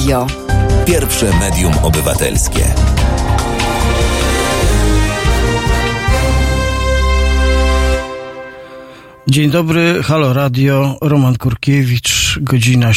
Radio. Pierwsze medium obywatelskie. Dzień dobry, Halo Radio, Roman Kurkiewicz, godzina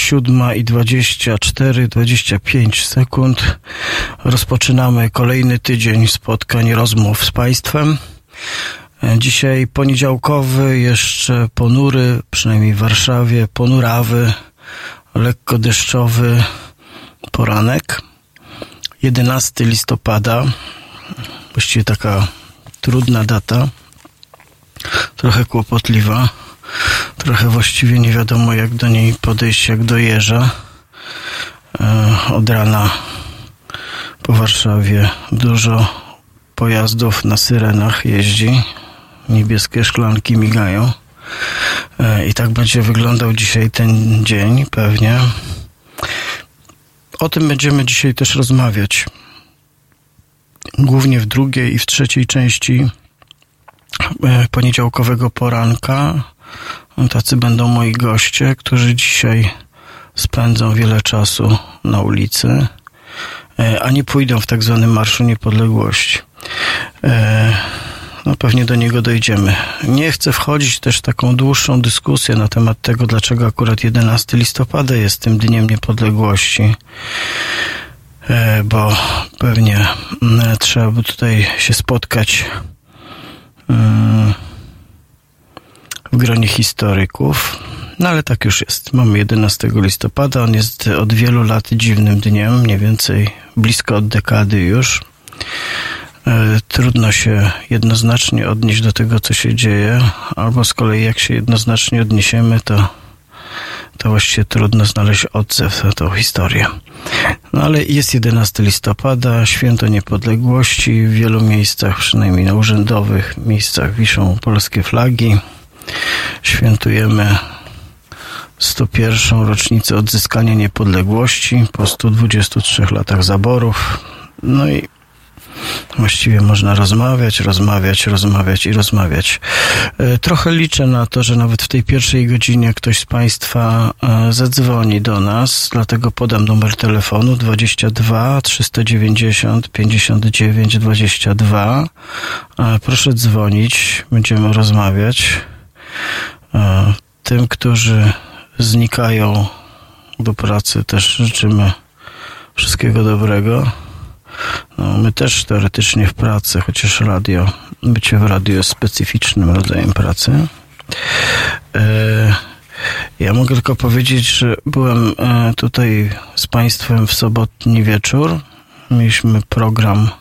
7:24-25. Rozpoczynamy kolejny tydzień spotkań, rozmów z Państwem. Dzisiaj poniedziałkowy, jeszcze ponury, przynajmniej w Warszawie, ponurawy, lekko deszczowy poranek. 11 listopada, właściwie taka trudna data. Trochę kłopotliwa, trochę właściwie nie wiadomo jak do niej podejść, jak do jeża. Od rana po Warszawie dużo pojazdów na syrenach jeździ, niebieskie szklanki migają i tak będzie wyglądał dzisiaj ten dzień pewnie. O tym będziemy dzisiaj też rozmawiać, głównie w drugiej i w trzeciej części poniedziałkowego poranka. Tacy będą moi goście, którzy dzisiaj spędzą wiele czasu na ulicy, a nie pójdą w tak zwanym Marszu Niepodległości. No pewnie do niego dojdziemy. Nie chcę wchodzić też w taką dłuższą dyskusję na temat tego, dlaczego akurat 11 listopada jest tym Dniem Niepodległości, bo pewnie trzeba by tutaj się spotkać w gronie historyków. No ale tak już jest. Mamy 11 listopada. On jest od wielu lat dziwnym dniem. Mniej więcej blisko od dekady już. Trudno się jednoznacznie odnieść do tego, co się dzieje. Albo z kolei jak się jednoznacznie odniesiemy, to właściwie trudno znaleźć odzew na tą historię. No ale jest 11 listopada, święto niepodległości. W wielu miejscach, przynajmniej na urzędowych miejscach, wiszą polskie flagi. Świętujemy 101. rocznicę odzyskania niepodległości po 123 latach zaborów. No i właściwie można rozmawiać. Trochę liczę na to, że nawet w tej pierwszej godzinie ktoś z Państwa zadzwoni do nas, dlatego podam numer telefonu 22 390 59 22. Proszę dzwonić, będziemy rozmawiać. Tym, którzy znikają do pracy, też życzymy wszystkiego dobrego. No, my też teoretycznie w pracy, chociaż bycie w radiu jest specyficznym rodzajem pracy. Ja mogę tylko powiedzieć, że byłem tutaj z Państwem w sobotni wieczór. Mieliśmy program,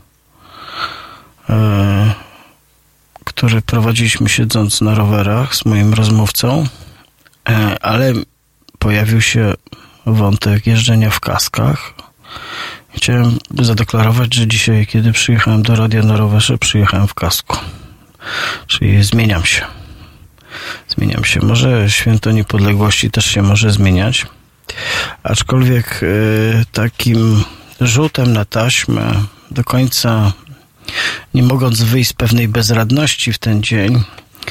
który prowadziliśmy siedząc na rowerach z moim rozmówcą, ale pojawił się wątek jeżdżenia w kaskach. Chciałem zadeklarować, że dzisiaj, kiedy przyjechałem do radia na rowerze, przyjechałem w kasku. Czyli zmieniam się. Może święto niepodległości też się może zmieniać. Aczkolwiek takim rzutem na taśmę, do końca nie mogąc wyjść z pewnej bezradności w ten dzień,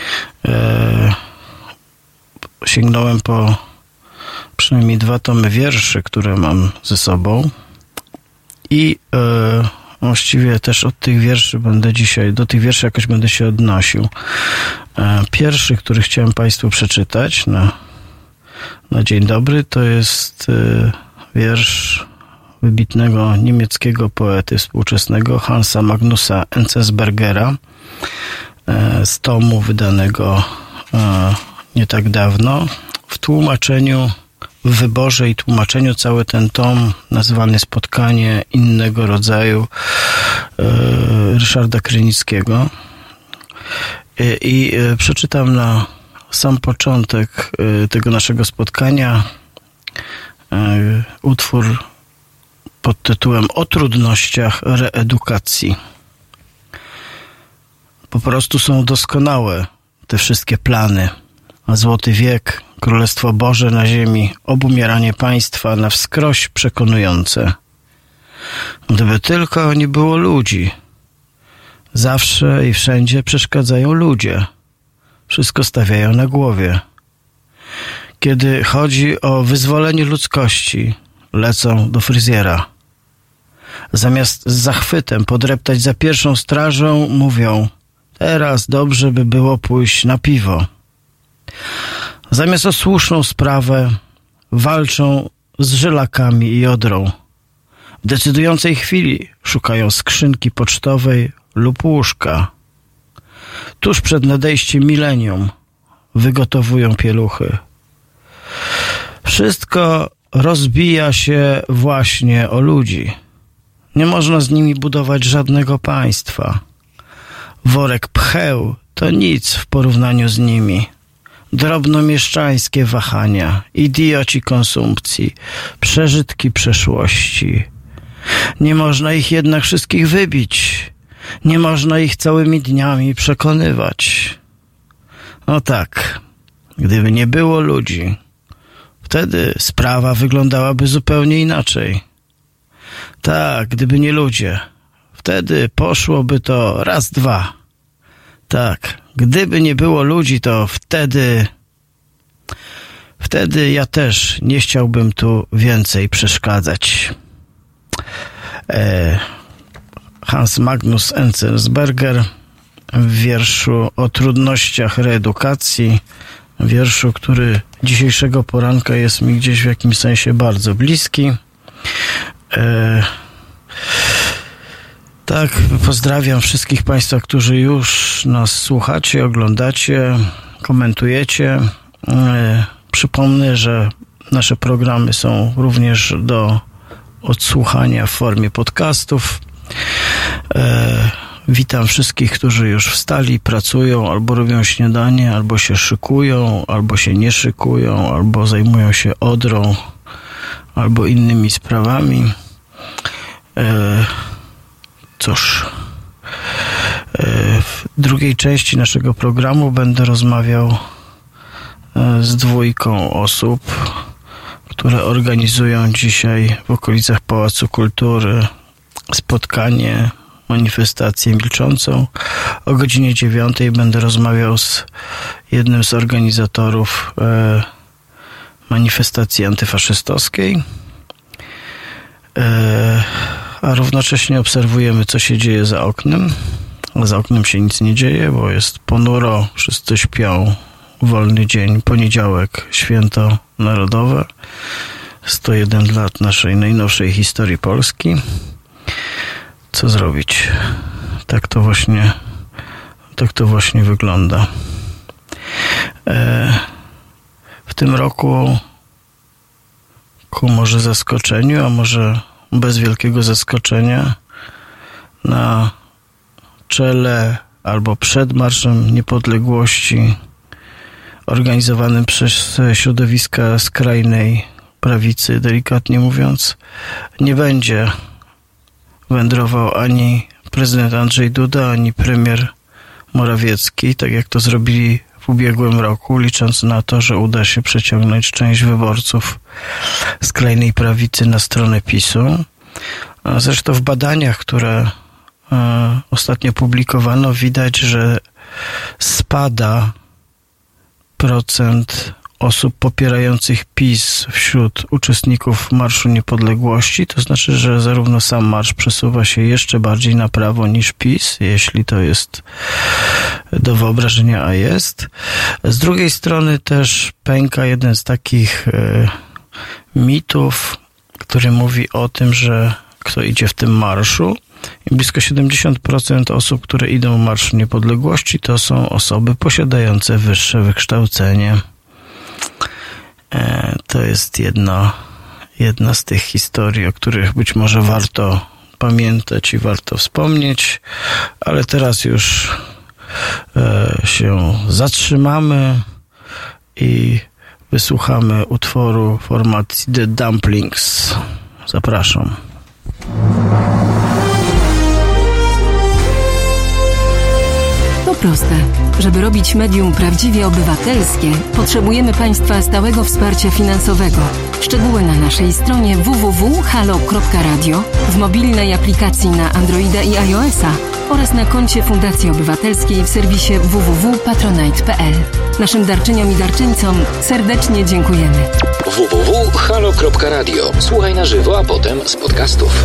sięgnąłem po przynajmniej 2 tomy wierszy, które mam ze sobą. I właściwie też od tych wierszy do tych wierszy jakoś będę się odnosił. Pierwszy, który chciałem Państwu przeczytać na dzień dobry, to jest wiersz wybitnego niemieckiego poety współczesnego Hansa Magnusa Enzensbergera z tomu wydanego nie tak dawno. W wyborze i tłumaczeniu cały ten tom nazywany Spotkanie innego rodzaju Ryszarda Krynickiego. I przeczytam na sam początek tego naszego spotkania utwór pod tytułem O trudnościach reedukacji. Po prostu są doskonałe te wszystkie plany. A złoty wiek, Królestwo Boże na ziemi, obumieranie państwa na wskroś przekonujące. Gdyby tylko nie było ludzi. Zawsze i wszędzie przeszkadzają ludzie. Wszystko stawiają na głowie. Kiedy chodzi o wyzwolenie ludzkości, lecą do fryzjera. Zamiast z zachwytem podreptać za pierwszą strażą, mówią: teraz dobrze by było pójść na piwo. Zamiast o słuszną sprawę walczą z żylakami i odrą. W decydującej chwili szukają skrzynki pocztowej lub łóżka. Tuż przed nadejściem milenium wygotowują pieluchy. Wszystko rozbija się właśnie o ludzi. Nie można z nimi budować żadnego państwa. Worek pcheł to nic w porównaniu z nimi. Drobnomieszczańskie wahania, idioci konsumpcji, przeżytki przeszłości. Nie można ich jednak wszystkich wybić. Nie można ich całymi dniami przekonywać. No tak, gdyby nie było ludzi, wtedy sprawa wyglądałaby zupełnie inaczej. Tak, gdyby nie ludzie, wtedy poszłoby to raz, dwa. Tak, gdyby nie było ludzi, to wtedy ja też nie chciałbym tu więcej przeszkadzać. Hans Magnus Enzensberger w wierszu o trudnościach reedukacji, wierszu, który dzisiejszego poranka jest mi gdzieś w jakimś sensie bardzo bliski. Tak, pozdrawiam wszystkich Państwa, którzy już nas słuchacie, oglądacie, komentujecie. Przypomnę, że nasze programy są również do odsłuchania w formie podcastów. Witam wszystkich, którzy już wstali, pracują, albo robią śniadanie, albo się szykują, albo się nie szykują, albo zajmują się odrą, albo innymi sprawami. Cóż, w drugiej części naszego programu będę rozmawiał z dwójką osób, które organizują dzisiaj w okolicach Pałacu Kultury spotkanie, manifestację milczącą. O godzinie 9 będę rozmawiał z jednym z organizatorów manifestacji antyfaszystowskiej, a równocześnie obserwujemy, co się dzieje za oknem. Za oknem się nic nie dzieje, bo jest ponuro, wszyscy śpią, wolny dzień, poniedziałek, święto narodowe, 101 lat naszej najnowszej historii Polski. Co zrobić? Tak to właśnie wygląda. W tym roku ku może zaskoczeniu, a może bez wielkiego zaskoczenia, na czele albo przed Marszem Niepodległości organizowanym przez środowiska skrajnej prawicy, delikatnie mówiąc, nie będzie wędrował ani prezydent Andrzej Duda, ani premier Morawiecki, tak jak to zrobili w ubiegłym roku, licząc na to, że uda się przeciągnąć część wyborców skrajnej prawicy na stronę PiS-u. Zresztą w badaniach, które ostatnio publikowano, widać, że spada procent osób popierających PiS wśród uczestników Marszu Niepodległości. To znaczy, że zarówno sam marsz przesuwa się jeszcze bardziej na prawo niż PiS, jeśli to jest do wyobrażenia, a jest. Z drugiej strony też pęka jeden z takich mitów, który mówi o tym, że kto idzie w tym marszu, i blisko 70% osób, które idą w Marszu Niepodległości, to są osoby posiadające wyższe wykształcenie. To jest jedna z tych historii, o których być może warto pamiętać i warto wspomnieć, ale teraz już się zatrzymamy i wysłuchamy utworu formacji The Dumplings. Zapraszam. To proste. Żeby robić medium prawdziwie obywatelskie, potrzebujemy Państwa stałego wsparcia finansowego. Szczegóły na naszej stronie www.halo.radio, w mobilnej aplikacji na Androida i iOS-a oraz na koncie Fundacji Obywatelskiej w serwisie www.patronite.pl. Naszym darczyniom i darczyńcom serdecznie dziękujemy. www.halo.radio. Słuchaj na żywo, a potem z podcastów.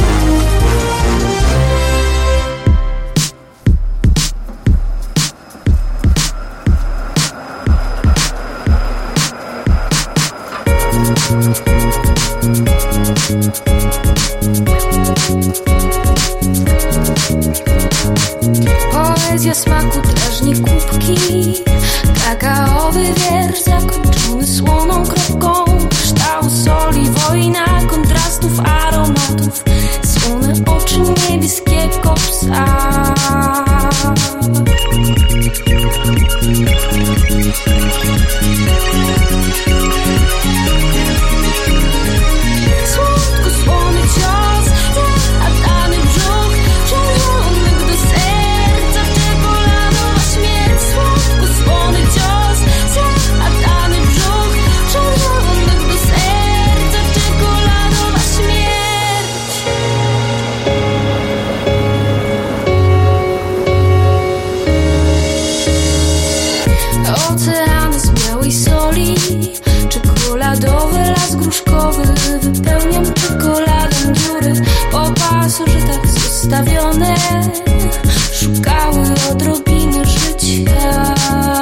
Poezja smaku drażni kubki, kakaowy wiersz zakończony słoną kropką, kształt soli, wojna kontrastów, aromatów, słone oczy niebieskiego psa. Słodko słony cios, zajadany brzuch, przerzutek do serca, czekoladowa śmierć. Słodko słony cios, zajadany brzuch, przerzutek do serca, czekoladowa śmierć. Oceany z białej soli, czekoladowy las gruszkowy, wypełniam czekoladą dziury po pasożytach zostawione, szukały odrobiny życia.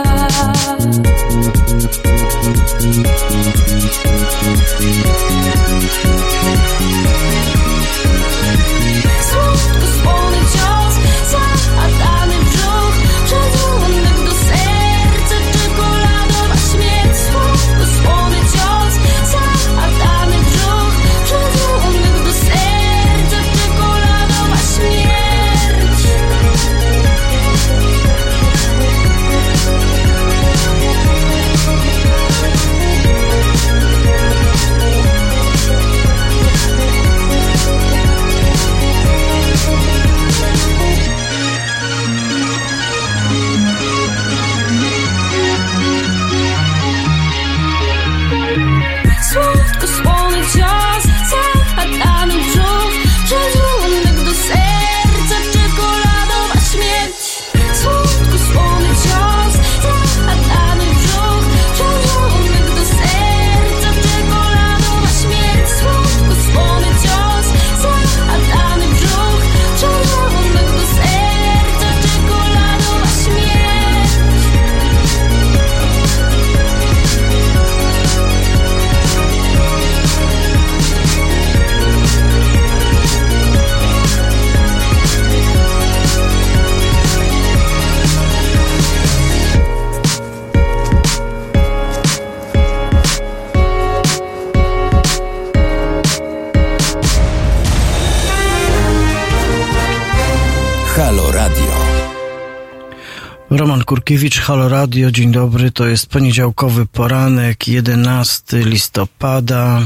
Słodko słony cios, zajadany brzuch, przedzwonek do serca, czekoladowa śmierć. Słodko słony cios, zajadany brzuch, przedzwonek do serca, czekoladowa śmierć. Słodko słony cios, zajadany brzuch, przedzwonek do serca, czekoladowa śmierć. Słodko słony cios, zajadany brzuch, przedzwonek do serca, czekoladowa śmierć. Słodko słony cios, zajadany brzuch, przedzwonek do serca, czekoladowa śmierć. Halo Radio. Roman Kurkiewicz, Halo Radio, dzień dobry, to jest poniedziałkowy poranek, 11 listopada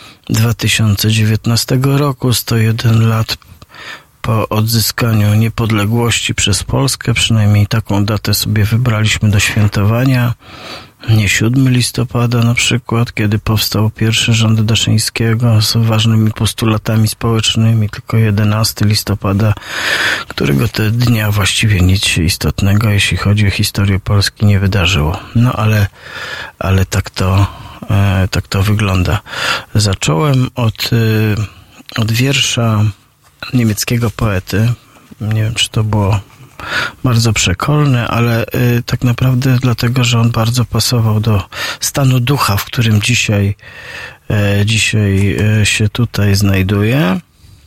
2019 roku, 101 lat po odzyskaniu niepodległości przez Polskę, przynajmniej taką datę sobie wybraliśmy do świętowania. Nie 7 listopada na przykład, kiedy powstał pierwszy rząd Daszyńskiego z ważnymi postulatami społecznymi, tylko 11 listopada, którego te dnia właściwie nic się istotnego, jeśli chodzi o historię Polski, nie wydarzyło. No ale tak to wygląda. Zacząłem od wiersza niemieckiego poety. Nie wiem, czy to było bardzo przekolne, ale tak naprawdę dlatego, że on bardzo pasował do stanu ducha, w którym dzisiaj się tutaj znajduję.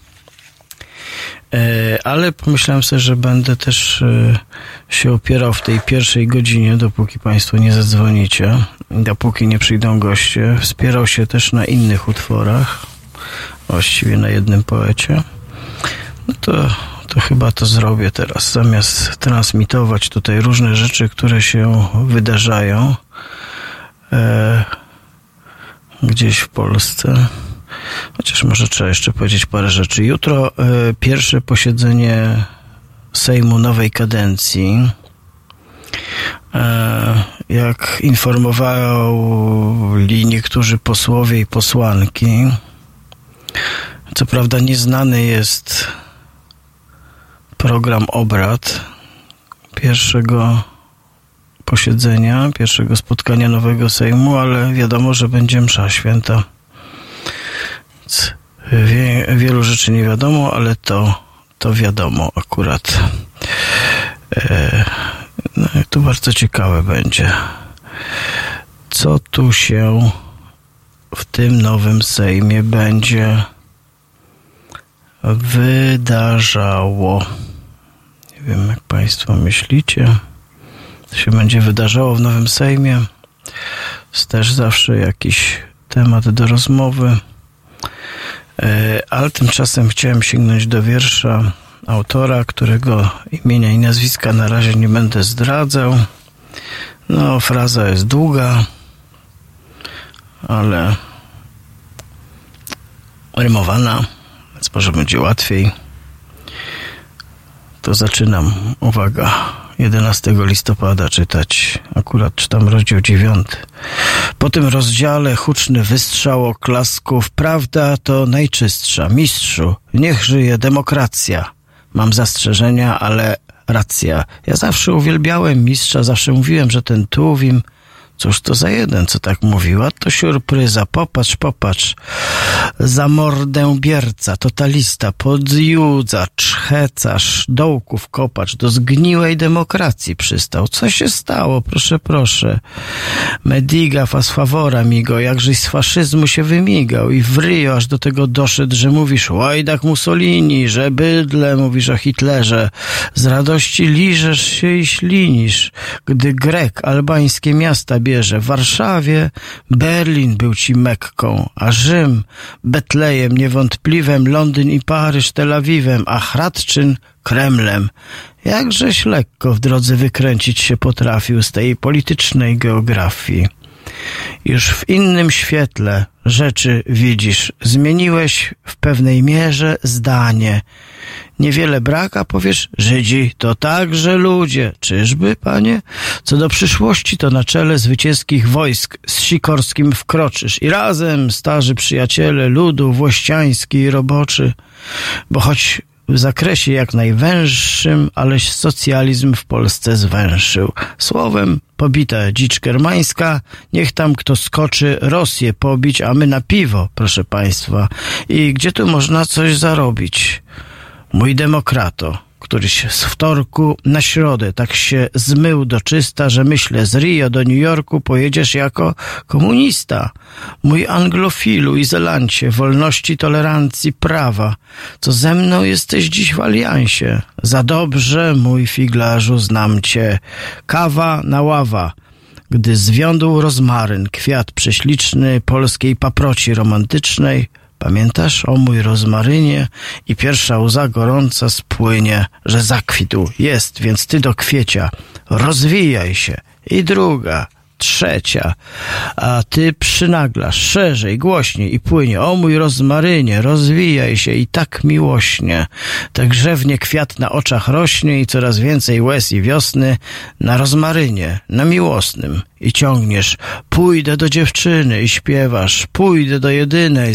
Ale pomyślałem sobie, że będę też się opierał w tej pierwszej godzinie, dopóki Państwo nie zadzwonicie, dopóki nie przyjdą goście. Wspierał się też na innych utworach, właściwie na jednym poecie. No to chyba to zrobię teraz, zamiast transmitować tutaj różne rzeczy, które się wydarzają gdzieś w Polsce. Chociaż może trzeba jeszcze powiedzieć parę rzeczy. Jutro pierwsze posiedzenie Sejmu nowej kadencji. Jak informowali niektórzy posłowie i posłanki, co prawda nieznany jest program obrad pierwszego posiedzenia, pierwszego spotkania nowego Sejmu, ale wiadomo, że będzie msza święta. Wielu rzeczy nie wiadomo, ale to wiadomo akurat. To bardzo ciekawe będzie. Co tu się w tym nowym Sejmie będzie wydarzało? Nie wiem, jak Państwo myślicie. Co się będzie wydarzało w nowym Sejmie? Jest też zawsze jakiś temat do rozmowy. Ale tymczasem chciałem sięgnąć do wiersza autora, którego imienia i nazwiska na razie nie będę zdradzał. No, fraza jest długa, ale rymowana, więc może będzie łatwiej. To zaczynam, uwaga, 11 listopada czytać, akurat czytam rozdział 9. Po tym rozdziale huczny wystrzał oklasków, prawda to najczystsza. Mistrzu, niech żyje demokracja. Mam zastrzeżenia, ale racja. Ja zawsze uwielbiałem mistrza, zawsze mówiłem, że ten Tuwim, cóż to za jeden, co tak mówiła? To siurpryza, popatrz. Za mordę bierca, totalista, podjudza, czchecarz, dołków kopacz, do zgniłej demokracji przystał. Co się stało? Proszę. Mediga fasfavora migo, jakżeś z faszyzmu się wymigał i w ryjo aż do tego doszedł, że mówisz łajdak Mussolini, że bydle mówisz o Hitlerze. Z radości liżesz się i ślinisz, gdy Grek albańskie miasta bierze. W Warszawie Berlin był ci Mekką, a Rzym Betlejem niewątpliwem, Londyn i Paryż Tel Awiwem, a Hradczyn Kremlem. Jakżeś lekko w drodze wykręcić się potrafił z tej politycznej geografii. Już w innym świetle rzeczy widzisz. Zmieniłeś w pewnej mierze zdanie. Niewiele brak, a powiesz, Żydzi to także ludzie. Czyżby, panie? Co do przyszłości, to na czele zwycięskich wojsk z Sikorskim wkroczysz i razem, starzy przyjaciele ludu włościański i roboczy, bo choć w zakresie jak najwęższym, aleś socjalizm w Polsce zwęszył. Słowem, pobita dzicz kermańska, niech tam kto skoczy Rosję pobić, a my na piwo, proszę państwa. I gdzie tu można coś zarobić? Mój demokrato, któryś z wtorku na środę tak się zmył do czysta, że myślę, z Rio do New Yorku pojedziesz jako komunista. Mój anglofilu i zelancie, wolności, tolerancji, prawa, co ze mną jesteś dziś w aliansie. Za dobrze, mój figlarzu, znam cię. Kawa na ława. Gdy zwiądł rozmaryn, kwiat prześliczny polskiej paproci romantycznej, pamiętasz o mój rozmarynie? I pierwsza łza gorąca spłynie, że zakwitł jest, więc ty do kwiecia rozwijaj się. I druga, trzecia, a ty przynaglasz szerzej, głośniej i płynie. O mój rozmarynie, rozwijaj się i tak miłośnie. Tak grzewnie kwiat na oczach rośnie i coraz więcej łez i wiosny na rozmarynie, na miłosnym. I ciągniesz, pójdę do dziewczyny i śpiewasz, pójdę do jedynej,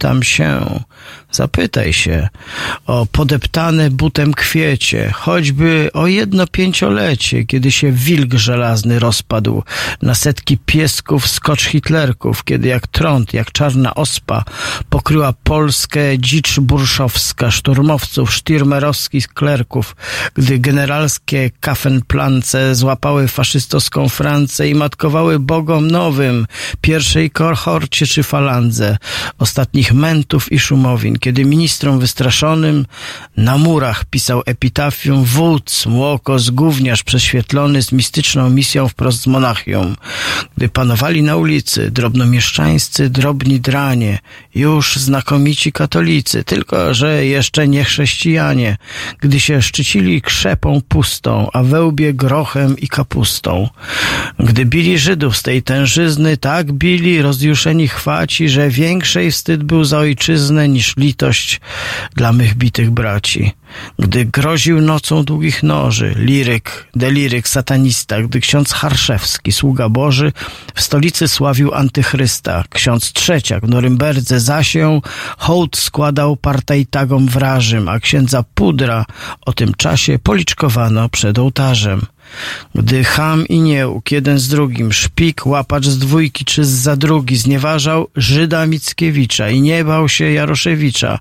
zapytaj się o podeptane butem kwiecie, choćby o 1 5-lecie, kiedy się wilk żelazny rozpadł na setki piesków, skocz hitlerków, kiedy jak trąd, jak czarna ospa pokryła Polskę dzicz burszowska, szturmowców, sztirmerowskich klerków, gdy generalskie kafenplance złapały faszystowską Francję i matkowały bogom nowym, pierwszej kohorcie czy falandze, ostatnich mentów i szumowin, kiedy ministrom wystraszonym na murach pisał epitafium wódz, młokos, gówniarz prześwietlony z mistyczną misją wprost z Monachium, gdy panowali na ulicy drobnomieszczańscy, drobni dranie, już znakomici katolicy, tylko że jeszcze nie chrześcijanie, gdy się szczycili krzepą pustą, a we łbie grochem i kapustą, gdy bili Żydów z tej tężyzny, tak bili rozjuszeni chwaci, że większej wstyd był za ojczyznę niż litość dla mych bitych braci. Gdy groził nocą długich noży, deliryk, satanista, gdy ksiądz Harszewski, sługa Boży, w stolicy sławił antychrysta, ksiądz Trzeciak w Norymberdze zasię hołd składał partajtagom wrażym, a księdza Pudra o tym czasie policzkowano przed ołtarzem. Gdy cham i niełk, jeden z drugim, szpik, łapacz z dwójki czy zza drugi, znieważał Żyda Mickiewicza i nie bał się Jaroszewicza.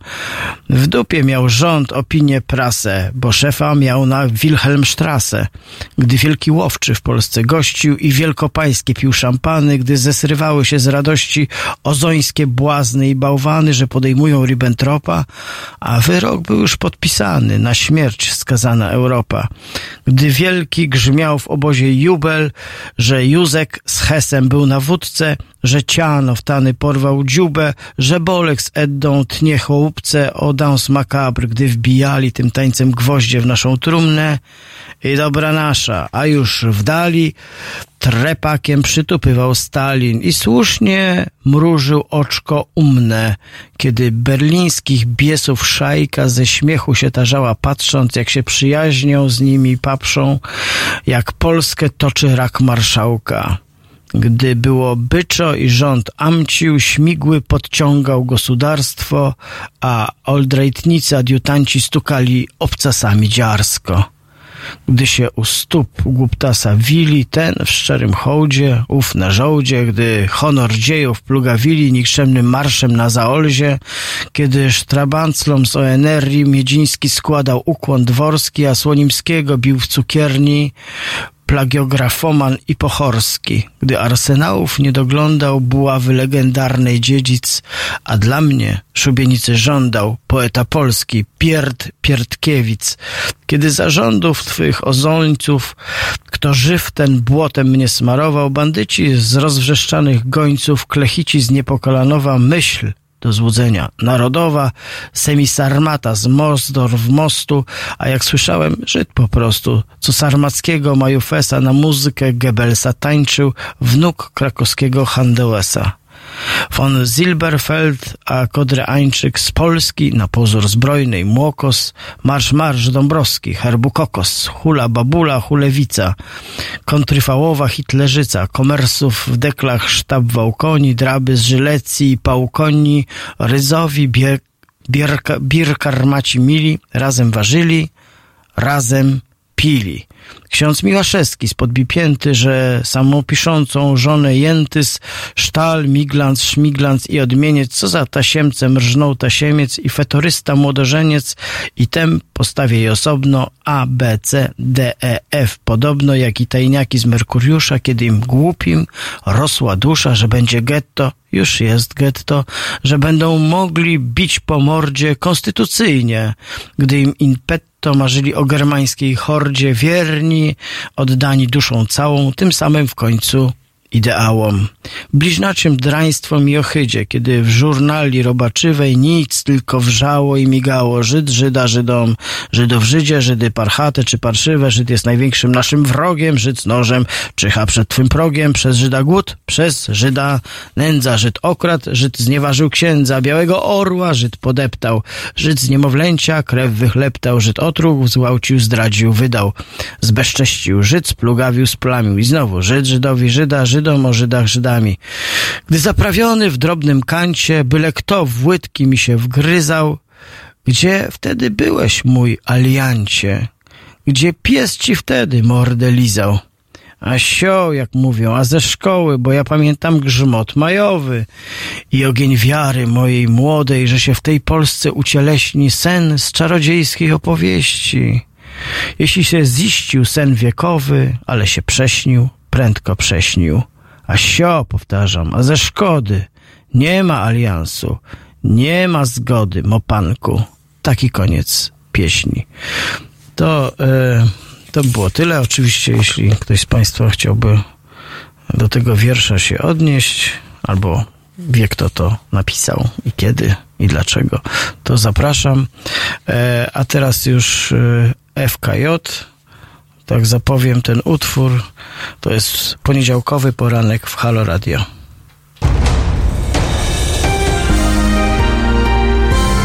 W dupie miał rząd, opinię, prasę, bo szefa miał na Wilhelmstrasse. Gdy wielki łowczy w Polsce gościł i wielkopańskie pił szampany, gdy zesrywały się z radości ozońskie błazny i bałwany, że podejmują Ribbentropa, a wyrok był już podpisany, na śmierć skazana Europa. Gdy wielki grzmiał w obozie jubel, że Józek z Hesem był na wódce, że Ciano wtany porwał dziubę, że Bolek z Eddą tnie chłopce o dans macabre, gdy wbijali tym tańcem gwoździe w naszą trumnę i dobra nasza, a już w dali trepakiem przytupywał Stalin i słusznie mrużył oczko umne, kiedy berlińskich biesów szajka ze śmiechu się tarzała, patrząc, jak się przyjaźnią z nimi paprzą, jak Polskę toczy rak marszałka. Gdy było byczo i rząd amcił, śmigły podciągał gospodarstwo, a oldrajtnicy adiutanci stukali obcasami dziarsko. Gdy się u stóp głuptasa wili, ten w szczerym hołdzie, ów na żołdzie, gdy honor dziejów plugawili nikczemnym marszem na Zaolzie, kiedy sztrabanclom z ONR-i Miedziński składał ukłon dworski, a Słonimskiego bił w cukierni plagiografoman i Pochorski, gdy arsenałów nie doglądał buławy legendarnej dziedzic, a dla mnie szubienicy żądał poeta polski Pierdkiewicz, kiedy za rządów twych ozońców, kto żyw ten błotem mnie smarował, bandyci z rozwrzeszczanych gońców, klechici z Niepokolanowa, myśl do złudzenia narodowa, semisarmata z Mozdor w mostu, a jak słyszałem, Żyd po prostu, co sarmackiego Majufesa na muzykę Goebbelsa tańczył wnuk krakowskiego Handelsa. Von Silberfeld a Kodreańczyk z Polski, na pozór zbrojnej Młokos, marsz Dąbrowski, herbu kokos, hula babula, hulewica, kontryfałowa hitlerzyca, komersów w deklach sztab wałkoni, draby z Żylecji i pałkoni, ryzowi, birkarmaci mili, razem ważyli, razem pili. Ksiądz Miłaszewski spod Bipięty, że samopiszącą żonę Jętys, sztal, miglanc, szmiglanc i odmieniec, co za tasiemcem rżnął tasiemiec i fetorysta młodożeniec i tem postawię je osobno A, B, C, D, E, F, podobno jak i tajniaki z Merkuriusza, kiedy im głupim rosła dusza, że będzie getto, już jest getto, że będą mogli bić po mordzie konstytucyjnie, gdy im in petto marzyli o germańskiej hordzie, wierni, oddani duszą całą, tym samym w końcu ideałom. Bliźnaczym draństwom i ohydzie, kiedy w żurnali robaczywej nic tylko wrzało i migało. Żyd Żyda Żydom, Żydów Żydzie, Żydy parchate czy parszywe, Żyd jest największym naszym wrogiem, Żyd z nożem czyha przed twym progiem, przez Żyda głód, przez Żyda nędza, Żyd okradł, Żyd znieważył księdza, białego orła Żyd podeptał, Żyd z niemowlęcia krew wychleptał, Żyd otruł, zgwałcił, zdradził, wydał, zbezcześcił, Żyd splugawił, splamił i znowu Żyd Żydowi Żyda, Żydom o Żydach Żydami. Gdy zaprawiony w drobnym kancie, byle kto w łydki mi się wgryzał, gdzie wtedy byłeś, mój aliancie? Gdzie pies ci wtedy mordę lizał? A sio, jak mówią, a ze szkoły, bo ja pamiętam grzmot majowy i ogień wiary mojej młodej, że się w tej Polsce ucieleśni sen z czarodziejskiej opowieści. Jeśli się ziścił sen wiekowy, ale się prześnił, prędko prześnił. A sio, powtarzam, a ze szkody nie ma aliansu, nie ma zgody, mopanku. Taki koniec pieśni. To było tyle. Oczywiście, jeśli ktoś z Państwa chciałby do tego wiersza się odnieść, albo wie, kto to napisał i kiedy i dlaczego, to zapraszam. A teraz już FKJ. Tak zapowiem ten utwór. To jest poniedziałkowy poranek w Halo Radio.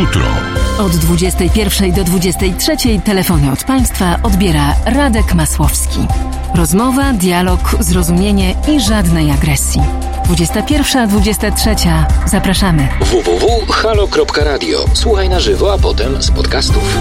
jutro. Od 21 do 23 telefony od Państwa odbiera Radek Masłowski. Rozmowa, dialog, zrozumienie i żadnej agresji. 21-23. Zapraszamy. www.halo.radio. Słuchaj na żywo, a potem z podcastów.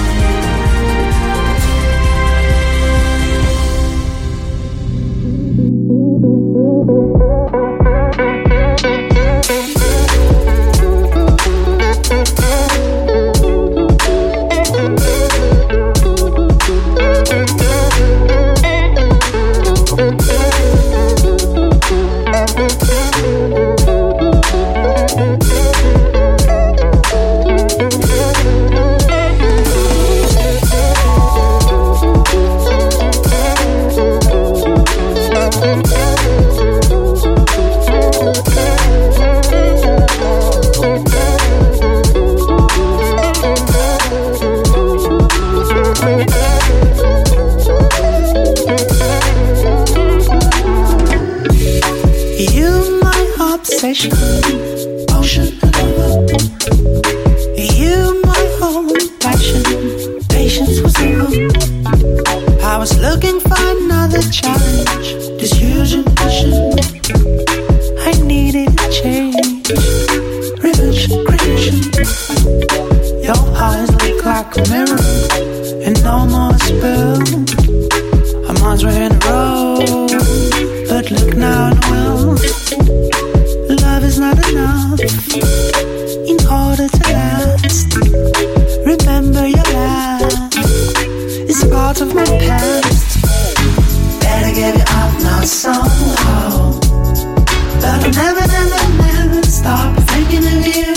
Ocean and over. You, my whole passion. Patience was over. I was looking for another challenge. This huge ambition. I needed a change. Revenge, creation. Your eyes look like a mirror. And no more spill. Our minds were in a row. But look now and well. Love is not enough in order to last. Remember your laugh is part of my past. Better give it up now somehow. But I'll never, never, never stop thinking of you.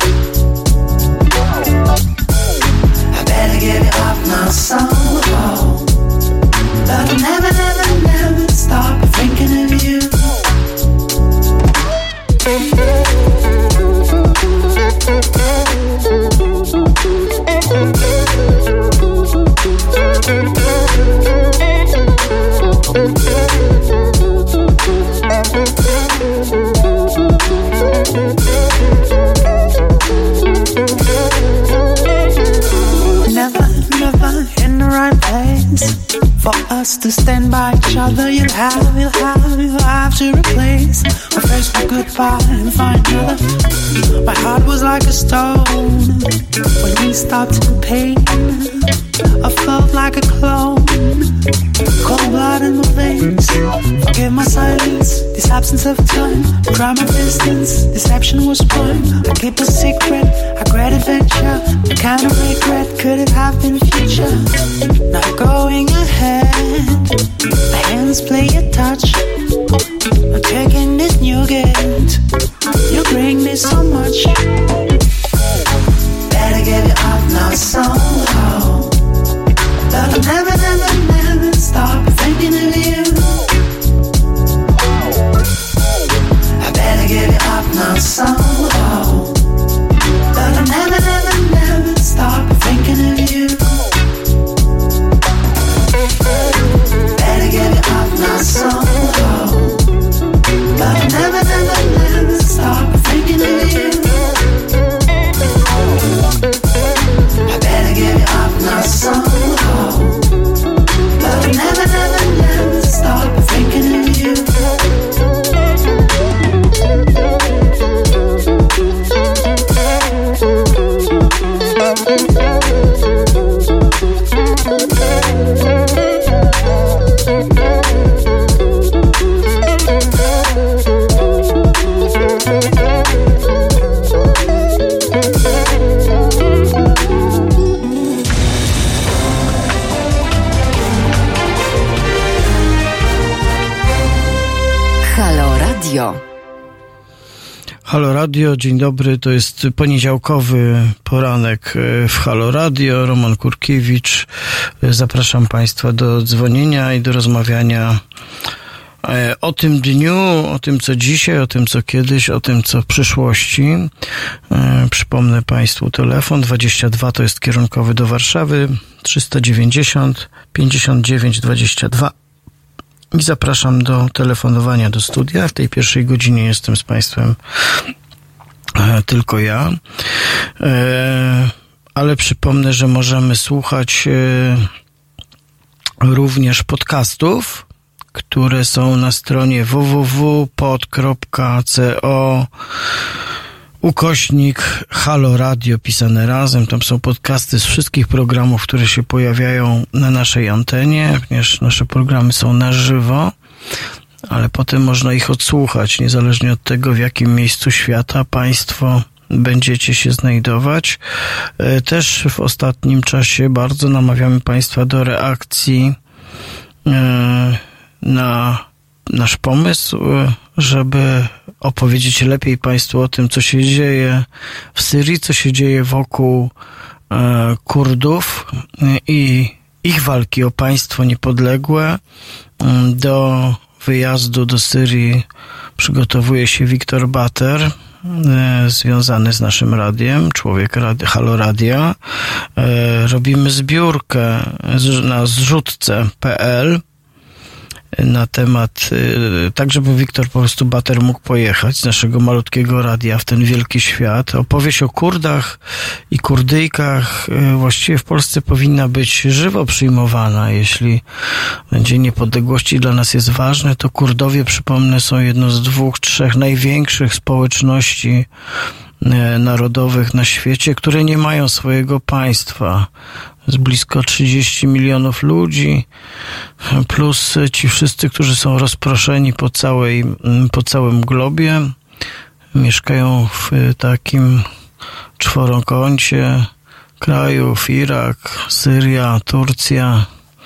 I better give it up now somehow. But I'll never, never, never stop thinking of you. Never, never in the right place for us to stand by each other. You'll have to replace my first goodbye and find another. My heart was like a stone when we stopped in pain. I felt like a clone, cold blood in my veins. Forgive my silence, this absence of time. Try my distance, deception was prime. I keep a secret, a great adventure. What kind of regret could it have been future? Not going ahead, my hands play a touch. I'm taking this new gift. You bring me so much. Better give it up now somehow. But I'll never, never, never stop thinking of you. I better give it up now somehow. But I'll never, never, never stop thinking of you. Better give it up now somehow. But I'll never, never, never stop thinking of you. I better give it up now somehow. But I'll never, never, never stop thinking of you. Halo Radio, dzień dobry, to jest poniedziałkowy poranek w Halo Radio. Roman Kurkiewicz, zapraszam Państwa do dzwonienia i do rozmawiania o tym dniu, o tym co dzisiaj, o tym co kiedyś, o tym co w przyszłości. Przypomnę Państwu telefon 22 to jest kierunkowy do Warszawy, 390 59 22. I zapraszam do telefonowania do studia. W tej pierwszej godzinie jestem z Państwem tylko ja. Ale przypomnę, że możemy słuchać również podcastów, które są na stronie www.pod.co/Halo Radio pisane razem. Tam są podcasty z wszystkich programów, które się pojawiają na naszej antenie, ponieważ nasze programy są na żywo, ale potem można ich odsłuchać, niezależnie od tego, w jakim miejscu świata państwo będziecie się znajdować. Też w ostatnim czasie bardzo namawiamy państwa do reakcji na nasz pomysł, żeby opowiedzieć lepiej państwu o tym, co się dzieje w Syrii, co się dzieje wokół Kurdów i ich walki o państwo niepodległe. Do wyjazdu do Syrii przygotowuje się Wiktor Bater, związany z naszym radiem, człowiek Halo Radia. Robimy zbiórkę na zrzutce.pl na temat, tak żeby Wiktor po prostu Bater mógł pojechać z naszego malutkiego radia w ten wielki świat. Opowieść o Kurdach i Kurdyjkach właściwie w Polsce powinna być żywo przyjmowana. Jeśli Dzień Niepodległości dla nas jest ważny, to Kurdowie, przypomnę, są jedną z 2-3 największych społeczności narodowych na świecie, które nie mają swojego państwa. Jest blisko 30 milionów ludzi, plus ci wszyscy, którzy są rozproszeni po całym globie. Mieszkają w takim czworokącie krajów: Irak, Syria, Turcja.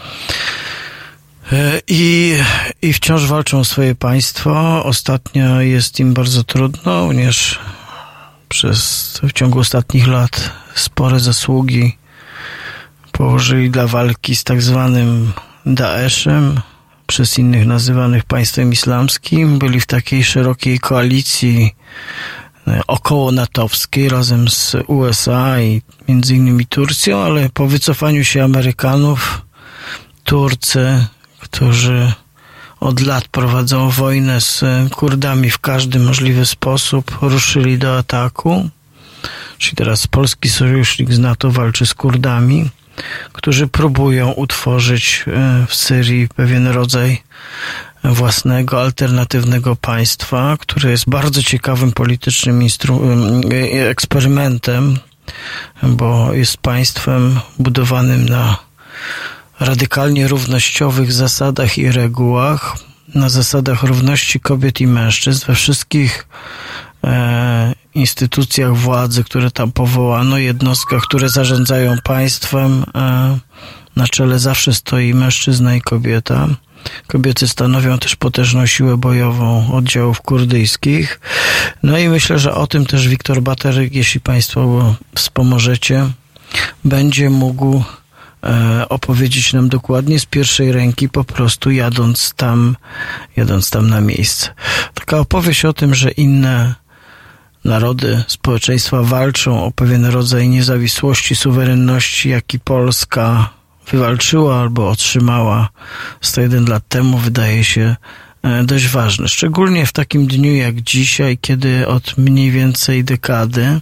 I wciąż walczą o swoje państwo. Ostatnio jest im bardzo trudno, ponieważ w ciągu ostatnich lat spore zasługi położyli dla walki z tak zwanym Daeszem, przez innych nazywanych państwem islamskim. Byli w takiej szerokiej koalicji około natowskiej razem z USA i między innymi Turcją, ale po wycofaniu się Amerykanów, Turcy, którzy od lat prowadzą wojnę z Kurdami w każdy możliwy sposób, ruszyli do ataku. Czyli teraz polski sojusznik z NATO walczy z Kurdami, którzy próbują utworzyć w Syrii pewien rodzaj własnego, alternatywnego państwa, które jest bardzo ciekawym politycznym eksperymentem, bo jest państwem budowanym na radykalnie równościowych zasadach i regułach, na zasadach równości kobiet i mężczyzn we wszystkich instytucjach władzy, które tam powołano, jednostkach, które zarządzają państwem. Na czele zawsze stoi mężczyzna i kobieta. Kobiety stanowią też potężną siłę bojową oddziałów kurdyjskich. No i myślę, że o tym też Wiktor Bater, jeśli państwo wspomożecie, będzie mógł opowiedzieć nam dokładnie z pierwszej ręki, po prostu jadąc tam na miejsce. Taka opowieść o tym, że inne narody, społeczeństwa walczą o pewien rodzaj niezawisłości, suwerenności, jaki Polska wywalczyła albo otrzymała 101 lat temu, wydaje się dość ważne. Szczególnie w takim dniu jak dzisiaj, kiedy od mniej więcej dekady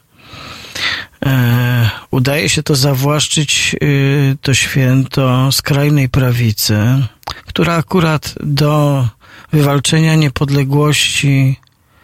udaje się to zawłaszczyć, to święto skrajnej prawicy, która akurat do wywalczenia niepodległości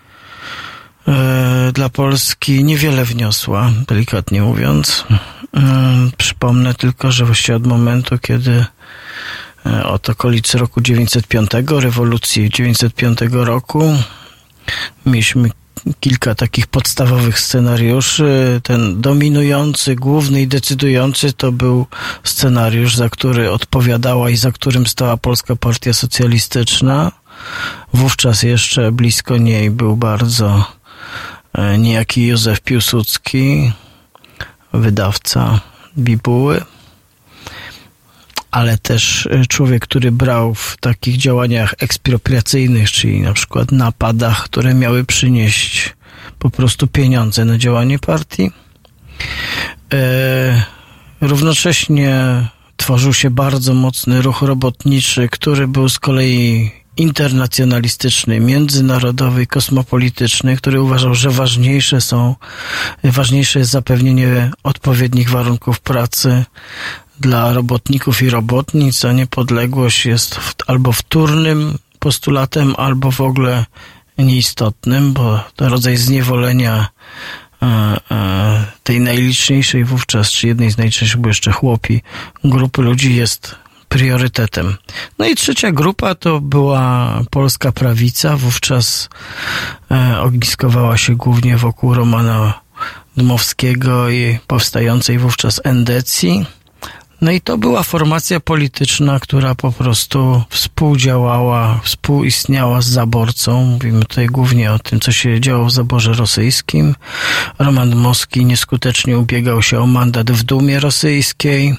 dla Polski niewiele wniosła, delikatnie mówiąc. Przypomnę tylko, że właściwie od momentu, kiedy od okolicy roku 905, rewolucji 905 roku, mieliśmy kilka takich podstawowych scenariuszy. Ten dominujący, główny i decydujący to był scenariusz, za który odpowiadała i za którym stała Polska Partia Socjalistyczna. Wówczas jeszcze blisko niej był bardzo niejaki Józef Piłsudski, wydawca bibuły, ale też człowiek, który brał w takich działaniach ekspropriacyjnych, czyli na przykład napadach, które miały przynieść po prostu pieniądze na działanie partii. Równocześnie tworzył się bardzo mocny ruch robotniczy, który był z kolei internacjonalistyczny, międzynarodowy, kosmopolityczny, który uważał, że ważniejsze jest zapewnienie odpowiednich warunków pracy dla robotników i robotnic, a niepodległość jest albo wtórnym postulatem, albo w ogóle nieistotnym, bo to rodzaj zniewolenia tej najliczniejszej wówczas, czy jednej z najliczniejszych, bo jeszcze chłopi, grupy ludzi jest priorytetem. No i trzecia grupa to była polska prawica, wówczas ogniskowała się głównie wokół Romana Dmowskiego i powstającej wówczas Endecji. No i to była formacja polityczna, która po prostu współistniała z zaborcą. Mówimy tutaj głównie o tym, co się działo w zaborze rosyjskim. Roman Dmowski nieskutecznie ubiegał się o mandat w Dumie rosyjskiej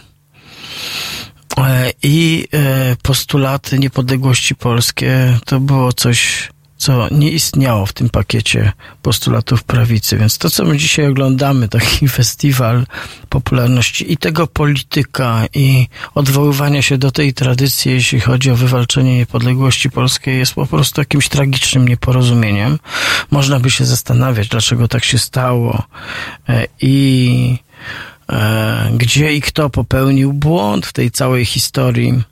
i postulaty niepodległości polskie to było coś, co nie istniało w tym pakiecie postulatów prawicy. Więc to, co my dzisiaj oglądamy, taki festiwal popularności i tego polityka i odwoływania się do tej tradycji, jeśli chodzi o wywalczenie niepodległości polskiej, jest po prostu jakimś tragicznym nieporozumieniem. Można by się zastanawiać, dlaczego tak się stało i gdzie i kto popełnił błąd w tej całej historii,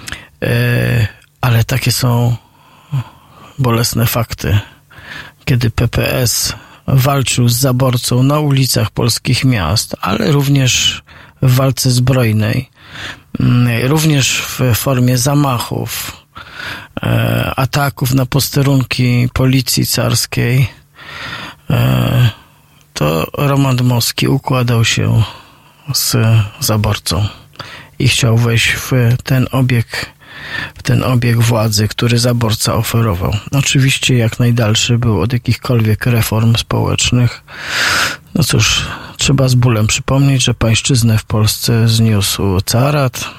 ale takie są bolesne fakty. Kiedy PPS walczył z zaborcą na ulicach polskich miast, ale również w walce zbrojnej, również w formie zamachów, ataków na posterunki policji carskiej, to Roman Dmowski układał się z zaborcą i chciał wejść w ten obieg władzy, który zaborca oferował. Oczywiście jak najdalszy był od jakichkolwiek reform społecznych. No cóż, trzeba z bólem przypomnieć, że pańszczyznę w Polsce zniósł carat,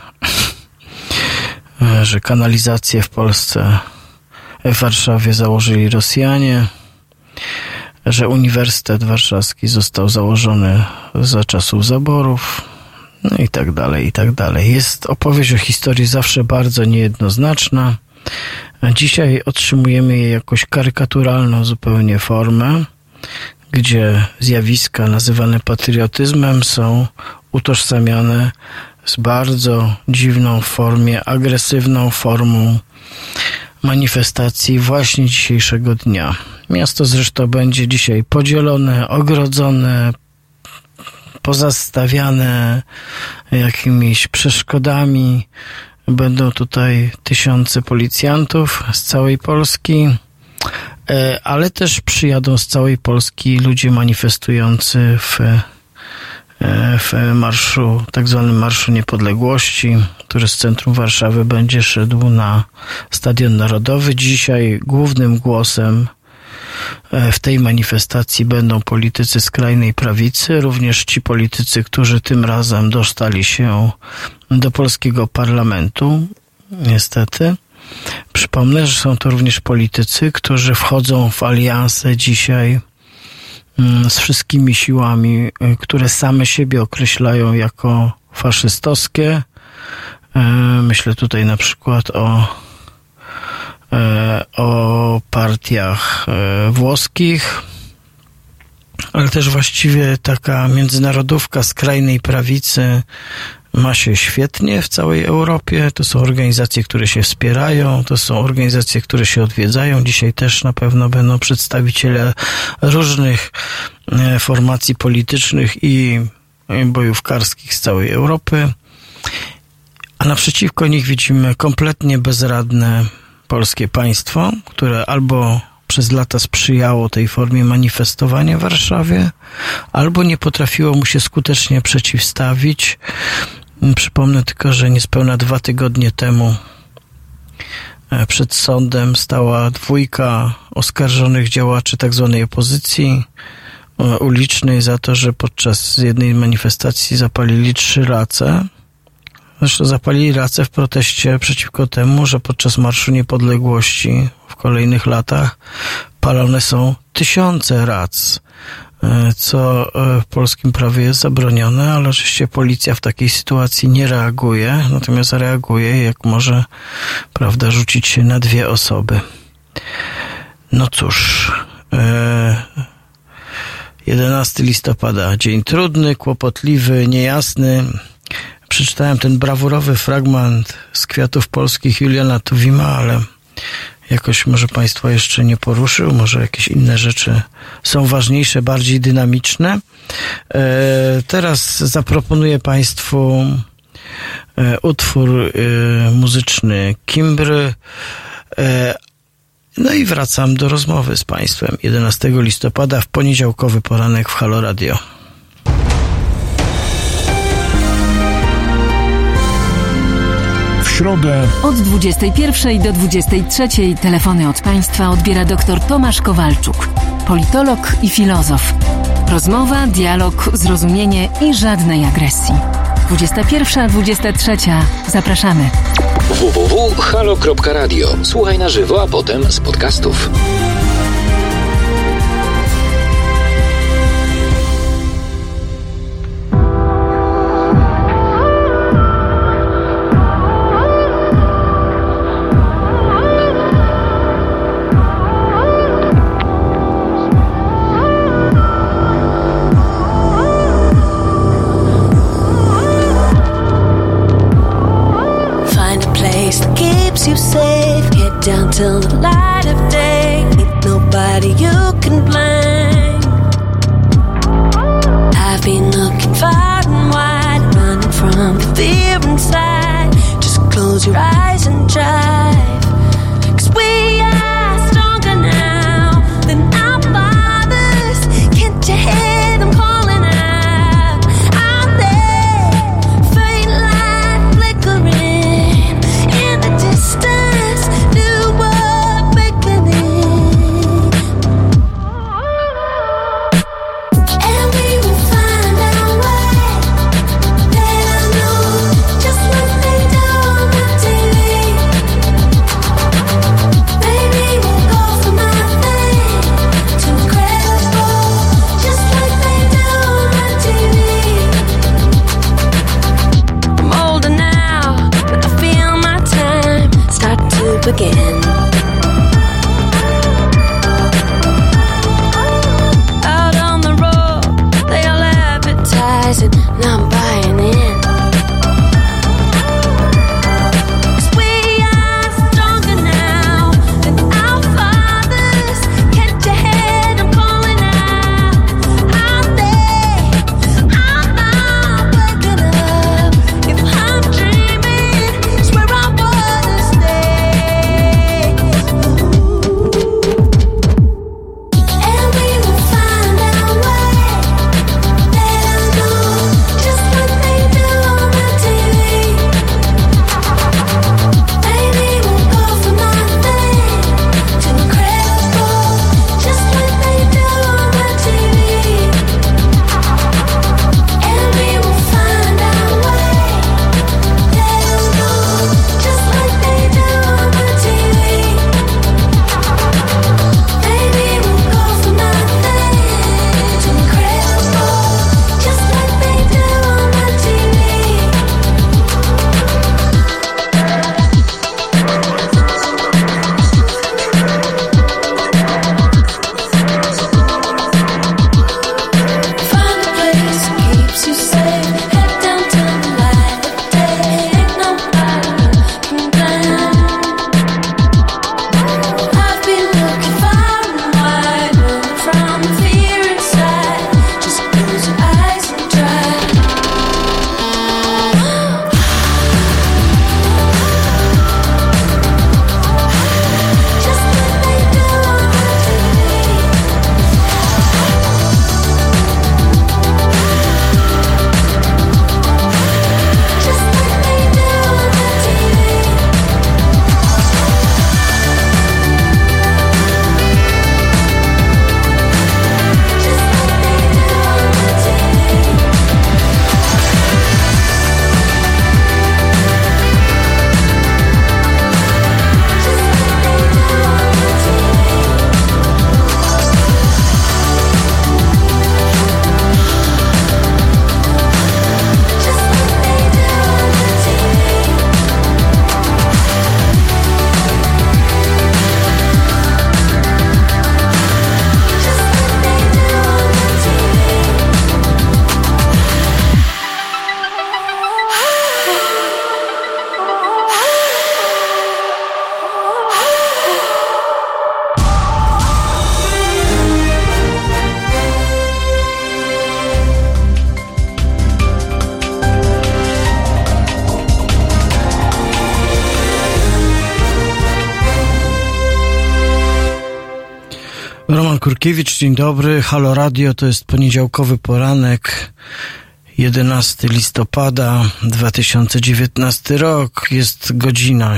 że kanalizację w Polsce, w Warszawie założyli Rosjanie, że Uniwersytet Warszawski został założony za czasów zaborów, no i tak dalej, i tak dalej. Jest opowieść o historii zawsze bardzo niejednoznaczna. Dzisiaj otrzymujemy jej jakąś karykaturalną zupełnie formę, gdzie zjawiska nazywane patriotyzmem są utożsamiane z bardzo dziwną formie, agresywną formą manifestacji właśnie dzisiejszego dnia. Miasto zresztą będzie dzisiaj podzielone, ogrodzone, pozastawiane jakimiś przeszkodami. Będą tutaj tysiące policjantów z całej Polski, ale też przyjadą z całej Polski ludzie manifestujący w marszu, tak zwanym Marszu Niepodległości, który z centrum Warszawy będzie szedł na Stadion Narodowy. Dzisiaj głównym głosem w tej manifestacji będą politycy skrajnej prawicy, również ci politycy, którzy tym razem dostali się do polskiego parlamentu, niestety. Przypomnę, że są to również politycy, którzy wchodzą w alianse dzisiaj z wszystkimi siłami, które same siebie określają jako faszystowskie. Myślę tutaj na przykład o partiach włoskich, ale też właściwie taka międzynarodówka skrajnej prawicy ma się świetnie w całej Europie. To są organizacje, które się wspierają, to są organizacje, które się odwiedzają. Dzisiaj też na pewno będą przedstawiciele różnych formacji politycznych i bojówkarskich z całej Europy. A naprzeciwko nich widzimy kompletnie bezradne polskie państwo, które albo przez lata sprzyjało tej formie manifestowania w Warszawie, albo nie potrafiło mu się skutecznie przeciwstawić. Przypomnę tylko, że niespełna 2 tygodnie temu przed sądem stała 2 oskarżonych działaczy tak zwanej opozycji ulicznej za to, że podczas jednej manifestacji zapalili 3 race. Zresztą zapalili racę w proteście przeciwko temu, że podczas Marszu Niepodległości w kolejnych latach palone są tysiące rac co w polskim prawie jest zabronione, ale oczywiście policja w takiej sytuacji nie reaguje, natomiast reaguje, jak może, prawda, rzucić się na 2 osoby. No cóż, 11 listopada, dzień trudny, kłopotliwy, niejasny. Przeczytałem ten brawurowy fragment z Kwiatów Polskich Juliana Tuwima, ale jakoś może Państwa jeszcze nie poruszył, może jakieś inne rzeczy są ważniejsze, bardziej dynamiczne. Teraz zaproponuję Państwu utwór muzyczny Kimbry. No i wracam do rozmowy z Państwem 11 listopada w poniedziałkowy poranek w Halo Radio. W środę od 21 do 23 telefony od Państwa odbiera dr Tomasz Kowalczuk, politolog i filozof. Rozmowa, dialog, zrozumienie i żadnej agresji. 21-23. Zapraszamy. www.halo.radio. Słuchaj na żywo, a potem z podcastów. You safe, get down till the light of day. Ain't nobody you can blame. I've been looking far and wide, running from the fear inside. Just close your eyes and drive, 'cause we are stronger now than our fathers. Can't you hear them calling out? Out there, faint light flickering in the distance, new world beginning. And we will find our way. They'll know just what they do on the TV. Maybe we'll go from nothing to incredible, just like they do on the TV. I'm older now, but I feel my time start to begin. Out on the road, they all advertising, and I'm buying in. 'Cause we are stronger now than our fathers. Can't you hear them calling out? Out there, I'm not waking up. If I'm dreaming, it's where I wanna stay. Kurkiewicz, dzień dobry. Halo Radio, to jest poniedziałkowy poranek, 11 listopada 2019 rok. Jest godzina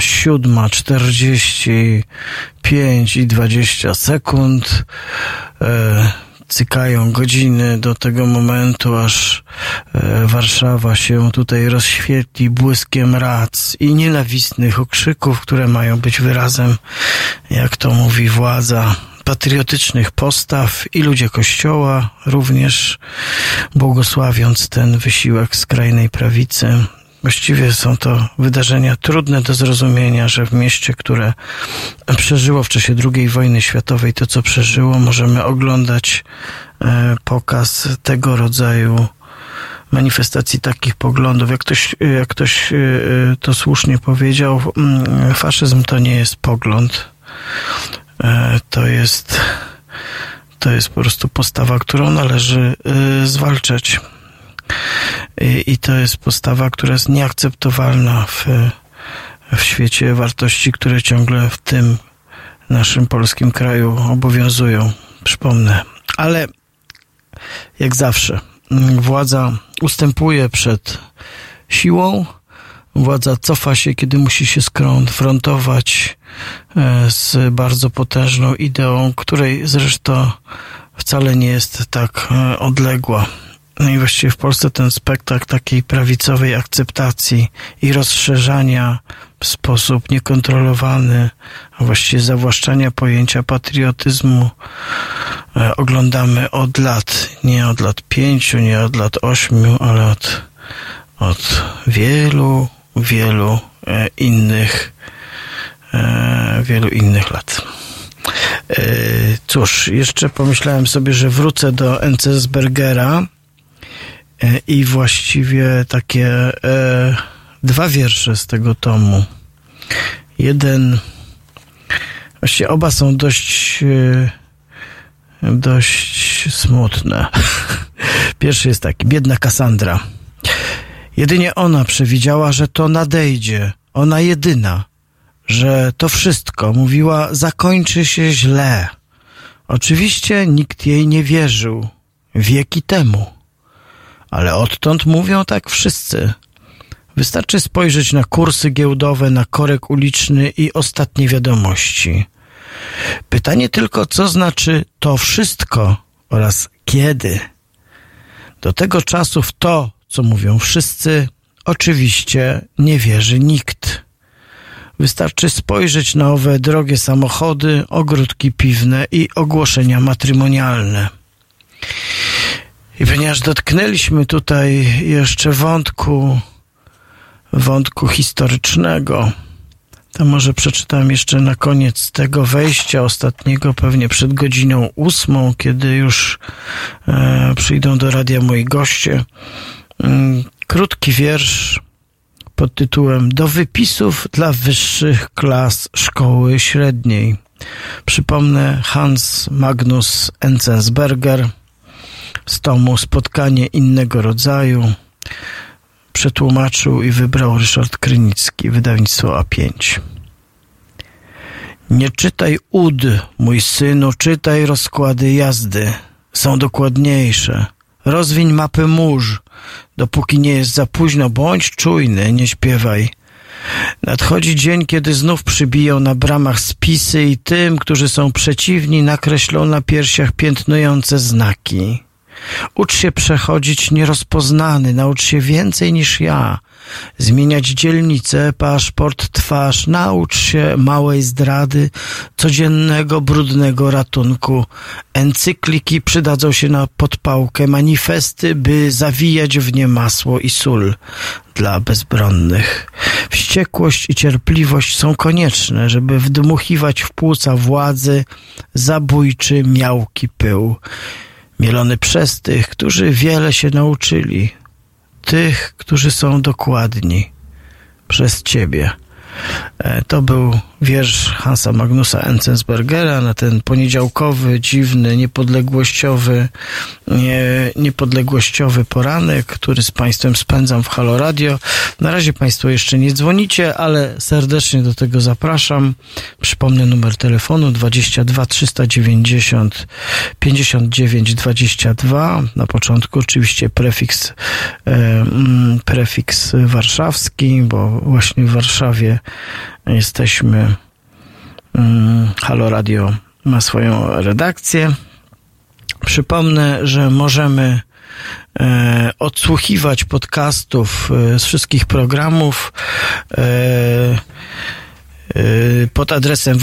7:45 i 20 sekund. Cykają godziny do tego momentu, aż Warszawa się tutaj rozświetli błyskiem rac i nienawistnych okrzyków, które mają być wyrazem, jak to mówi władza, patriotycznych postaw, i ludzie Kościoła również, błogosławiąc ten wysiłek skrajnej prawicy. Właściwie są to wydarzenia trudne do zrozumienia, że w mieście, które przeżyło w czasie II wojny światowej to, co przeżyło, możemy oglądać pokaz tego rodzaju manifestacji takich poglądów. Jak ktoś to słusznie powiedział, faszyzm to nie jest pogląd. To jest po prostu postawa, którą należy zwalczać. I to jest postawa, która jest nieakceptowalna w świecie wartości, które ciągle w tym naszym polskim kraju obowiązują. Przypomnę. Ale jak zawsze władza ustępuje przed siłą. Władza cofa się, kiedy musi się skonfrontować z bardzo potężną ideą, której zresztą wcale nie jest tak odległa. No i właściwie w Polsce ten spektakl takiej prawicowej akceptacji i rozszerzania w sposób niekontrolowany, a właściwie zawłaszczania pojęcia patriotyzmu oglądamy od lat. Nie od lat 5, nie od lat 8, ale od wielu innych lat. Cóż, jeszcze pomyślałem sobie, że wrócę do Enzensbergera i właściwie takie dwa wiersze z tego tomu. Jeden, właściwie oba są dość smutne. Pierwszy jest taki: biedna Kassandra. Jedynie ona przewidziała, że to nadejdzie. Ona jedyna, że to wszystko, mówiła, zakończy się źle. Oczywiście nikt jej nie wierzył. Wieki temu. Ale odtąd mówią tak wszyscy. Wystarczy spojrzeć na kursy giełdowe, na korek uliczny i ostatnie wiadomości. Pytanie tylko, co znaczy to wszystko oraz kiedy. Do tego czasu w to, co mówią wszyscy, oczywiście nie wierzy nikt. Wystarczy spojrzeć na owe drogie samochody, ogródki piwne i ogłoszenia matrymonialne. I ponieważ dotknęliśmy tutaj jeszcze wątku historycznego, to może przeczytam jeszcze na koniec tego wejścia ostatniego, pewnie przed godziną 8, kiedy już przyjdą do radia moi goście. Krótki wiersz pod tytułem Do wypisów dla wyższych klas szkoły średniej. Przypomnę, Hans Magnus Enzensberger z tomu Spotkanie innego rodzaju przetłumaczył i wybrał Ryszard Krynicki, wydawnictwo A5. Nie czytaj ud, mój synu, czytaj rozkłady jazdy. Są dokładniejsze. Rozwiń mapy mórz. Dopóki nie jest za późno, bądź czujny, nie śpiewaj. Nadchodzi dzień, kiedy znów przybiją na bramach spisy i tym, którzy są przeciwni, nakreślą na piersiach piętnujące znaki. Ucz się przechodzić nierozpoznany, naucz się więcej niż ja. Zmieniać dzielnicę, paszport, twarz, naucz się małej zdrady, codziennego, brudnego ratunku. Encykliki przydadzą się na podpałkę, manifesty, by zawijać w nie masło i sól dla bezbronnych. Wściekłość i cierpliwość są konieczne, żeby wdmuchiwać w płuca władzy zabójczy, miałki pył. Mielony przez tych, którzy wiele się nauczyli. Tych, którzy są dokładni. Przez Ciebie. To był wiersz Hansa Magnusa Enzensbergera na ten poniedziałkowy, dziwny, niepodległościowy poranek, który z Państwem spędzam w Halo Radio. Na razie Państwo jeszcze nie dzwonicie, ale serdecznie do tego zapraszam. Przypomnę numer telefonu 22 390 59 22. Na początku oczywiście prefiks warszawski, bo właśnie w Warszawie jesteśmy. Halo Radio ma swoją redakcję. Przypomnę, że możemy odsłuchiwać podcastów z wszystkich programów pod adresem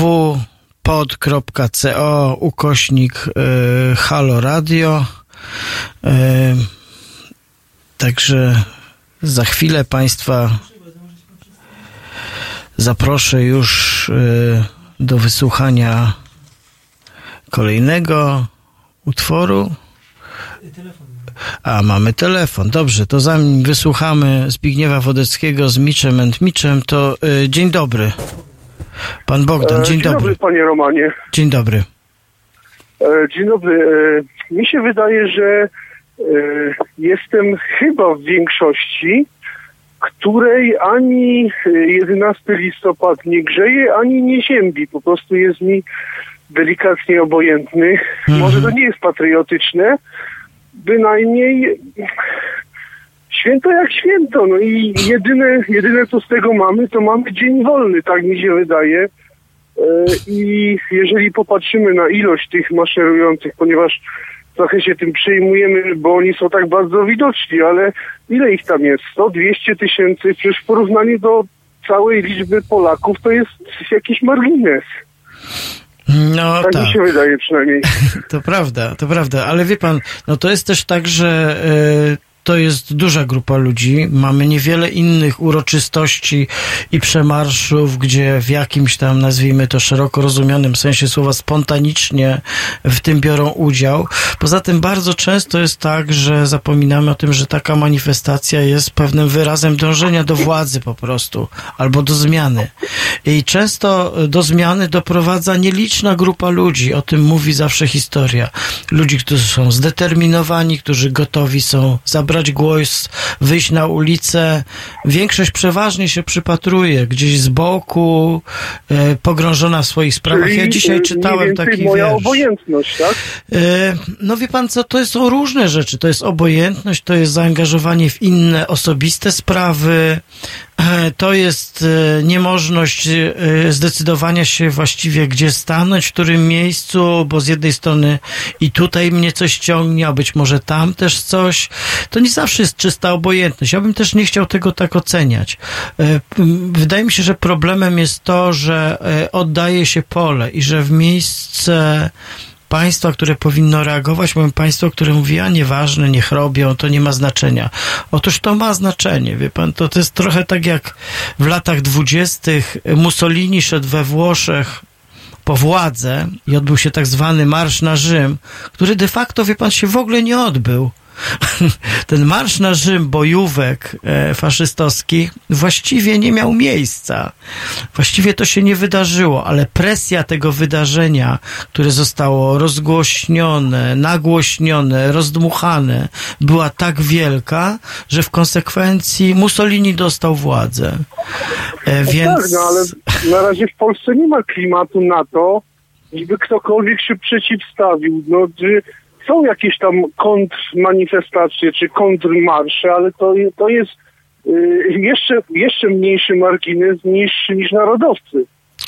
www.pod.co/Halo Radio. Także za chwilę Państwa zaproszę już do wysłuchania kolejnego utworu. A, mamy telefon. Dobrze, to zanim wysłuchamy Zbigniewa Wodeckiego z Miczem and Miczem, to dzień dobry. Pan Bogdan, dzień dobry. Dzień dobry, panie Romanie. Dzień dobry. Dzień dobry. Mi się wydaje, że jestem chyba w większości, której ani 11 listopad nie grzeje, ani nie ziębi. Po prostu jest mi delikatnie obojętny. Może to nie jest patriotyczne, bynajmniej święto jak święto. No i jedyne co z tego mamy, to mamy dzień wolny, tak mi się wydaje. I jeżeli popatrzymy na ilość tych maszerujących, ponieważ trochę się tym przejmujemy, bo oni są tak bardzo widoczni, ale ile ich tam jest? 100-200 tysięcy? Przecież w porównaniu do całej liczby Polaków to jest jakiś margines. No tak. Mi się wydaje przynajmniej. To prawda, ale wie pan, no to jest też tak, że to jest duża grupa ludzi. Mamy niewiele innych uroczystości i przemarszów, gdzie w jakimś tam, nazwijmy to szeroko rozumianym sensie słowa, spontanicznie w tym biorą udział. Poza tym bardzo często jest tak, że zapominamy o tym, że taka manifestacja jest pewnym wyrazem dążenia do władzy po prostu, albo do zmiany. I często do zmiany doprowadza nieliczna grupa ludzi. O tym mówi zawsze historia. Ludzi, którzy są zdeterminowani, którzy gotowi są zabrać głos, wyjść na ulicę. Większość przeważnie się przypatruje gdzieś z boku, pogrążona w swoich sprawach. Czyli ja dzisiaj czytałem taki moja wiersz. Obojętność, tak? No wie pan co, to jest o różne rzeczy. To jest obojętność, to jest zaangażowanie w inne osobiste sprawy, to jest niemożność zdecydowania się właściwie, gdzie stanąć, w którym miejscu, bo z jednej strony i tutaj mnie coś ciągnie, a być może tam też coś. To nie zawsze jest czysta obojętność. Ja bym też nie chciał tego tak oceniać. Wydaje mi się, że problemem jest to, że oddaje się pole i że w miejsce państwa, które powinno reagować, mamy państwo, które mówi, a nieważne, niech robią, to nie ma znaczenia. Otóż to ma znaczenie, wie pan, to jest trochę tak jak w latach 20. Mussolini szedł we Włoszech po władzę i odbył się tak zwany marsz na Rzym, który de facto, wie pan, się w ogóle nie odbył. Ten marsz na Rzym bojówek faszystowskich właściwie nie miał miejsca. Właściwie to się nie wydarzyło, ale presja tego wydarzenia, które zostało rozgłośnione, nagłośnione, rozdmuchane, była tak wielka, że w konsekwencji Mussolini dostał władzę. Więc... Tak, no ale na razie w Polsce nie ma klimatu na to, żeby ktokolwiek się przeciwstawił. No, są jakieś tam kontrmanifestacje czy kontrmarsze, ale to jest jeszcze mniejszy margines niż narodowcy.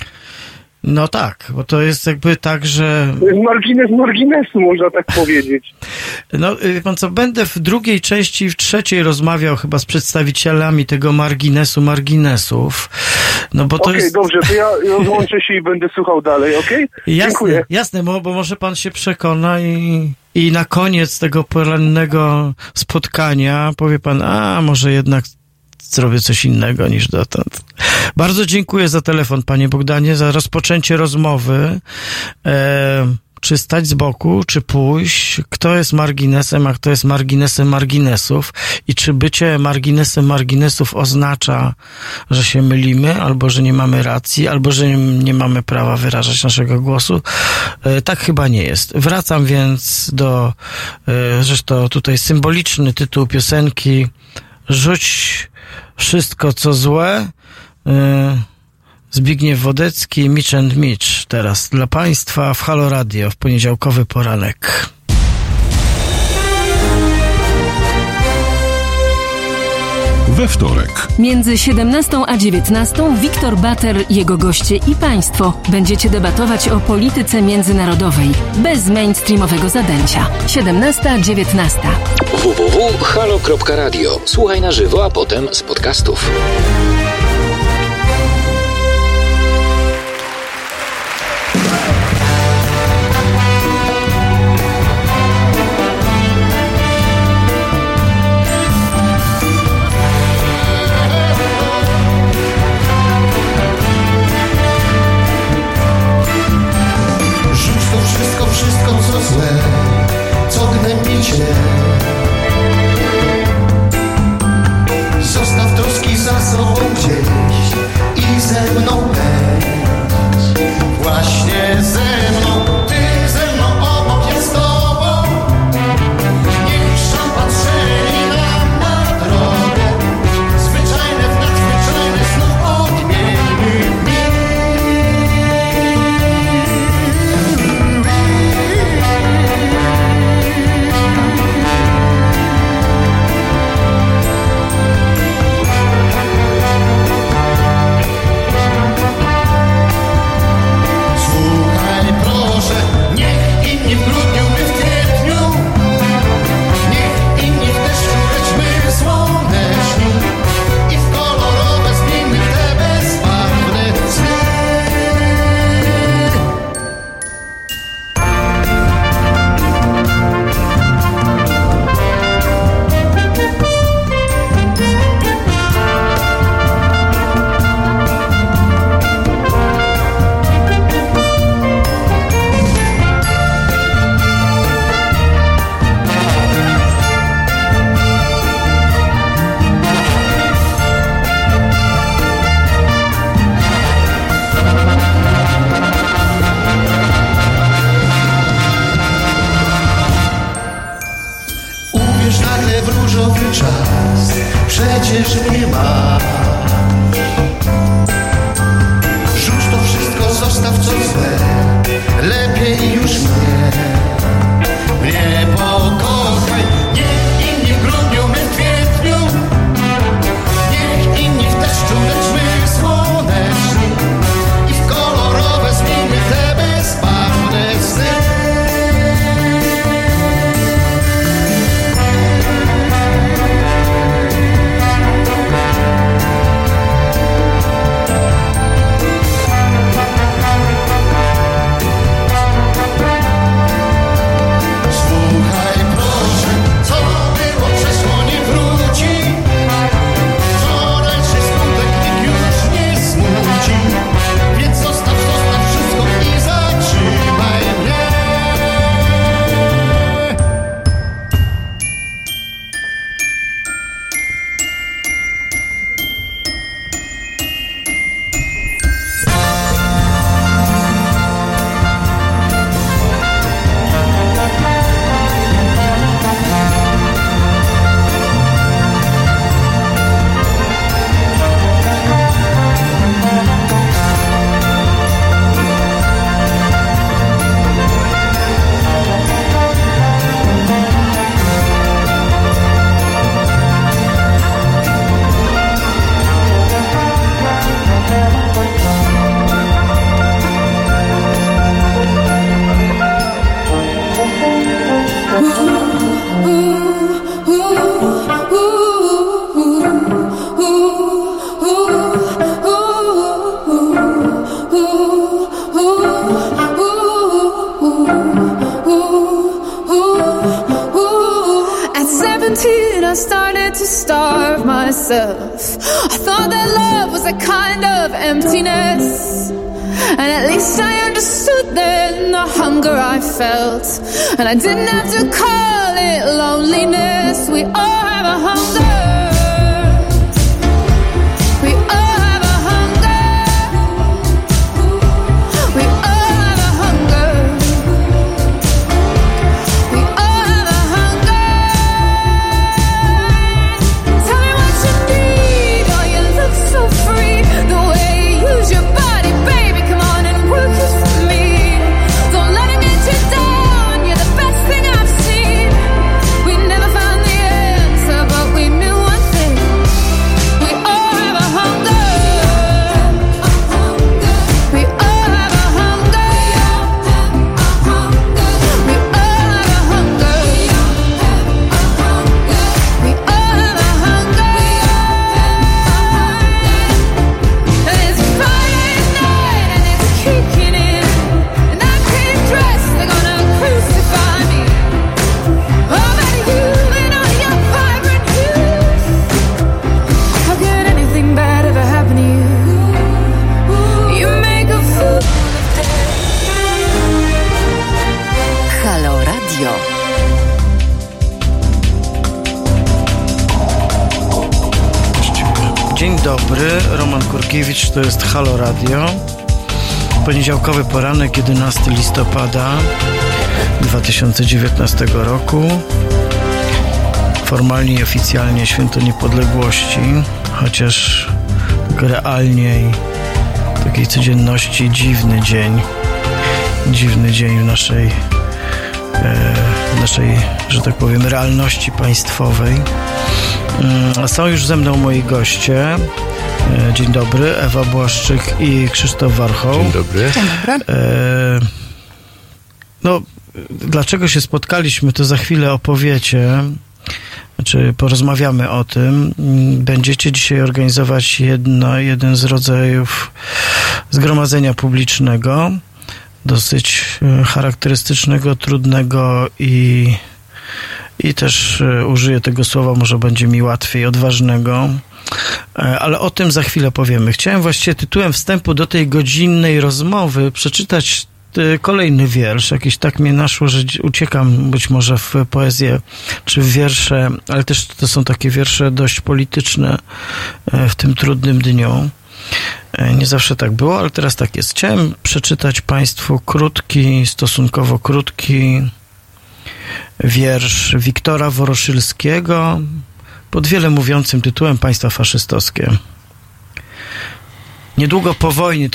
No tak, bo to jest jakby tak, że... To jest margines marginesu, można tak powiedzieć. No, pan co, będę w drugiej części i w trzeciej rozmawiał chyba z przedstawicielami tego marginesów. No bo to jest... Dobrze, to ja rozłączę się i będę słuchał dalej, okej? Dziękuję. Jasne, bo może pan się przekona i na koniec tego porannego spotkania powie pan, a może jednak zrobię coś innego niż dotąd. Bardzo dziękuję za telefon, panie Bogdanie, za rozpoczęcie rozmowy. czy stać z boku, czy pójść, kto jest marginesem, a kto jest marginesem marginesów i czy bycie marginesem marginesów oznacza, że się mylimy, albo że nie mamy racji, albo że nie mamy prawa wyrażać naszego głosu. Tak chyba nie jest. Wracam więc do, zresztą tutaj symboliczny tytuł piosenki Rzuć wszystko co złe, Zbigniew Wodecki, Mitch and Mitch. Teraz dla Państwa w Halo Radio w poniedziałkowy poranek. We wtorek. Między 17 a 19 Wiktor Bater, jego goście i Państwo będziecie debatować o polityce międzynarodowej bez mainstreamowego zadęcia. 17-19. www.halo.radio. Słuchaj na żywo, a potem z podcastów. Wszystko co złe, co gnębi cię. Zostaw troski za sobą gdzieś i ze mną leć. Właśnie ze mną, ty ze mną, obok ja z tobą. Niech szampan strzeli nam na drogę. Zwyczajne w nadzwyczajne znów odmienimy. Przecież nie ma. Rzuć to wszystko, zostaw co złe. Lepiej już mnie pokochaj. Niech inni w grudniu, my w kwietniu. Niech inni w deszczu, lecz my słoneczni. I w kolorowe zmieńmy te bezbarwne sny. I started to starve myself. I thought that love was a kind of emptiness. And at least I understood then the hunger I felt. And I didn't have to call it loneliness. We all have a hunger. We all have a hunger. We all have a hunger. We all have a hunger. Tell me what you need. Oh, you look so free. The way you use your body, baby. Come on and work it for me. Don't let it get you down. You're the best thing I've seen. We never found the answer, but we knew one thing. We all have a hunger. We all have a hunger. We all have a hunger. We all have a hunger. And it's Friday night and it's kicking in. And I can't dress, they're gonna crucify me. Oh, but you and all your vibrant youth. How could anything bad ever happen to you? You make a fool. Halo Radio. Dzień dobry, Roman Kurkiewicz, to jest Halo Radio. Poniedziałkowy poranek, 11 listopada 2019 roku. Formalnie i oficjalnie Święto Niepodległości, chociaż tak realnie i w takiej codzienności dziwny dzień w naszej, że tak powiem, realności państwowej. A są już ze mną moi goście. Dzień dobry, Ewa Błaszczyk i Krzysztof Warchoł. Dzień dobry. Dzień dobry. No, dlaczego się spotkaliśmy, to za chwilę opowiecie. Znaczy, porozmawiamy o tym. Będziecie dzisiaj organizować jeden z rodzajów zgromadzenia publicznego, dosyć charakterystycznego, trudnego i też użyję tego słowa, może będzie mi łatwiej, odważnego, ale o tym za chwilę powiemy. Chciałem właściwie tytułem wstępu do tej godzinnej rozmowy przeczytać kolejny wiersz. Jakiś tak mnie naszło, że uciekam być może w poezję czy w wiersze, ale też to są takie wiersze dość polityczne w tym trudnym dniu. Nie zawsze tak było, ale teraz tak jest. Chciałem przeczytać Państwu stosunkowo krótki wiersz Wiktora Woroszylskiego pod wiele mówiącym tytułem Państwa faszystowskie. Niedługo po wojnie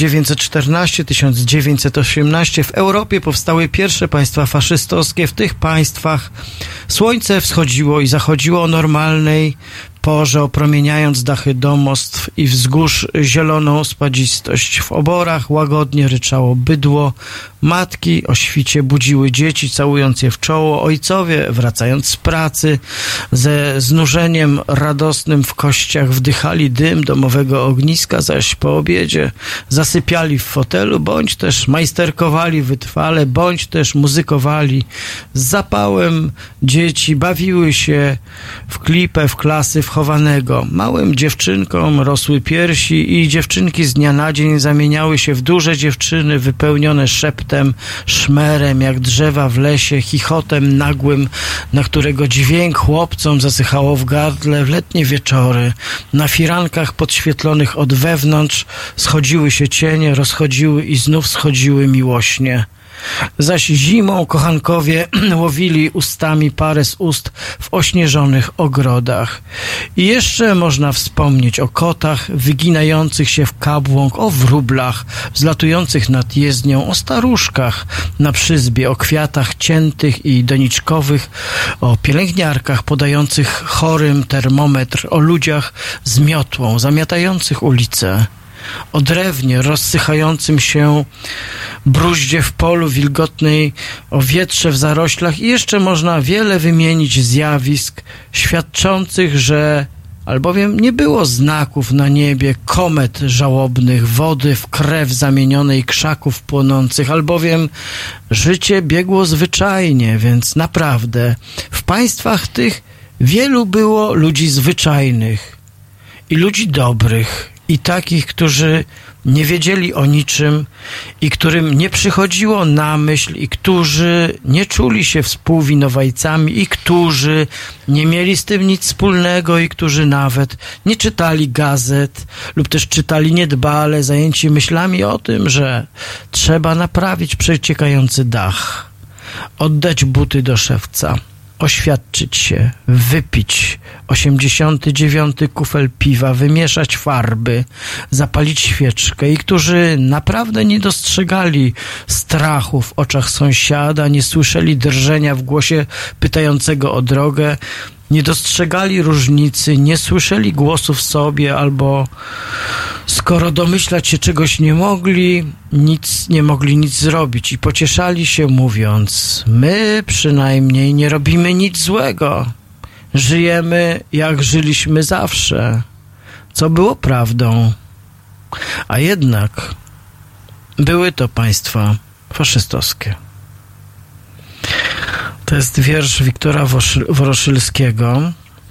1914-1918 w Europie powstały pierwsze państwa faszystowskie. W tych państwach słońce wschodziło i zachodziło o normalnej porze, opromieniając dachy domostw i wzgórz zieloną spadzistość. W oborach łagodnie ryczało bydło, matki o świcie budziły dzieci, całując je w czoło, ojcowie, wracając z pracy, ze znużeniem radosnym w kościach wdychali dym domowego ogniska, zaś po obiedzie zasypiali w fotelu, bądź też majsterkowali wytrwale, bądź też muzykowali. Z zapałem dzieci bawiły się w klipę, w klasy wchowanego. Małym dziewczynkom rosły piersi i dziewczynki z dnia na dzień zamieniały się w duże dziewczyny wypełnione szeptem, szmerem, jak drzewa w lesie, chichotem nagłym, na którego dźwięk chłopcom zasychało w gardle. W letnie wieczory na firankach podświetlonych od wewnątrz schodziły się cienie, rozchodziły i znów schodziły miłośnie. Zaś zimą kochankowie łowili ustami parę z ust w ośnieżonych ogrodach. I jeszcze można wspomnieć o kotach wyginających się w kabłąk, o wróblach zlatujących nad jezdnią, o staruszkach na przyzbie, o kwiatach ciętych i doniczkowych, o pielęgniarkach podających chorym termometr, o ludziach z miotłą zamiatających ulice, o drewnie rozsychającym się bruździe w polu wilgotnej, o wietrze w zaroślach i jeszcze można wiele wymienić zjawisk świadczących, że albowiem nie było znaków na niebie, komet żałobnych, wody w krew zamienionej, krzaków płonących, albowiem życie biegło zwyczajnie, więc naprawdę w państwach tych wielu było ludzi zwyczajnych i ludzi dobrych, i takich, którzy nie wiedzieli o niczym i którym nie przychodziło na myśl i którzy nie czuli się współwinowajcami i którzy nie mieli z tym nic wspólnego i którzy nawet nie czytali gazet lub też czytali niedbale, zajęci myślami o tym, że trzeba naprawić przeciekający dach, oddać buty do szewca, oświadczyć się, wypić 89 kufel piwa, wymieszać farby, zapalić świeczkę i którzy naprawdę nie dostrzegali strachu w oczach sąsiada, nie słyszeli drżenia w głosie pytającego o drogę, nie dostrzegali różnicy, nie słyszeli głosu w sobie albo skoro domyślać się czegoś nie mogli nic zrobić i pocieszali się mówiąc: my przynajmniej nie robimy nic złego. Żyjemy jak żyliśmy zawsze, co było prawdą. A jednak były to państwa faszystowskie. To jest wiersz Wiktora Woroszylskiego.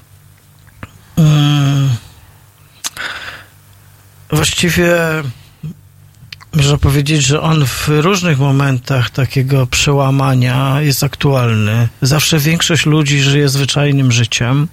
Właściwie można powiedzieć, że on w różnych momentach takiego przełamania jest aktualny. Zawsze większość ludzi żyje zwyczajnym życiem.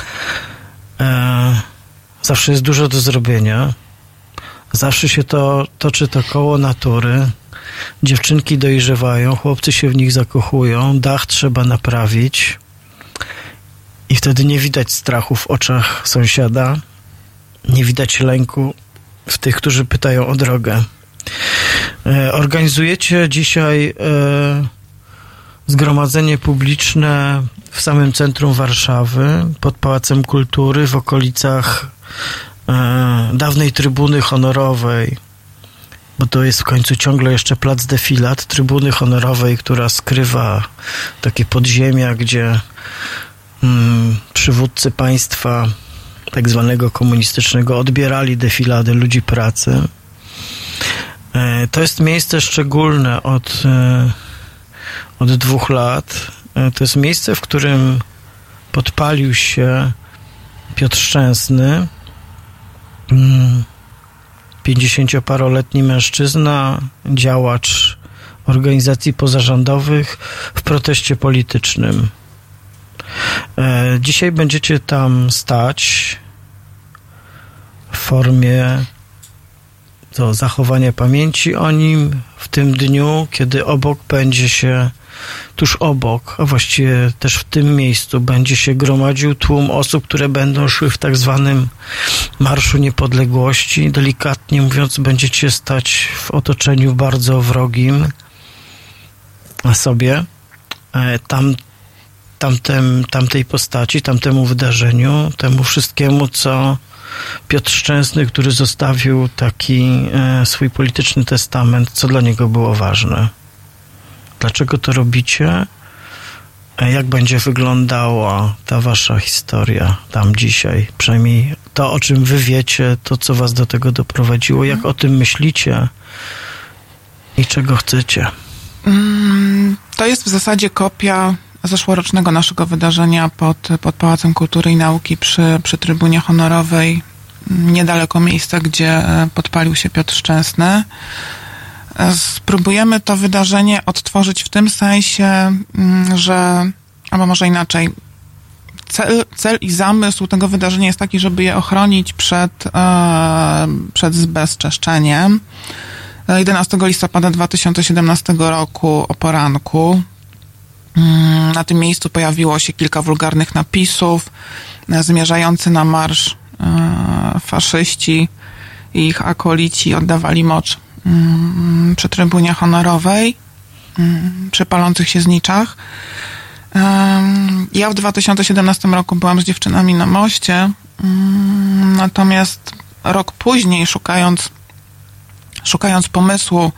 Zawsze jest dużo do zrobienia. Zawsze się to toczy to koło natury. Dziewczynki dojrzewają, chłopcy się w nich zakochują, dach trzeba naprawić i wtedy nie widać strachu w oczach sąsiada, nie widać lęku w tych, którzy pytają o drogę. Organizujecie dzisiaj zgromadzenie publiczne w samym centrum Warszawy, pod Pałacem Kultury, w okolicach dawnej Trybuny Honorowej, bo to jest w końcu ciągle jeszcze plac Defilat, Trybuny Honorowej, która skrywa takie podziemia, gdzie przywódcy państwa tak zwanego komunistycznego odbierali defilady ludzi pracy. To jest miejsce szczególne od 2 lat. To jest miejsce, w którym podpalił się Piotr Szczęsny, 50-paroletni mężczyzna, działacz organizacji pozarządowych w proteście politycznym. Dzisiaj będziecie tam stać w formie zachowania pamięci o nim w tym dniu, kiedy będzie się tuż obok, a właściwie też w tym miejscu będzie się gromadził tłum osób, które będą szły w tak zwanym Marszu Niepodległości. Delikatnie mówiąc, będziecie stać w otoczeniu bardzo wrogim sobie, tamtej postaci, tamtemu wydarzeniu, temu wszystkiemu, co Piotr Szczęsny, który zostawił taki swój polityczny testament, co dla niego było ważne. Dlaczego to robicie? Jak będzie wyglądała ta wasza historia tam dzisiaj? Przynajmniej to, o czym wy wiecie, to, co was do tego doprowadziło, jak o tym myślicie i czego chcecie? To jest w zasadzie kopia zeszłorocznego naszego wydarzenia pod Pałacem Kultury i Nauki przy Trybunie Honorowej, niedaleko miejsca, gdzie podpalił się Piotr Szczęsny. Spróbujemy to wydarzenie odtworzyć w tym sensie, że, albo może inaczej, cel i zamysł tego wydarzenia jest taki, żeby je ochronić przed zbezczeszczeniem. 11 listopada 2017 roku o poranku na tym miejscu pojawiło się kilka wulgarnych napisów. Zmierzający na marsz faszyści i ich akolici oddawali mocz przy Trybunie Honorowej, przy palących się zniczach. Ja w 2017 roku byłam z dziewczynami na moście, natomiast rok później, szukając pomysłu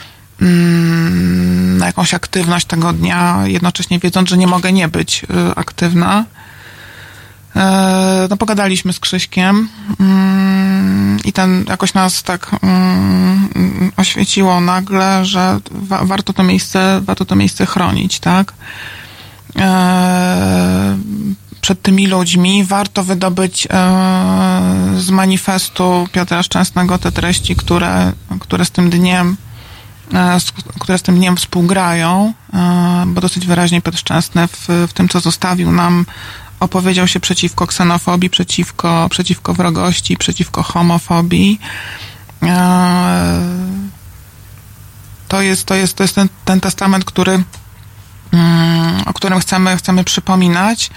na jakąś aktywność tego dnia, jednocześnie wiedząc, że nie mogę nie być aktywna, no pogadaliśmy z Krzyśkiem i ten jakoś nas tak oświeciło nagle, że warto to miejsce chronić, tak? przed tymi ludźmi. Warto wydobyć z manifestu Piotra Szczęsnego te treści, które z tym dniem współgrają, bo dosyć wyraźnie Piotr Szczęsny w tym, co zostawił nam, opowiedział się przeciwko ksenofobii, przeciwko wrogości, przeciwko homofobii. To jest ten testament, o którym chcemy przypominać.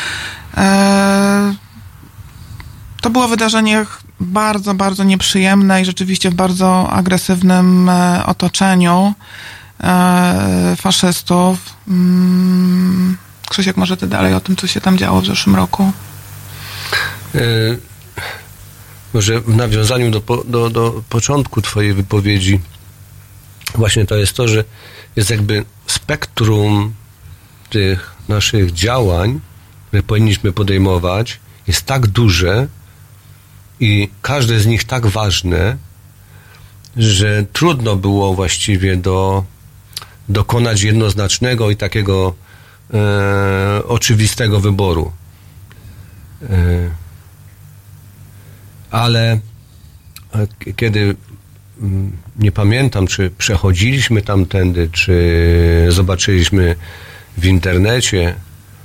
To było wydarzenie bardzo, bardzo nieprzyjemne i rzeczywiście w bardzo agresywnym otoczeniu faszystów. Krzysiek, może ty dalej o tym, co się tam działo w zeszłym roku? Może w nawiązaniu do początku twojej wypowiedzi, właśnie to jest to, że jest jakby spektrum tych naszych działań, które powinniśmy podejmować, jest tak duże i każde z nich tak ważne, że trudno było właściwie dokonać jednoznacznego i takiego oczywistego wyboru. Ale kiedy nie pamiętam, czy przechodziliśmy tamtędy, czy zobaczyliśmy w internecie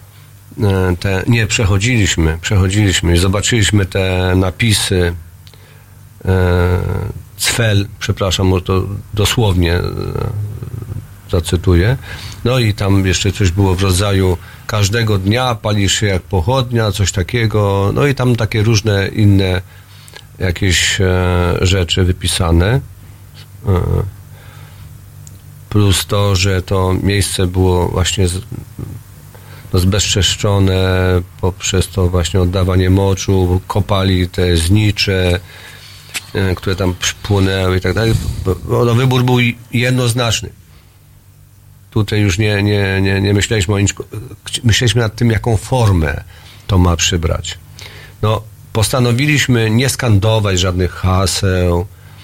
przechodziliśmy i zobaczyliśmy te napisy Cfel, przepraszam, może to dosłownie zacytuję, no i tam jeszcze coś było w rodzaju każdego dnia palisz się jak pochodnia, coś takiego, no i tam takie różne inne jakieś rzeczy wypisane, plus to, że to miejsce było właśnie zbezczeszczone poprzez to właśnie oddawanie moczu, kopali te znicze, które tam płynęły i tak dalej. No, wybór był jednoznaczny. Tutaj już nie myśleliśmy o niczym, myśleliśmy nad tym, jaką formę to ma przybrać. No, postanowiliśmy nie skandować żadnych haseł,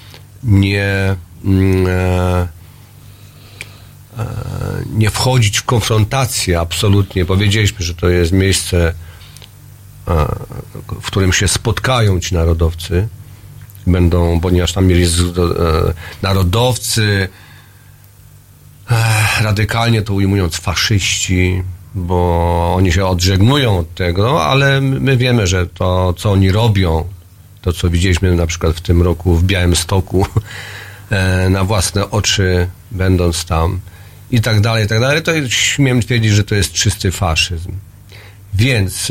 nie wchodzić w konfrontację absolutnie. Powiedzieliśmy, że to jest miejsce, w którym się spotkają ci narodowcy. Ponieważ tam mieli narodowcy, radykalnie to ujmując faszyści, bo oni się odżegnują od tego, ale my wiemy, że to, co oni robią, to, co widzieliśmy na przykład w tym roku w Białymstoku, na własne oczy, będąc tam, i tak dalej, to śmiem twierdzić, że to jest czysty faszyzm. Więc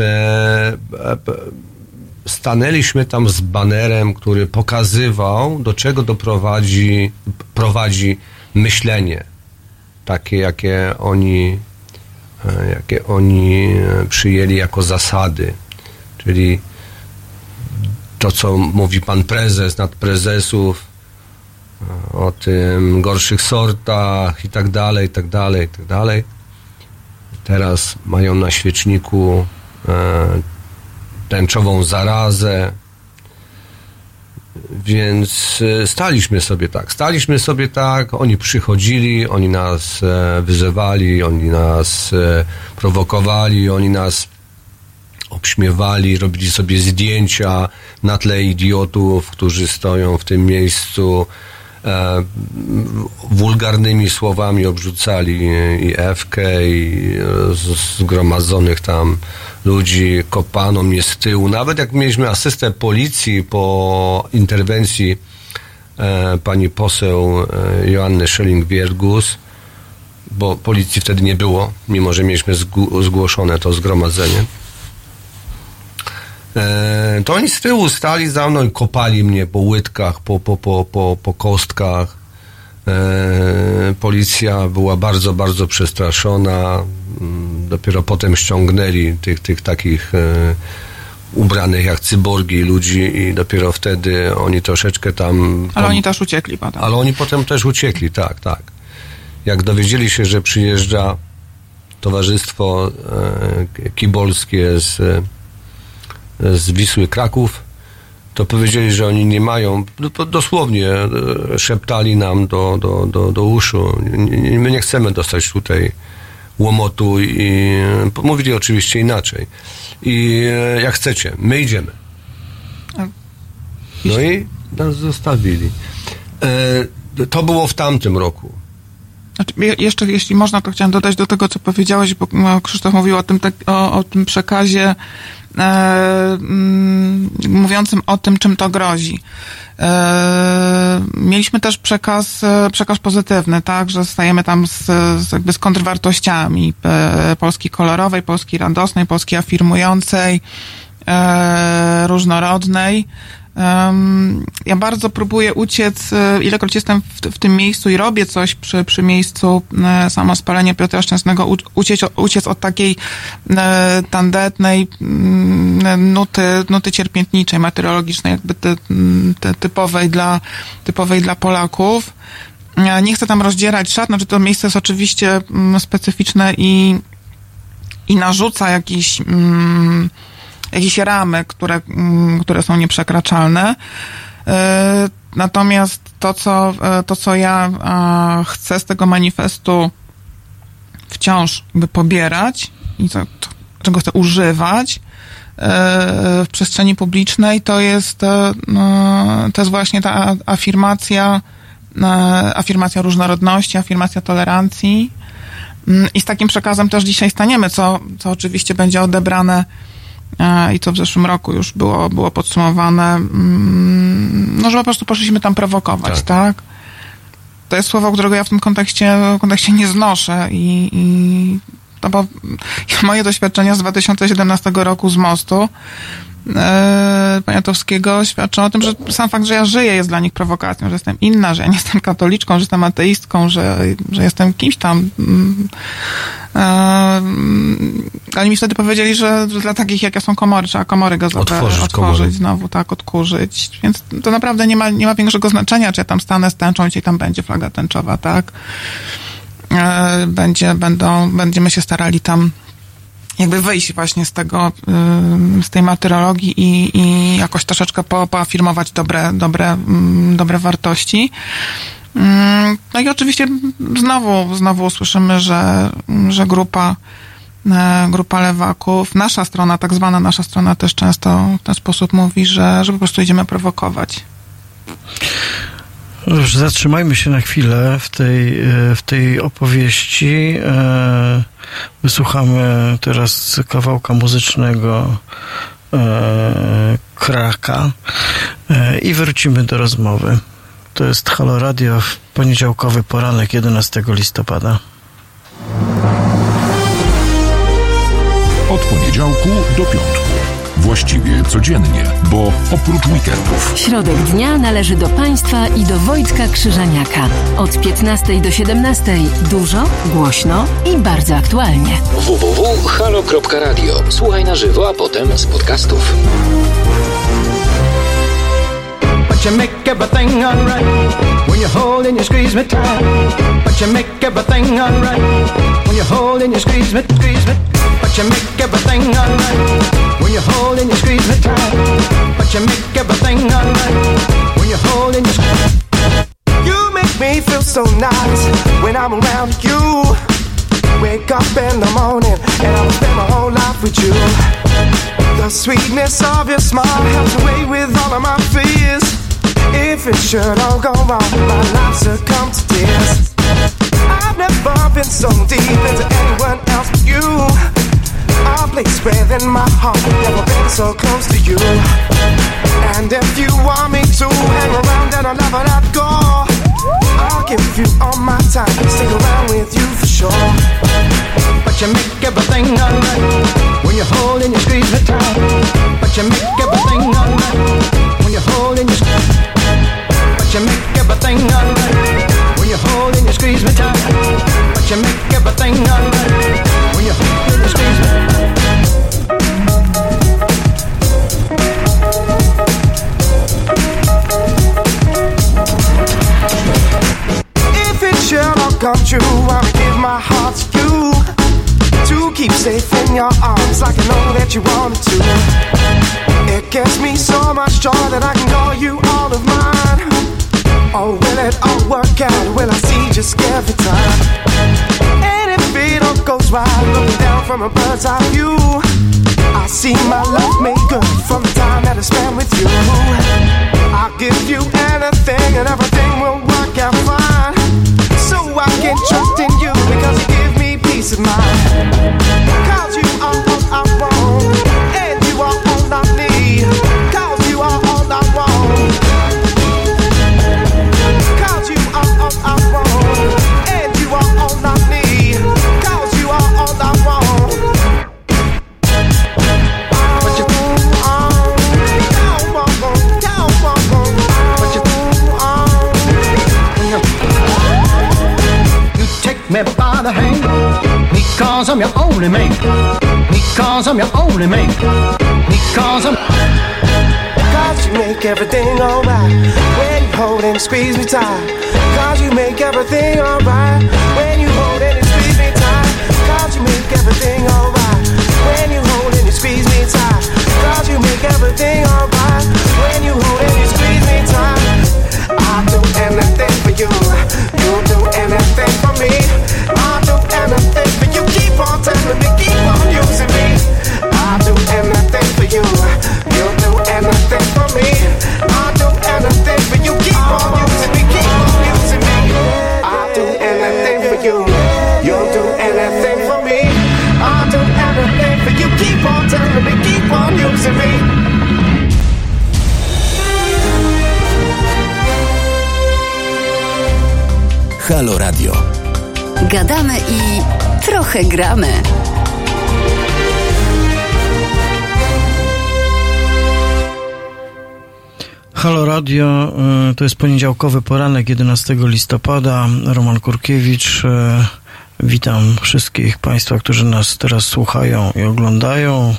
stanęliśmy tam z banerem, który pokazywał, do czego prowadzi myślenie, takie, jakie oni przyjęli jako zasady, czyli to, co mówi pan prezes, nadprezesów, o tym gorszych sortach i tak dalej. Teraz mają na świeczniku tęczową zarazę, więc staliśmy sobie tak, oni przychodzili, oni nas wyzywali, oni nas prowokowali, oni nas obśmiewali, robili sobie zdjęcia na tle idiotów, którzy stoją w tym miejscu, wulgarnymi słowami obrzucali i Ewkę, i zgromadzonych tam ludzi, kopano mnie z tyłu. Nawet jak mieliśmy asystę policji po interwencji pani poseł Joanny Schilling-Wiergus, bo policji wtedy nie było, mimo że mieliśmy zgłoszone to zgromadzenie, to oni z tyłu stali za mną i kopali mnie po łydkach, po kostkach. Policja była bardzo, bardzo przestraszona. Dopiero potem ściągnęli tych takich ubranych jak cyborgi ludzi i dopiero wtedy oni troszeczkę tam... Ale oni też uciekli potem. Ale oni potem też uciekli, tak. Jak dowiedzieli się, że przyjeżdża towarzystwo kibolskie z Wisły Kraków, to powiedzieli, że oni nie mają, dosłownie szeptali nam do uszu, my nie chcemy dostać tutaj łomotu, i mówili oczywiście inaczej. I jak chcecie, my idziemy. No i nas zostawili. To było w tamtym roku. Znaczy, jeszcze, jeśli można, to chciałem dodać do tego, co powiedziałeś, bo Krzysztof mówił o tym przekazie mówiącym o tym, czym to grozi. Mieliśmy też przekaz pozytywny, tak, że stajemy tam z kontrwartościami Polski kolorowej, Polski radosnej, Polski afirmującej, różnorodnej. Ja bardzo próbuję uciec, ilekroć jestem w tym miejscu i robię coś przy miejscu samospalenia Piotra Szczęsnego, uciec od takiej tandetnej nuty cierpiętniczej, martyrologicznej, jakby typowej dla Polaków. Nie chcę tam rozdzierać szat, znaczy to miejsce jest oczywiście specyficzne i narzuca jakieś ramy, które są nieprzekraczalne. Natomiast to, co ja chcę z tego manifestu wciąż jakby pobierać i czego chcę używać w przestrzeni publicznej, to jest właśnie ta afirmacja różnorodności, afirmacja tolerancji. I z takim przekazem też dzisiaj staniemy, co oczywiście będzie odebrane i co w zeszłym roku już było podsumowane, że po prostu poszliśmy tam prowokować, tak? To jest słowo, którego ja w tym kontekście nie znoszę i bo moje doświadczenia z 2017 roku z Mostu Poniatowskiego świadczą o tym, że sam fakt, że ja żyję, jest dla nich prowokacją, że jestem inna, że ja nie jestem katoliczką, że jestem ateistką, że jestem kimś tam. Ale mi wtedy powiedzieli, że dla takich jak ja są komory, trzeba komory gazowe otworzyć znowu, tak, odkurzyć. Więc to naprawdę nie ma większego znaczenia, czy ja tam stanę z tęczą, czy tam będzie flaga tęczowa, tak? Będziemy się starali tam jakby wyjść właśnie z tej martyrologii i jakoś troszeczkę poafirmować dobre wartości. No i oczywiście znowu usłyszymy, że grupa lewaków, nasza strona, tak zwana nasza strona też często w ten sposób mówi, że po prostu idziemy prowokować. Już zatrzymajmy się na chwilę w tej opowieści. Wysłuchamy teraz kawałka muzycznego Kraka i wrócimy do rozmowy. To jest Halo Radio w poniedziałkowy poranek 11 listopada. Od poniedziałku do piątku. Właściwie codziennie, bo oprócz weekendów. Środek dnia należy do Państwa i do Wojtka Krzyżaniaka. Od 15 do 17 dużo, głośno i bardzo aktualnie. www.halo.radio. Słuchaj na żywo, a potem z podcastów. But you make everything alright when you hold and you squeeze me tight. But you make everything alright when you hold and you squeeze me. But you make everything alright when you hold and you squeeze me tight. But you make everything alright when you hold and you squeeze. You make me feel so nice when I'm around you. Wake up in the morning and I'll spend my whole life with you. The sweetness of your smile helps away with all of my fears. If it should all go wrong, my life succumb to tears. I've never been so deep into anyone else but you. A place within my heart, never been so close to you. And if you want me to hang around and I'll never let go, I'll give you all my time, stick around with you for sure. But you make everything alright when you hold and you squeeze me tight. But you make everything alright when you hold and you squeeze. But you make everything alright when you hold and you squeeze me tight. But you make everything alright when you hold and you squeeze me. If it should all come true, I'll give my heart to you. To keep safe in your arms like I know that you wanted to. It gives me so much joy that I can call you all of mine. Oh, will it all work out? Will I see just every time? And if it all goes right, looking down from a bird's eye view, I see my love made good from the time that I spent with you. I'll give you anything and everything will work out fine. So I can trust in you because you give me peace of mind. Cause you are all I want and you are all I need. Cause you are all I want. Cause you are all I want and you are all I need. Cause you are all I want. Me by the hand, because I'm your only mate, because I'm your only mate, because I'm. Cause you make everything alright when you hold and squeeze me tight. Cause you make everything alright when you hold and squeeze me tight. Cause you make everything alright when you hold and squeeze me tight. Cause you make everything alright when you hold and squeeze me tight. I'll do anything for you, you'll do anything for me. I'll do anything for you, keep on telling me, keep on using me. I'll do anything for you, you'll do anything for me. I'll do anything for you, keep on using me, keep on using me. I'll do anything for you, you'll do anything for me. I'll do anything for you, keep on telling me, keep on using me. Halo Radio. Gadamy i trochę gramy. Halo Radio, to jest poniedziałkowy poranek 11 listopada. Roman Kurkiewicz. Witam wszystkich Państwa, którzy nas teraz słuchają i oglądają.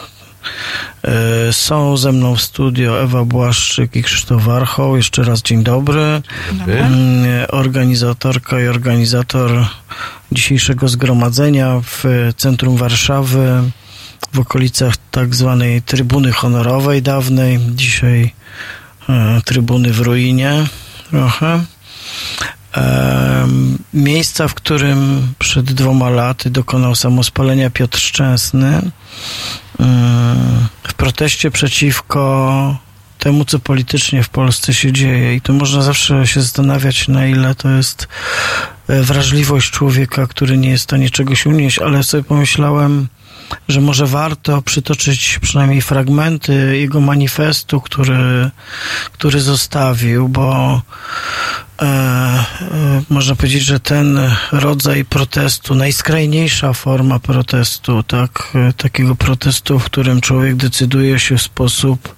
Są ze mną w studio Ewa Błaszczyk i Krzysztof Warchoł. Jeszcze raz dzień dobry. Organizatorka i organizator dzisiejszego zgromadzenia w centrum Warszawy, w okolicach tak zwanej trybuny honorowej dawnej. Dzisiaj trybuny w ruinie trochę. Miejsca, w którym przed 2 laty dokonał samospalenia Piotr Szczęsny w proteście przeciwko temu, co politycznie w Polsce się dzieje. I tu można zawsze się zastanawiać, na ile to jest wrażliwość człowieka, który nie jest w stanie czegoś unieść, ale sobie pomyślałem, że może warto przytoczyć przynajmniej fragmenty jego manifestu, który zostawił, bo można powiedzieć, że ten rodzaj protestu, najskrajniejsza forma protestu, takiego protestu, w którym człowiek decyduje się w sposób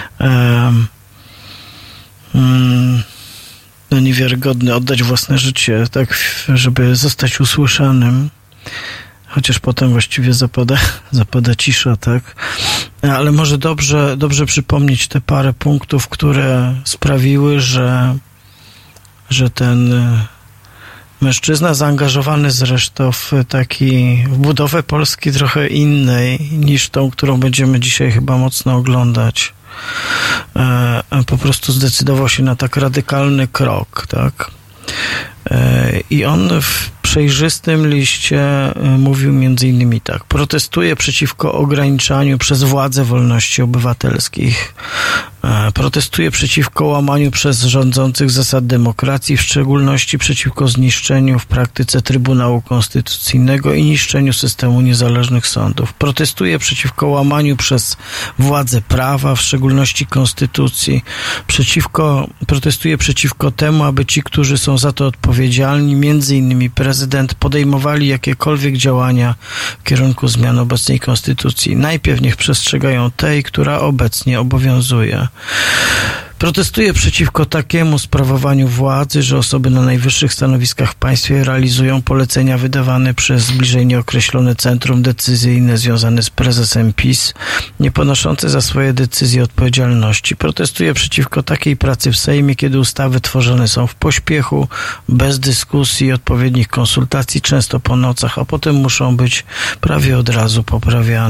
niewiarygodny oddać własne życie, tak, żeby zostać usłyszanym. Chociaż potem właściwie zapada cisza, tak? Ale może dobrze przypomnieć te parę punktów, które sprawiły, że ten mężczyzna zaangażowany zresztą w budowę Polski trochę innej niż tą, którą będziemy dzisiaj chyba mocno oglądać, po prostu zdecydował się na tak radykalny krok, tak? I on w przejrzystym liście mówił między innymi tak: protestuje przeciwko ograniczaniu przez władze wolności obywatelskich, protestuje przeciwko łamaniu przez rządzących zasad demokracji, w szczególności przeciwko zniszczeniu w praktyce Trybunału Konstytucyjnego i niszczeniu systemu niezależnych sądów, protestuje przeciwko łamaniu przez władze prawa, w szczególności konstytucji, protestuje przeciwko temu, aby ci, którzy są za to odpowiedzialni, między innymi prezydent, podejmowali jakiekolwiek działania w kierunku zmian obecnej konstytucji. Najpierw niech przestrzegają tej, która obecnie obowiązuje. Protestuje przeciwko takiemu sprawowaniu władzy, że osoby na najwyższych stanowiskach w państwie realizują polecenia wydawane przez bliżej nieokreślone centrum decyzyjne związane z prezesem PiS, nie ponoszące za swoje decyzje odpowiedzialności. Protestuje przeciwko takiej pracy w Sejmie, kiedy ustawy tworzone są w pośpiechu, bez dyskusji i odpowiednich konsultacji, często po nocach, a potem muszą być prawie od razu poprawiane.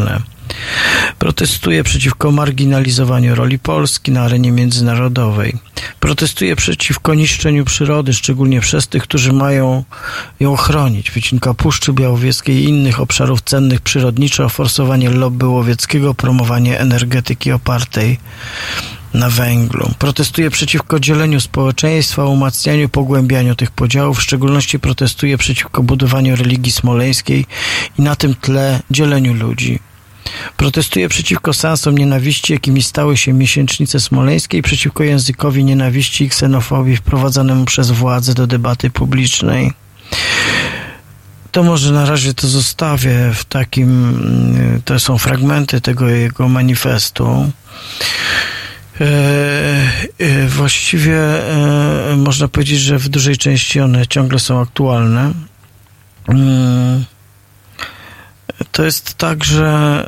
Protestuje przeciwko marginalizowaniu roli Polski na arenie międzynarodowej. Protestuje przeciwko niszczeniu przyrody, szczególnie przez tych, którzy mają ją chronić. Wycinka Puszczy Białowieskiej i innych obszarów cennych przyrodniczo, forsowanie lobby łowieckiego, promowanie energetyki opartej na węglu. Protestuje przeciwko dzieleniu społeczeństwa, umacnianiu, pogłębianiu tych podziałów. W szczególności protestuje przeciwko budowaniu religii smoleńskiej i na tym tle dzieleniu ludzi. Protestuje przeciwko seansom nienawiści, jakimi stały się miesięcznice smoleńskie, i przeciwko językowi nienawiści i ksenofobii wprowadzanemu przez władze do debaty publicznej. To może na razie to zostawię w takim... To są fragmenty tego jego manifestu. Właściwie można powiedzieć, że w dużej części one ciągle są aktualne. To jest tak, że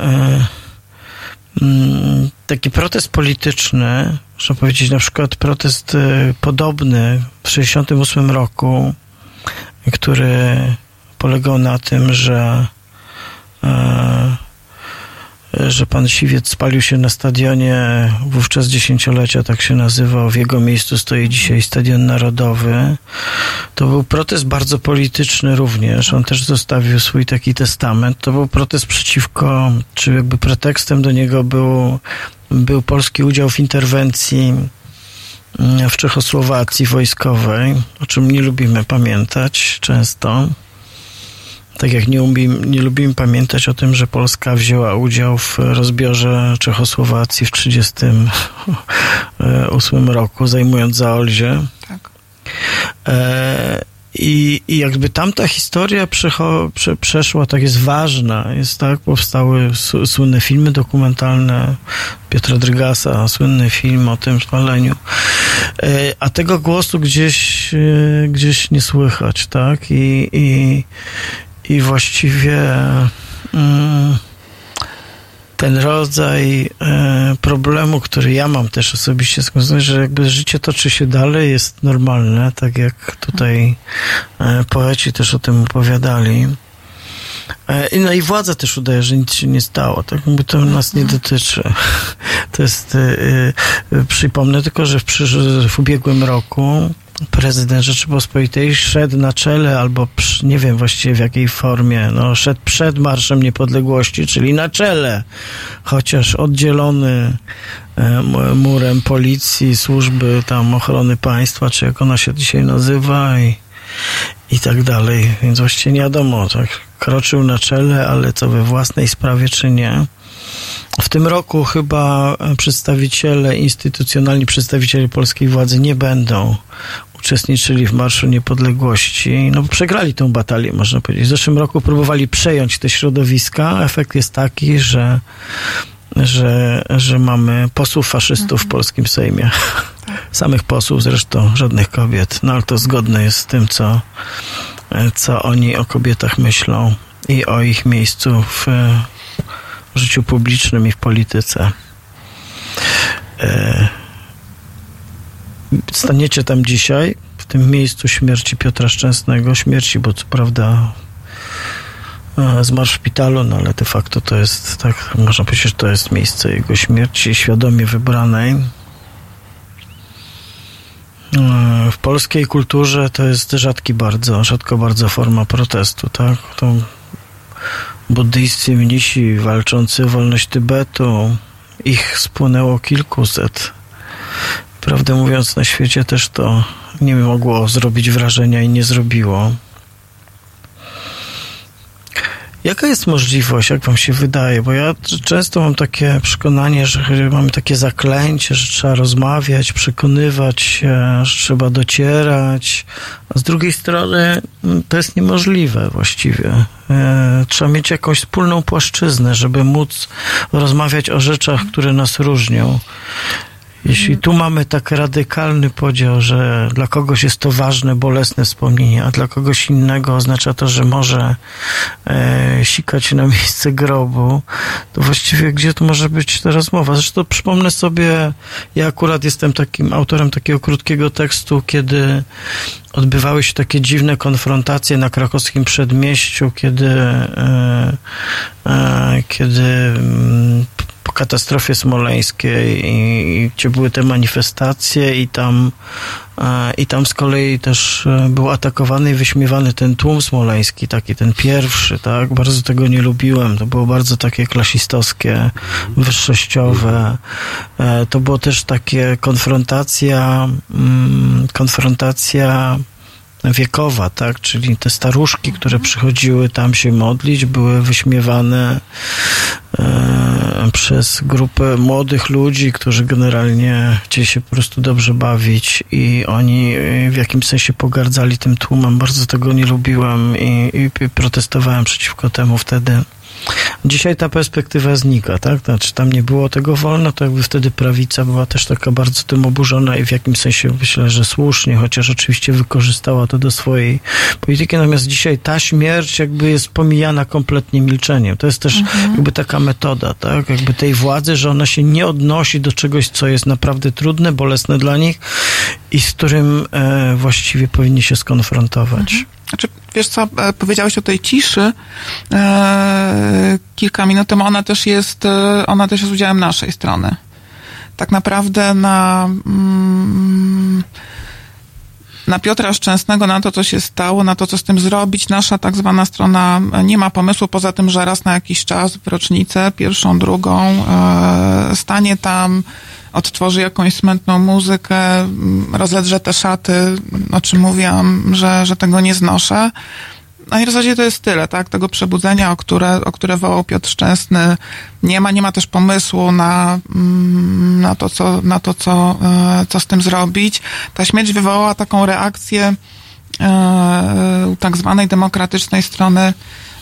taki protest polityczny, można powiedzieć na przykład protest podobny w 1968 roku, który polegał na tym, że pan Siwiec spalił się na stadionie wówczas 10-lecia, tak się nazywał. W jego miejscu stoi dzisiaj Stadion Narodowy. To był protest bardzo polityczny również. On też zostawił swój taki testament. To był protest przeciwko, czy jakby pretekstem do niego był polski udział w interwencji w Czechosłowacji wojskowej, o czym nie lubimy pamiętać często. Tak jak nie lubimy pamiętać o tym, że Polska wzięła udział w rozbiorze Czechosłowacji w 1938 roku, zajmując Zaolzie. Tak. I jakby tamta historia przeszła, tak jest ważna, jest tak, powstały słynne filmy dokumentalne Piotra Drygasa, słynny film o tym spaleniu, a tego głosu gdzieś nie słychać, tak, i właściwie ten rodzaj problemu, który ja mam też osobiście, że jakby życie toczy się dalej, jest normalne, tak jak tutaj poeci też o tym opowiadali. No i władza też udaje, że nic się nie stało, tak jakby to nas nie dotyczy. To jest, przypomnę tylko, że w ubiegłym roku prezydent Rzeczypospolitej szedł na czele, albo nie wiem właściwie w jakiej formie, szedł przed Marszem Niepodległości, czyli na czele, chociaż oddzielony murem policji, służby tam ochrony państwa, czy jak ona się dzisiaj nazywa i tak dalej, więc właściwie nie wiadomo, tak, kroczył na czele, co we własnej sprawie, czy nie. W tym roku chyba instytucjonalni przedstawiciele polskiej władzy nie będą uczestniczyli w Marszu Niepodległości, bo przegrali tę batalię, można powiedzieć. W zeszłym roku próbowali przejąć te środowiska. Efekt jest taki, że mamy posłów faszystów w polskim Sejmie. Samych posłów, zresztą żadnych kobiet. Ale to zgodne jest z tym, co oni o kobietach myślą i o ich miejscu w życiu publicznym i w polityce. Staniecie tam dzisiaj, w tym miejscu śmierci Piotra Szczęsnego, bo co prawda zmarł w szpitalu, ale de facto to jest, tak można powiedzieć, że to jest miejsce jego śmierci świadomie wybranej. W polskiej kulturze to jest rzadko bardzo forma protestu, tak? To buddyjscy mnisi walczący o wolność Tybetu, ich spłynęło kilkuset. Prawdę mówiąc, na świecie też to nie mogło zrobić wrażenia i nie zrobiło. Jaka jest możliwość, jak wam się wydaje? Bo ja często mam takie przekonanie, że mamy takie zaklęcie, że trzeba rozmawiać, przekonywać się, że trzeba docierać, a z drugiej strony to jest niemożliwe właściwie. Trzeba mieć jakąś wspólną płaszczyznę, żeby móc rozmawiać o rzeczach, które nas różnią. Jeśli tu mamy tak radykalny podział, że dla kogoś jest to ważne, bolesne wspomnienie, a dla kogoś innego oznacza to, że może sikać na miejsce grobu, to właściwie gdzie tu może być ta rozmowa? Zresztą przypomnę sobie, ja akurat jestem takim autorem takiego krótkiego tekstu, kiedy odbywały się takie dziwne konfrontacje na krakowskim przedmieściu, kiedy po katastrofie smoleńskiej i gdzie były te manifestacje i tam z kolei też był atakowany i wyśmiewany ten tłum smoleński, taki ten pierwszy, tak? Bardzo tego nie lubiłem. To było bardzo takie klasistowskie, wyższościowe. To było też takie konfrontacja wiekowa, tak? Czyli te staruszki, które przychodziły tam się modlić, były wyśmiewane przez grupę młodych ludzi, którzy generalnie chcieli się po prostu dobrze bawić i oni w jakimś sensie pogardzali tym tłumem. Bardzo tego nie lubiłem i protestowałem przeciwko temu wtedy. Dzisiaj ta perspektywa znika, tak? Znaczy tam nie było tego wolno, to jakby wtedy prawica była też taka bardzo tym oburzona i w jakimś sensie myślę, że słusznie, chociaż oczywiście wykorzystała to do swojej polityki, natomiast dzisiaj ta śmierć jakby jest pomijana kompletnie milczeniem. To jest też jakby taka metoda, tak? Jakby tej władzy, że ona się nie odnosi do czegoś, co jest naprawdę trudne, bolesne dla nich i z którym właściwie powinni się skonfrontować. Znaczy, wiesz co, powiedziałeś o tej ciszy kilka minut temu, ona też jest udziałem naszej strony. Tak naprawdę na Piotra Szczęsnego, na to, co się stało, na to, co z tym zrobić, nasza tak zwana strona nie ma pomysłu, poza tym, że raz na jakiś czas w rocznicę, pierwszą, drugą, stanie tam, odtworzy jakąś smętną muzykę, rozedrze te szaty, o czym mówiłam, że tego nie znoszę. No i w zasadzie to jest tyle, tak? Tego przebudzenia, o które wołał Piotr Szczęsny, nie ma też pomysłu na to, co z tym zrobić. Ta śmierć wywołała taką reakcję tak zwanej demokratycznej strony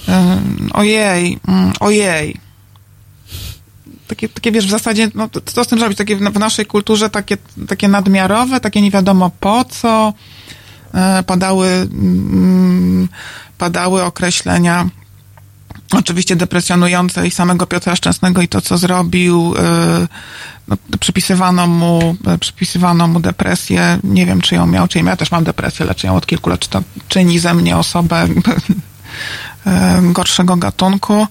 ojej. Takie wiesz, w zasadzie, no, co z tym zrobić? Takie w naszej kulturze takie nadmiarowe, takie nie wiadomo po co. Padały określenia oczywiście deprecjonujące i samego Piotra Szczęsnego i to, co zrobił. No, przypisywano mu depresję. Nie wiem, czy ją miał, czy ja też mam depresję, leczę ją od kilku lat, czy to czyni ze mnie osobę gorszego gatunku.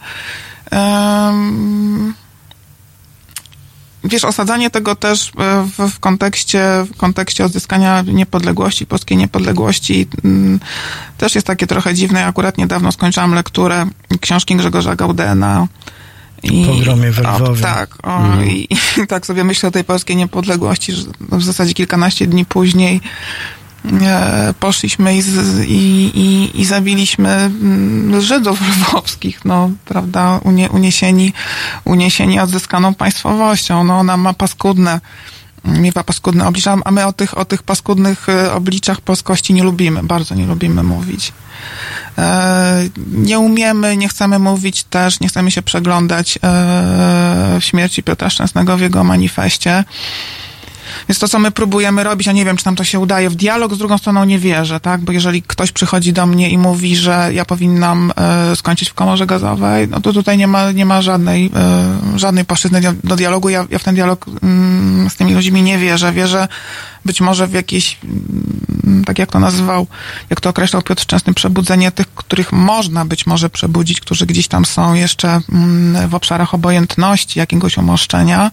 Wiesz, osadzanie tego też w kontekście odzyskania niepodległości, polskiej niepodległości, też jest takie trochę dziwne. Ja akurat niedawno skończyłam lekturę książki Grzegorza Gaudena. Pogromie we Lwowie. I tak sobie myślę o tej polskiej niepodległości, że w zasadzie kilkanaście dni później poszliśmy i zabiliśmy Żydów lwowskich, no, prawda, uniesieni odzyskaną państwowością. No, ona miewa paskudne oblicza, a my o tych paskudnych obliczach polskości bardzo nie lubimy mówić. Nie umiemy, nie chcemy mówić też, nie chcemy się przeglądać w śmierci Piotra Szczęsnego w jego manifestie. Więc to, co my próbujemy robić, a nie wiem, czy nam to się udaje, w dialog z drugą stroną nie wierzę, tak? Bo jeżeli ktoś przychodzi do mnie i mówi, że ja powinnam skończyć w komorze gazowej, no to tutaj nie ma żadnej płaszczyzny do dialogu. Ja w ten dialog z tymi ludźmi nie wierzę. Wierzę być może w jakieś, tak jak to nazywał, jak to określał Piotr Szczęsny, przebudzenie tych, których można być może przebudzić, którzy gdzieś tam są jeszcze w obszarach obojętności, jakiegoś umoszczenia.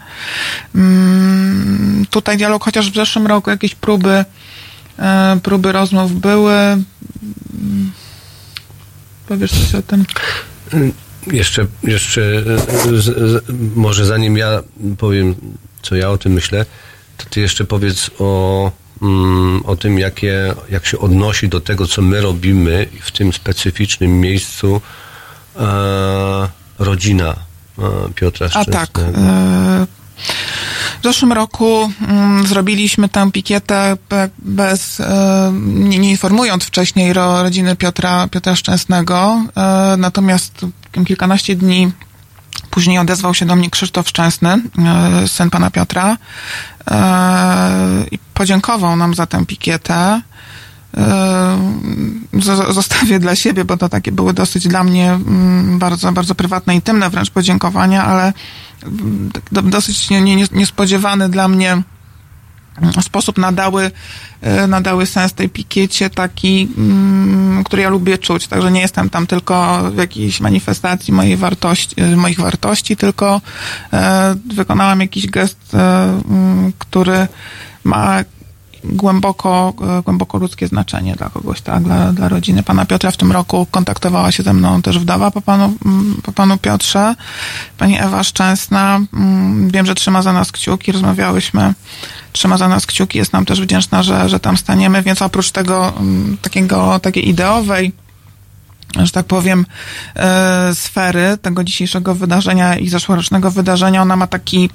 Tutaj dialog, chociaż w zeszłym roku jakieś próby rozmów były. Powiesz coś o tym? Jeszcze może zanim ja powiem, co ja o tym myślę, to ty jeszcze powiedz o tym, jak się odnosi do tego, co my robimy w tym specyficznym miejscu rodzina Piotra Szczęsnego. A tak. W zeszłym roku zrobiliśmy tę pikietę nie informując wcześniej rodziny Piotra Szczęsnego, natomiast kilkanaście dni później odezwał się do mnie Krzysztof Szczęsny, syn pana Piotra, i podziękował nam za tę pikietę. Zostawię dla siebie, bo to takie były dosyć dla mnie bardzo, bardzo prywatne, intymne wręcz podziękowania, ale dosyć niespodziewany dla mnie sposób nadały sens tej pikiecie taki, który ja lubię czuć. Także nie jestem tam tylko w jakiejś manifestacji moich wartości, tylko wykonałam jakiś gest, który ma głęboko ludzkie znaczenie dla kogoś, tak, dla rodziny pana Piotra. W tym roku kontaktowała się ze mną też wdowa po panu Piotrze, pani Ewa Szczęsna. Wiem, że trzyma za nas kciuki, rozmawiałyśmy, trzyma za nas kciuki, jest nam też wdzięczna, że tam staniemy, więc oprócz tego takiej ideowej, że tak powiem, sfery tego dzisiejszego wydarzenia i zeszłorocznego wydarzenia, ona ma taki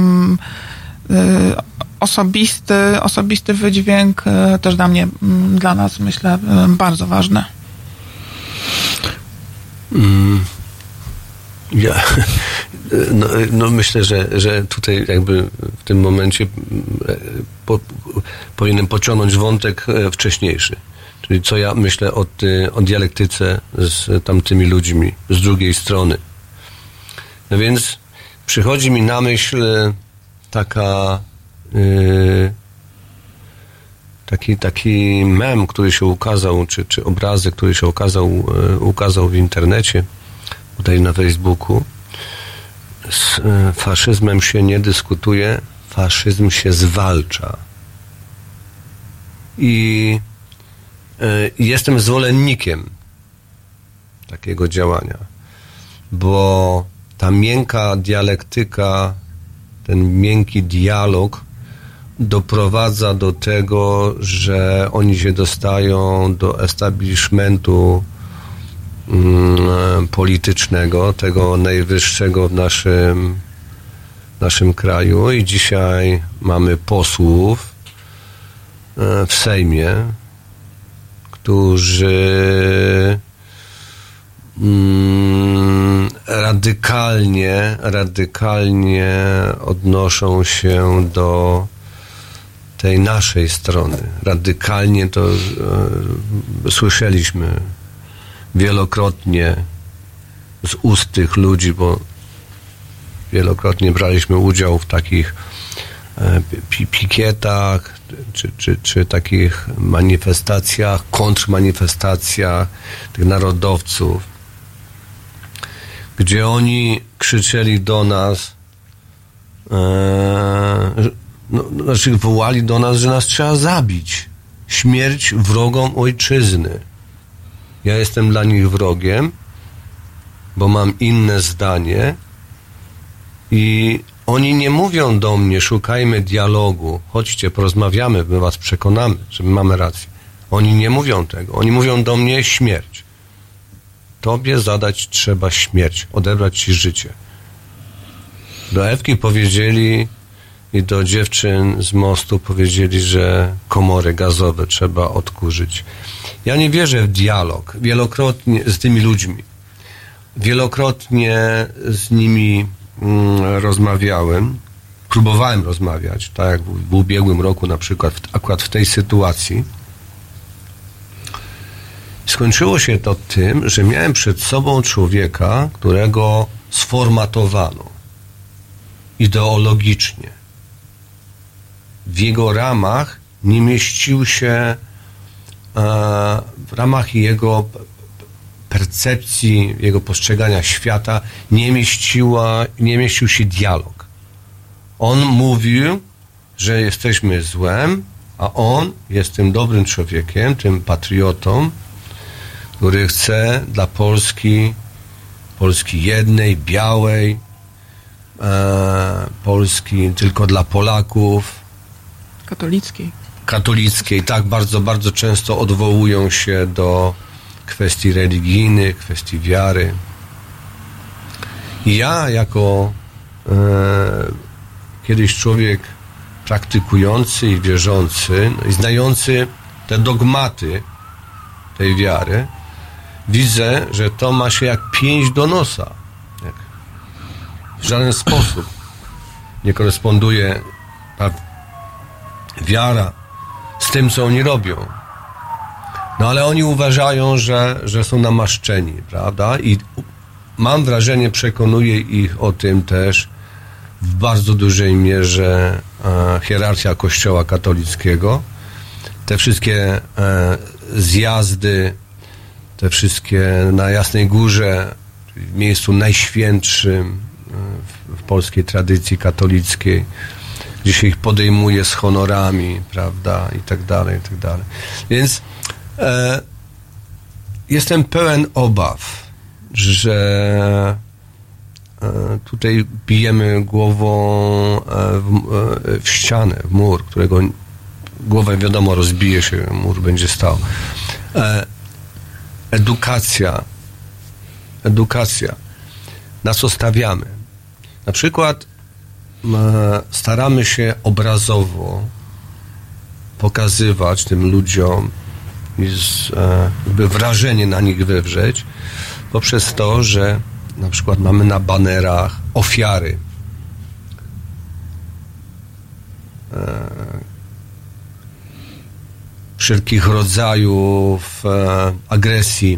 osobisty wydźwięk, też dla nas, myślę, bardzo ważny. No myślę, że tutaj jakby w tym momencie powinienem pociągnąć wątek wcześniejszy. Czyli co ja myślę o dialektyce z tamtymi ludźmi, z drugiej strony. No więc przychodzi mi na myśl taki mem, który się ukazał, czy obrazek, który się ukazał w internecie, tutaj na Facebooku. Z faszyzmem się nie dyskutuje, faszyzm się zwalcza. I jestem zwolennikiem takiego działania, bo ta miękka dialektyka, ten miękki dialog doprowadza do tego, że oni się dostają do establishmentu politycznego, tego najwyższego w naszym kraju, i dzisiaj mamy posłów w Sejmie, którzy radykalnie odnoszą się do tej naszej strony. Radykalnie to słyszeliśmy wielokrotnie z ust tych ludzi, bo wielokrotnie braliśmy udział w takich pikietach czy takich manifestacjach, kontrmanifestacjach tych narodowców, gdzie oni krzyczeli do nas, znaczy wołali do nas, że nas trzeba zabić. Śmierć wrogom ojczyzny. Ja jestem dla nich wrogiem, bo mam inne zdanie i oni nie mówią do mnie, szukajmy dialogu, chodźcie, porozmawiamy, my was przekonamy, że my mamy rację. Oni nie mówią tego. Oni mówią do mnie śmierć. Tobie zadać trzeba śmierć, odebrać ci życie. Do Ewki powiedzieli i do dziewczyn z mostu powiedzieli, że komory gazowe trzeba odkurzyć. Ja nie wierzę w dialog. Wielokrotnie z tymi ludźmi. Wielokrotnie z nimi rozmawiałem. Próbowałem rozmawiać, tak jak w ubiegłym roku na przykład, akurat w tej sytuacji. Skończyło się to tym, że miałem przed sobą człowieka, którego sformatowano ideologicznie. W jego ramach nie mieścił się, w ramach jego percepcji, jego postrzegania świata nie mieścił się dialog. On mówił, że jesteśmy złem, a on jest tym dobrym człowiekiem, tym patriotą, który chce dla Polski jednej, białej, Polski tylko dla Polaków. Katolickiej, tak, bardzo, bardzo często odwołują się do kwestii religijnych, kwestii wiary. I ja jako kiedyś człowiek praktykujący i wierzący, no i znający te dogmaty tej wiary, widzę, że to ma się jak pięść do nosa. W żaden sposób nie koresponduje wiara z tym, co oni robią. No ale oni uważają, że są namaszczeni, prawda? I mam wrażenie, przekonuje ich o tym też w bardzo dużej mierze hierarchia Kościoła katolickiego. Te wszystkie zjazdy, te wszystkie na Jasnej Górze, czyli w miejscu najświętszym w polskiej tradycji katolickiej, gdzie się ich podejmuje z honorami, prawda, i tak dalej, i tak dalej. Więc jestem pełen obaw, że tutaj bijemy głową w ścianę, w mur, którego głowa, wiadomo, rozbije się, mur będzie stał. Edukacja. Na co stawiamy? Na przykład staramy się obrazowo pokazywać tym ludziom i jakby wrażenie na nich wywrzeć poprzez to, że na przykład mamy na banerach ofiary wszelkich rodzajów agresji,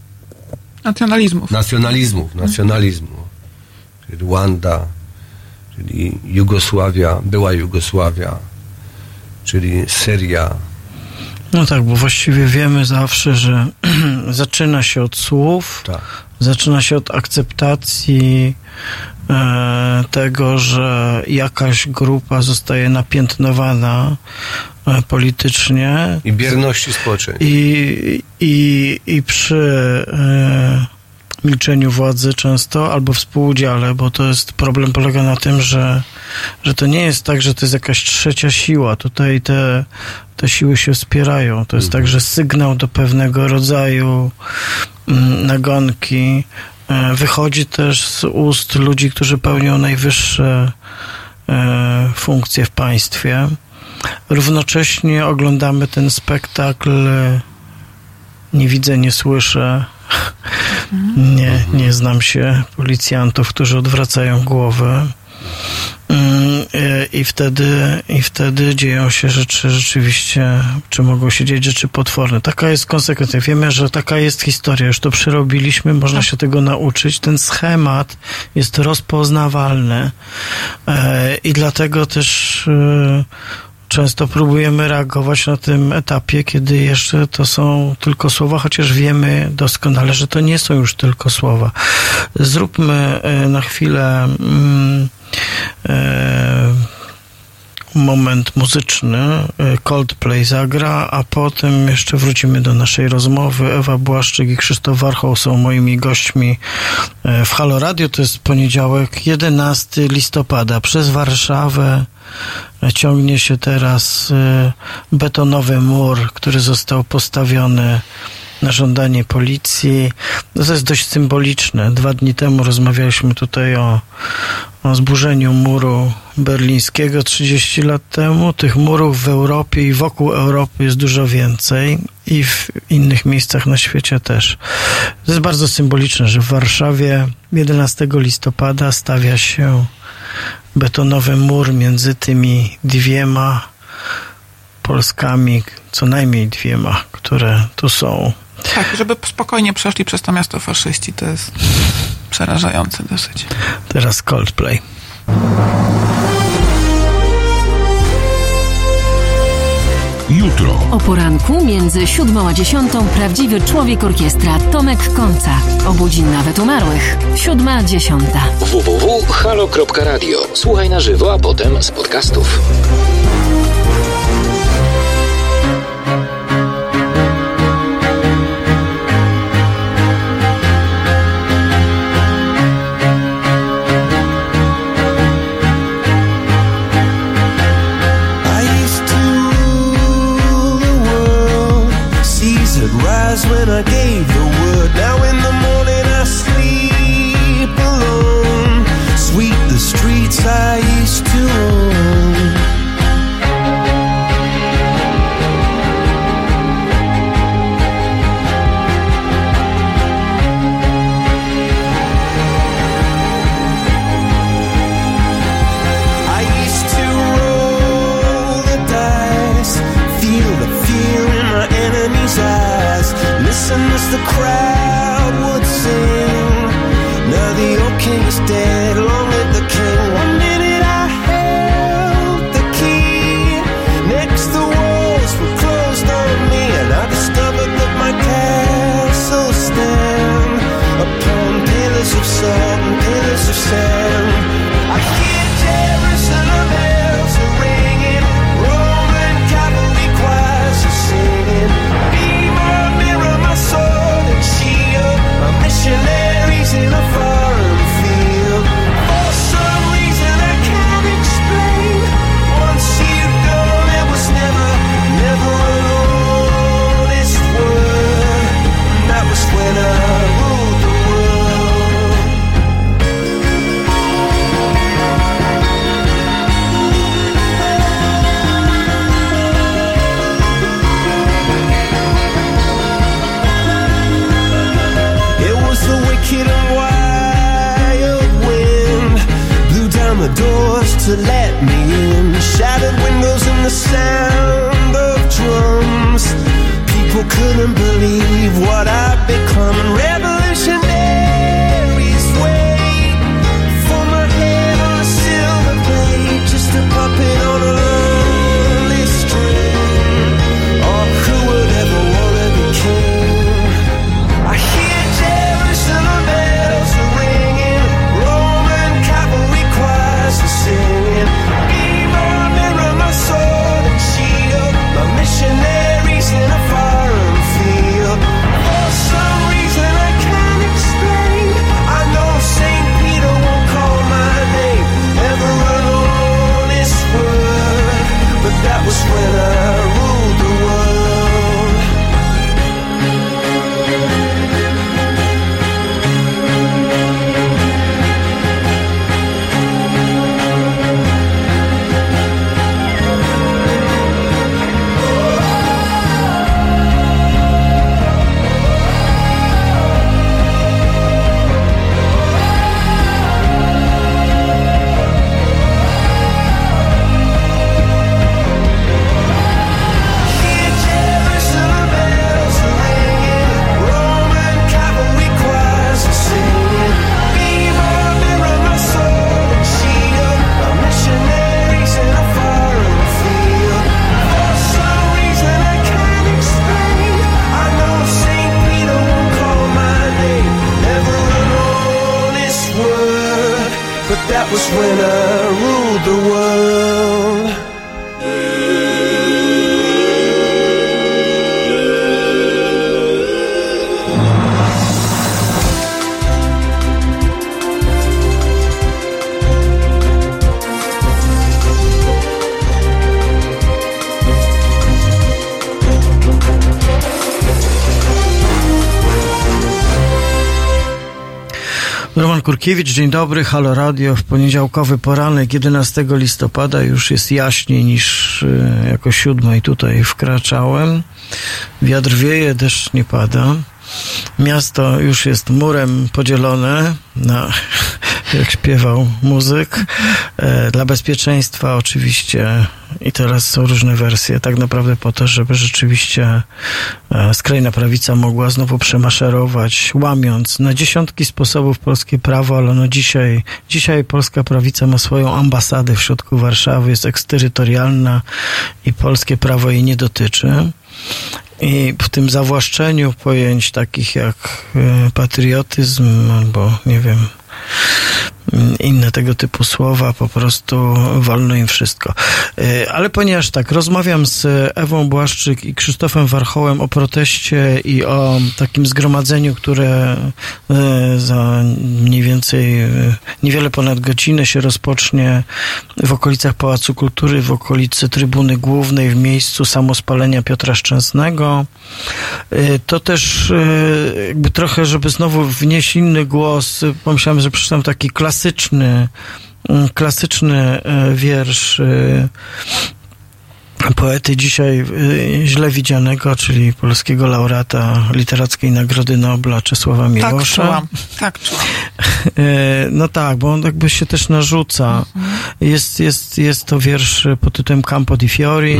nacjonalizmu, czyli Rwanda, czyli była Jugosławia, czyli Syria. No tak, bo właściwie wiemy zawsze, że zaczyna się od słów, tak. Zaczyna się od akceptacji tego, że jakaś grupa zostaje napiętnowana politycznie. I bierności społeczeństwa. I przy milczeniu władzy często, albo współudziale, bo to jest problem, polega na tym, że to nie jest tak, że to jest jakaś trzecia siła. Tutaj te siły się wspierają. To jest także sygnał do pewnego rodzaju nagonki. Wychodzi też z ust ludzi, którzy pełnią najwyższe funkcje w państwie. Równocześnie oglądamy ten spektakl nie widzę, nie słyszę. Nie znam się policjantów, którzy odwracają głowę. I wtedy dzieją się rzeczy rzeczywiście, czy mogą się dziać rzeczy potworne. Taka jest konsekwencja. Wiemy, że taka jest historia. Już to przerobiliśmy, można się tego nauczyć. Ten schemat jest rozpoznawalny i dlatego też często próbujemy reagować na tym etapie, kiedy jeszcze to są tylko słowa, chociaż wiemy doskonale, że to nie są już tylko słowa. Zróbmy na chwilę moment muzyczny. Coldplay zagra, a potem jeszcze wrócimy do naszej rozmowy. Ewa Błaszczyk i Krzysztof Warchoł są moimi gośćmi w Halo Radio. To jest poniedziałek, 11 listopada. Przez Warszawę ciągnie się teraz betonowy mur, który został postawiony na żądanie policji. To jest dość symboliczne. 2 dni temu rozmawialiśmy tutaj o zburzeniu muru berlińskiego 30 lat temu. Tych murów w Europie i wokół Europy jest dużo więcej i w innych miejscach na świecie też. To jest bardzo symboliczne, że w Warszawie 11 listopada stawia się betonowy mur między tymi 2 Polskami, co najmniej 2, które tu są. Tak, żeby spokojnie przeszli przez to miasto faszyści, to jest przerażające dosyć. Teraz Coldplay. Jutro. O poranku między 7 a 10 prawdziwy człowiek orkiestra Tomek Końca. Obudzi nawet umarłych. 7:10. www.halo.radio. Słuchaj na żywo, a potem z podcastów. When I gave the word, now in the morning I sleep alone. Sweep the streets I used to own. as the crowd would sing. Now the old king is dead, long live the king. One minute I held the key, next the walls were closed on me, and I discovered that my castle stand upon pillars of salt and pillars of sand. I hear Jerusalem bells are ringing, Roman cavalry choirs are singing. Be my mirror, my sword and shield, my missionaries in a foreign field. For some reason I can't explain, once you go there was never an honest word. And that was when I ruled the world. It was the wicked and wild wind, blew down the doors to let me in, shattered windows and the sound of drums. People couldn't believe what I'd become, and revolutionaries wait for my head on a silver plate, just a puppet on a lonely string. Oh, who would ever want to be king? I hear Jerusalem bells are ringing, Roman cavalry choirs are singing. Be my mirror, my sword and shield, my missionaries in a foreign field. For some reason I can't explain, I know St. Peter won't call my name, never an honest word. But that was when I ruled the world. Hear Jerusalem bells are ringing, Roman cavalry choirs are singing. Be my mirror, my sword and shield, my missionaries in a foreign field. For some reason I can't explain, I know St. Peter won't call my name, never an honest word. But that was when I ruled the world. Roman Kurkiewicz, dzień dobry, Halo Radio. W poniedziałkowy poranek 11 listopada już jest jaśniej niż jako 7:00 tutaj wkraczałem. Wiatr wieje, deszcz nie pada. Miasto już jest murem podzielone na, jak śpiewał muzyk, dla bezpieczeństwa oczywiście, i teraz są różne wersje, tak naprawdę po to, żeby rzeczywiście skrajna prawica mogła znowu przemaszerować, łamiąc na dziesiątki sposobów polskie prawo, ale no dzisiaj polska prawica ma swoją ambasadę w środku Warszawy, jest eksterytorialna i polskie prawo jej nie dotyczy. I w tym zawłaszczeniu pojęć takich jak patriotyzm albo, nie wiem, inne tego typu słowa, po prostu wolno im wszystko. Ale ponieważ tak, rozmawiam z Ewą Błaszczyk i Krzysztofem Warchołem o proteście i o takim zgromadzeniu, które za mniej więcej niewiele ponad godzinę się rozpocznie w okolicach Pałacu Kultury, w okolicy Trybuny Głównej, w miejscu samospalenia Piotra Szczęsnego. To też jakby trochę, żeby znowu wnieść inny głos, pomyślałem, że przeczytam taki klasyczny wiersz poety dzisiaj źle widzianego, czyli polskiego laureata Literackiej Nagrody Nobla Czesława Miłosza. Tak, czułam. No tak, bo on jakby się też narzuca. Jest to wiersz pod tytułem Campo di Fiori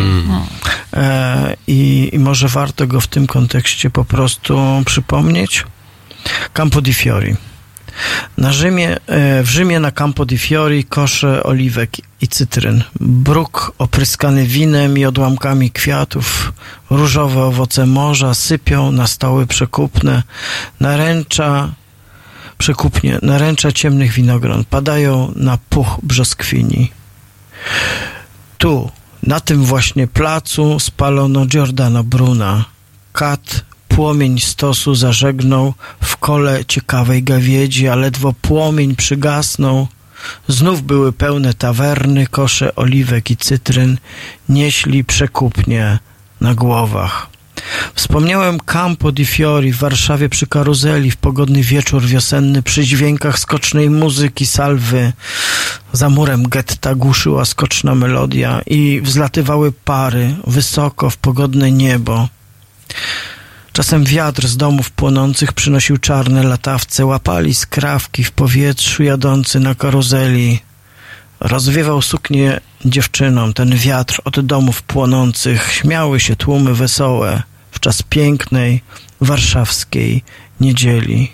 i może warto go w tym kontekście po prostu przypomnieć. Campo di Fiori. W Rzymie na Campo di Fiori kosze oliwek i cytryn. Bruk opryskany winem i odłamkami kwiatów. Różowe owoce morza sypią na stoły przekupne. Naręcza ciemnych winogron padają na puch brzoskwini. Tu, na tym właśnie placu spalono Giordano Bruna. Płomień stosu zażegnął w kole ciekawej gawiedzi, a ledwo płomień przygasnął. Znów były pełne tawerny, kosze oliwek i cytryn nieśli przekupnie na głowach. Wspomniałem Campo di Fiori w Warszawie przy karuzeli w pogodny wieczór wiosenny przy dźwiękach skocznej muzyki salwy. Za murem getta głuszyła skoczna melodia i wzlatywały pary wysoko w pogodne niebo. Czasem wiatr z domów płonących przynosił czarne latawce, łapali skrawki w powietrzu jadący na karuzeli. Rozwiewał suknię dziewczynom ten wiatr od domów płonących. Śmiały się tłumy wesołe w czas pięknej warszawskiej niedzieli.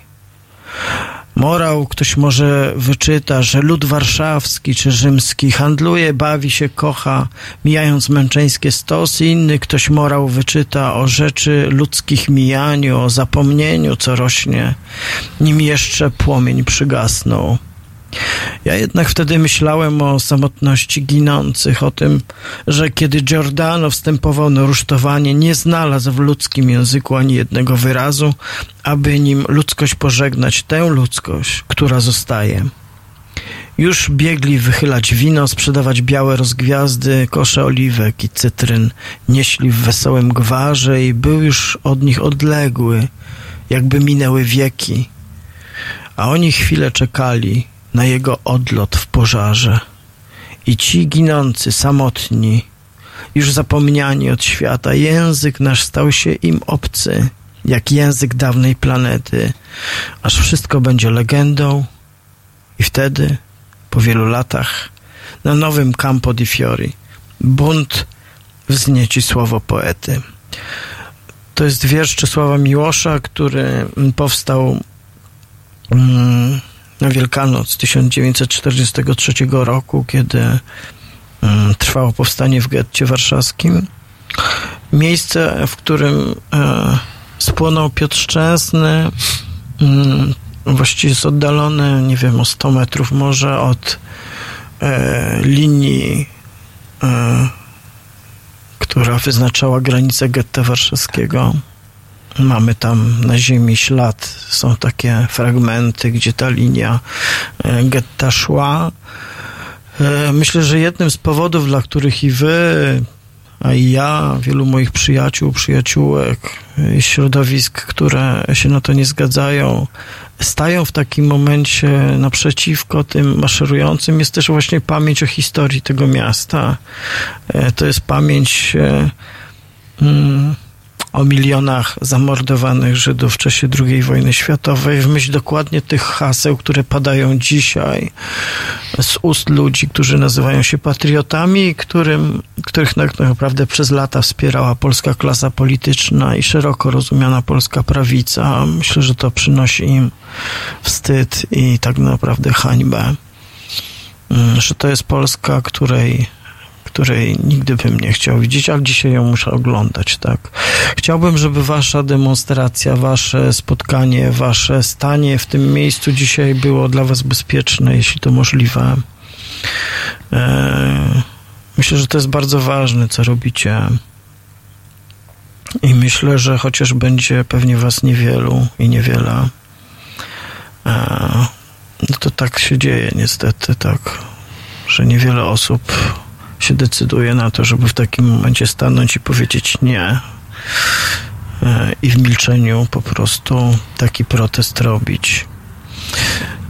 Morał ktoś może wyczyta, że lud warszawski czy rzymski handluje, bawi się, kocha, mijając męczeńskie stosy. Inny ktoś morał wyczyta o rzeczy ludzkich mijaniu, o zapomnieniu, co rośnie, nim jeszcze płomień przygasnął. Ja jednak wtedy myślałem o samotności ginących, o tym, że kiedy Giordano wstępował na rusztowanie, nie znalazł w ludzkim języku ani jednego wyrazu, aby nim ludzkość pożegnać, tę ludzkość, która zostaje. Już biegli wychylać wino, sprzedawać białe rozgwiazdy, kosze oliwek i cytryn, nieśli w wesołym gwarze i był już od nich odległy, jakby minęły wieki, a oni chwilę czekali na jego odlot w pożarze. I ci ginący, samotni, już zapomniani od świata, język nasz stał się im obcy, jak język dawnej planety, aż wszystko będzie legendą i wtedy, po wielu latach, na nowym Campo di Fiori bunt wznieci słowo poety. To jest wiersz Czesława Miłosza, który powstał na Wielkanoc 1943 roku, kiedy trwało powstanie w getcie warszawskim. Miejsce, w którym spłonął Piotr Szczęsny, właściwie jest oddalone, nie wiem, o 100 metrów może od linii, która wyznaczała granicę getta warszawskiego. Mamy tam na ziemi ślad, są takie fragmenty, gdzie ta linia getta szła. Myślę, że jednym z powodów, dla których i wy, a i ja, wielu moich przyjaciół, przyjaciółek, środowisk, które się na to nie zgadzają, stają w takim momencie naprzeciwko tym maszerującym, jest też właśnie pamięć o historii tego miasta. To jest pamięć o milionach zamordowanych Żydów w czasie II wojny światowej, w myśl dokładnie tych haseł, które padają dzisiaj z ust ludzi, którzy nazywają się patriotami, których tak naprawdę przez lata wspierała polska klasa polityczna i szeroko rozumiana polska prawica. Myślę, że to przynosi im wstyd i tak naprawdę hańbę. Że to jest Polska, której nigdy bym nie chciał widzieć, ale dzisiaj ją muszę oglądać, tak. Chciałbym, żeby wasza demonstracja, wasze spotkanie, wasze stanie w tym miejscu dzisiaj było dla was bezpieczne, jeśli to możliwe. Myślę, że to jest bardzo ważne, co robicie. I myślę, że chociaż będzie pewnie was niewielu i niewiele, no to tak się dzieje niestety, tak, że niewiele osób się decyduje na to, żeby w takim momencie stanąć i powiedzieć nie i w milczeniu po prostu taki protest robić.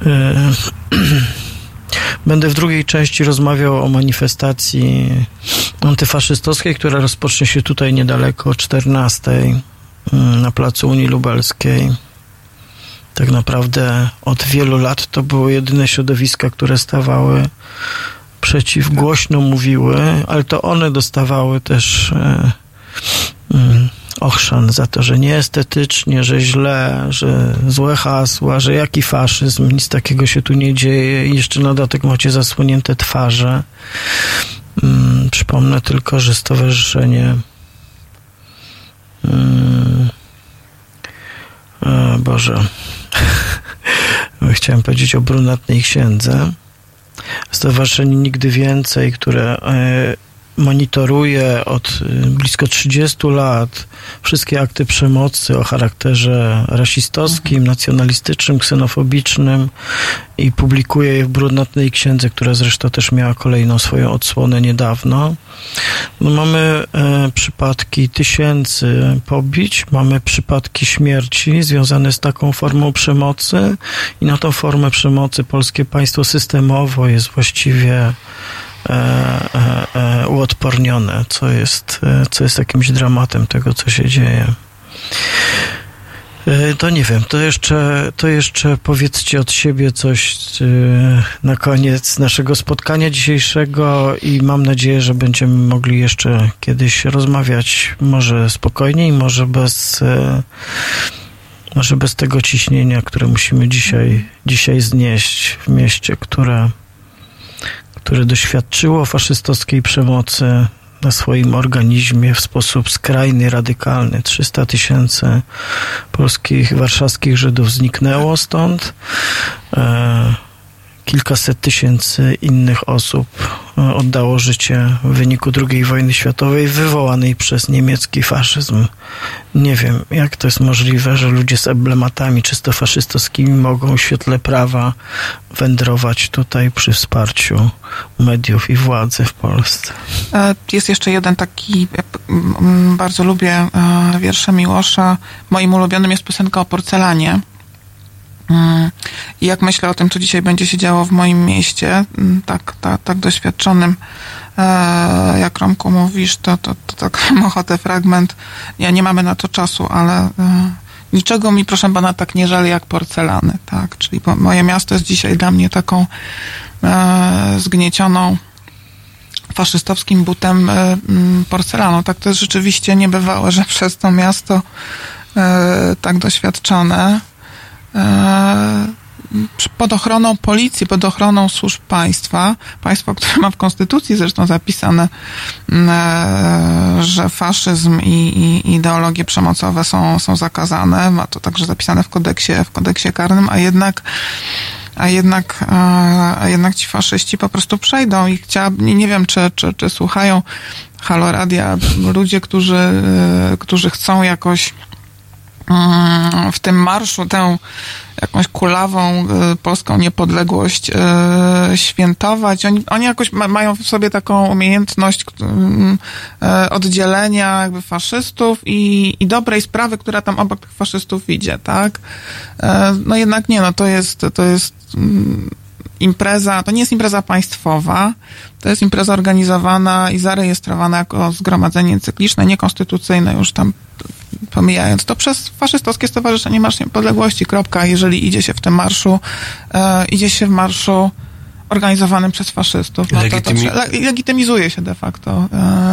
Będę w drugiej części rozmawiał o manifestacji antyfaszystowskiej, która rozpocznie się tutaj niedaleko o 14:00 na placu Unii Lubelskiej. Tak naprawdę od wielu lat to były jedyne środowiska, które stawały przeciw, głośno mówiły, ale to one dostawały też ochrzan za to, że nieestetycznie, że źle, że złe hasła, że jaki faszyzm, nic takiego się tu nie dzieje i jeszcze na dodatek macie zasłonięte twarze. Przypomnę tylko, że stowarzyszenie chciałem powiedzieć o brunatnej księdze. Stowarzyszenie Nigdy Więcej, które monitoruje od blisko 30 lat wszystkie akty przemocy o charakterze rasistowskim, nacjonalistycznym, ksenofobicznym i publikuje je w brunatnej księdze, która zresztą też miała kolejną swoją odsłonę niedawno. No, mamy przypadki tysięcy pobić, mamy przypadki śmierci związane z taką formą przemocy i na tą formę przemocy polskie państwo systemowo jest właściwie uodpornione, co jest jakimś dramatem tego, co się dzieje. To nie wiem, to jeszcze powiedzcie od siebie coś na koniec naszego spotkania dzisiejszego i mam nadzieję, że będziemy mogli jeszcze kiedyś rozmawiać, może spokojniej, może bez tego ciśnienia, które musimy dzisiaj znieść w mieście, które doświadczyło faszystowskiej przemocy na swoim organizmie w sposób skrajny, radykalny. 300 000 polskich, warszawskich Żydów zniknęło stąd. Kilkaset tysięcy innych osób oddało życie w wyniku II wojny światowej wywołanej przez niemiecki faszyzm. Nie wiem, jak to jest możliwe, że ludzie z emblematami czysto faszystowskimi mogą w świetle prawa wędrować tutaj przy wsparciu mediów i władzy w Polsce. Jest jeszcze jeden taki, bardzo lubię wiersze Miłosza. Moim ulubionym jest piosenka o porcelanie. I jak myślę o tym, co dzisiaj będzie się działo w moim mieście, tak doświadczonym, jak Romku mówisz, to tak mam ochotę fragment. Nie mamy na to czasu, ale niczego mi, proszę pana, tak nie żal jak porcelany, tak? Czyli moje miasto jest dzisiaj dla mnie taką zgniecioną faszystowskim butem porcelaną. Tak to jest rzeczywiście niebywałe, że przez to miasto tak doświadczone pod ochroną policji, pod ochroną służb państwa, państwo, które ma w konstytucji zresztą zapisane, że faszyzm i ideologie przemocowe są zakazane, ma to także zapisane w kodeksie karnym, a jednak ci faszyści po prostu przejdą i nie wiem, czy słuchają Halo Radia ludzie, którzy chcą jakoś w tym marszu tę jakąś kulawą polską niepodległość świętować. Oni jakoś mają w sobie taką umiejętność oddzielenia jakby faszystów i dobrej sprawy, która tam obok tych faszystów idzie, tak? No jednak nie, no to jest impreza, to nie jest impreza państwowa, to jest impreza organizowana i zarejestrowana jako zgromadzenie cykliczne, niekonstytucyjne, już tam pomijając to, przez faszystowskie Stowarzyszenie Marsz Niepodległości, kropka. Jeżeli idzie się w tym marszu, idzie się w marszu organizowanym przez faszystów. No legitymizuje się de facto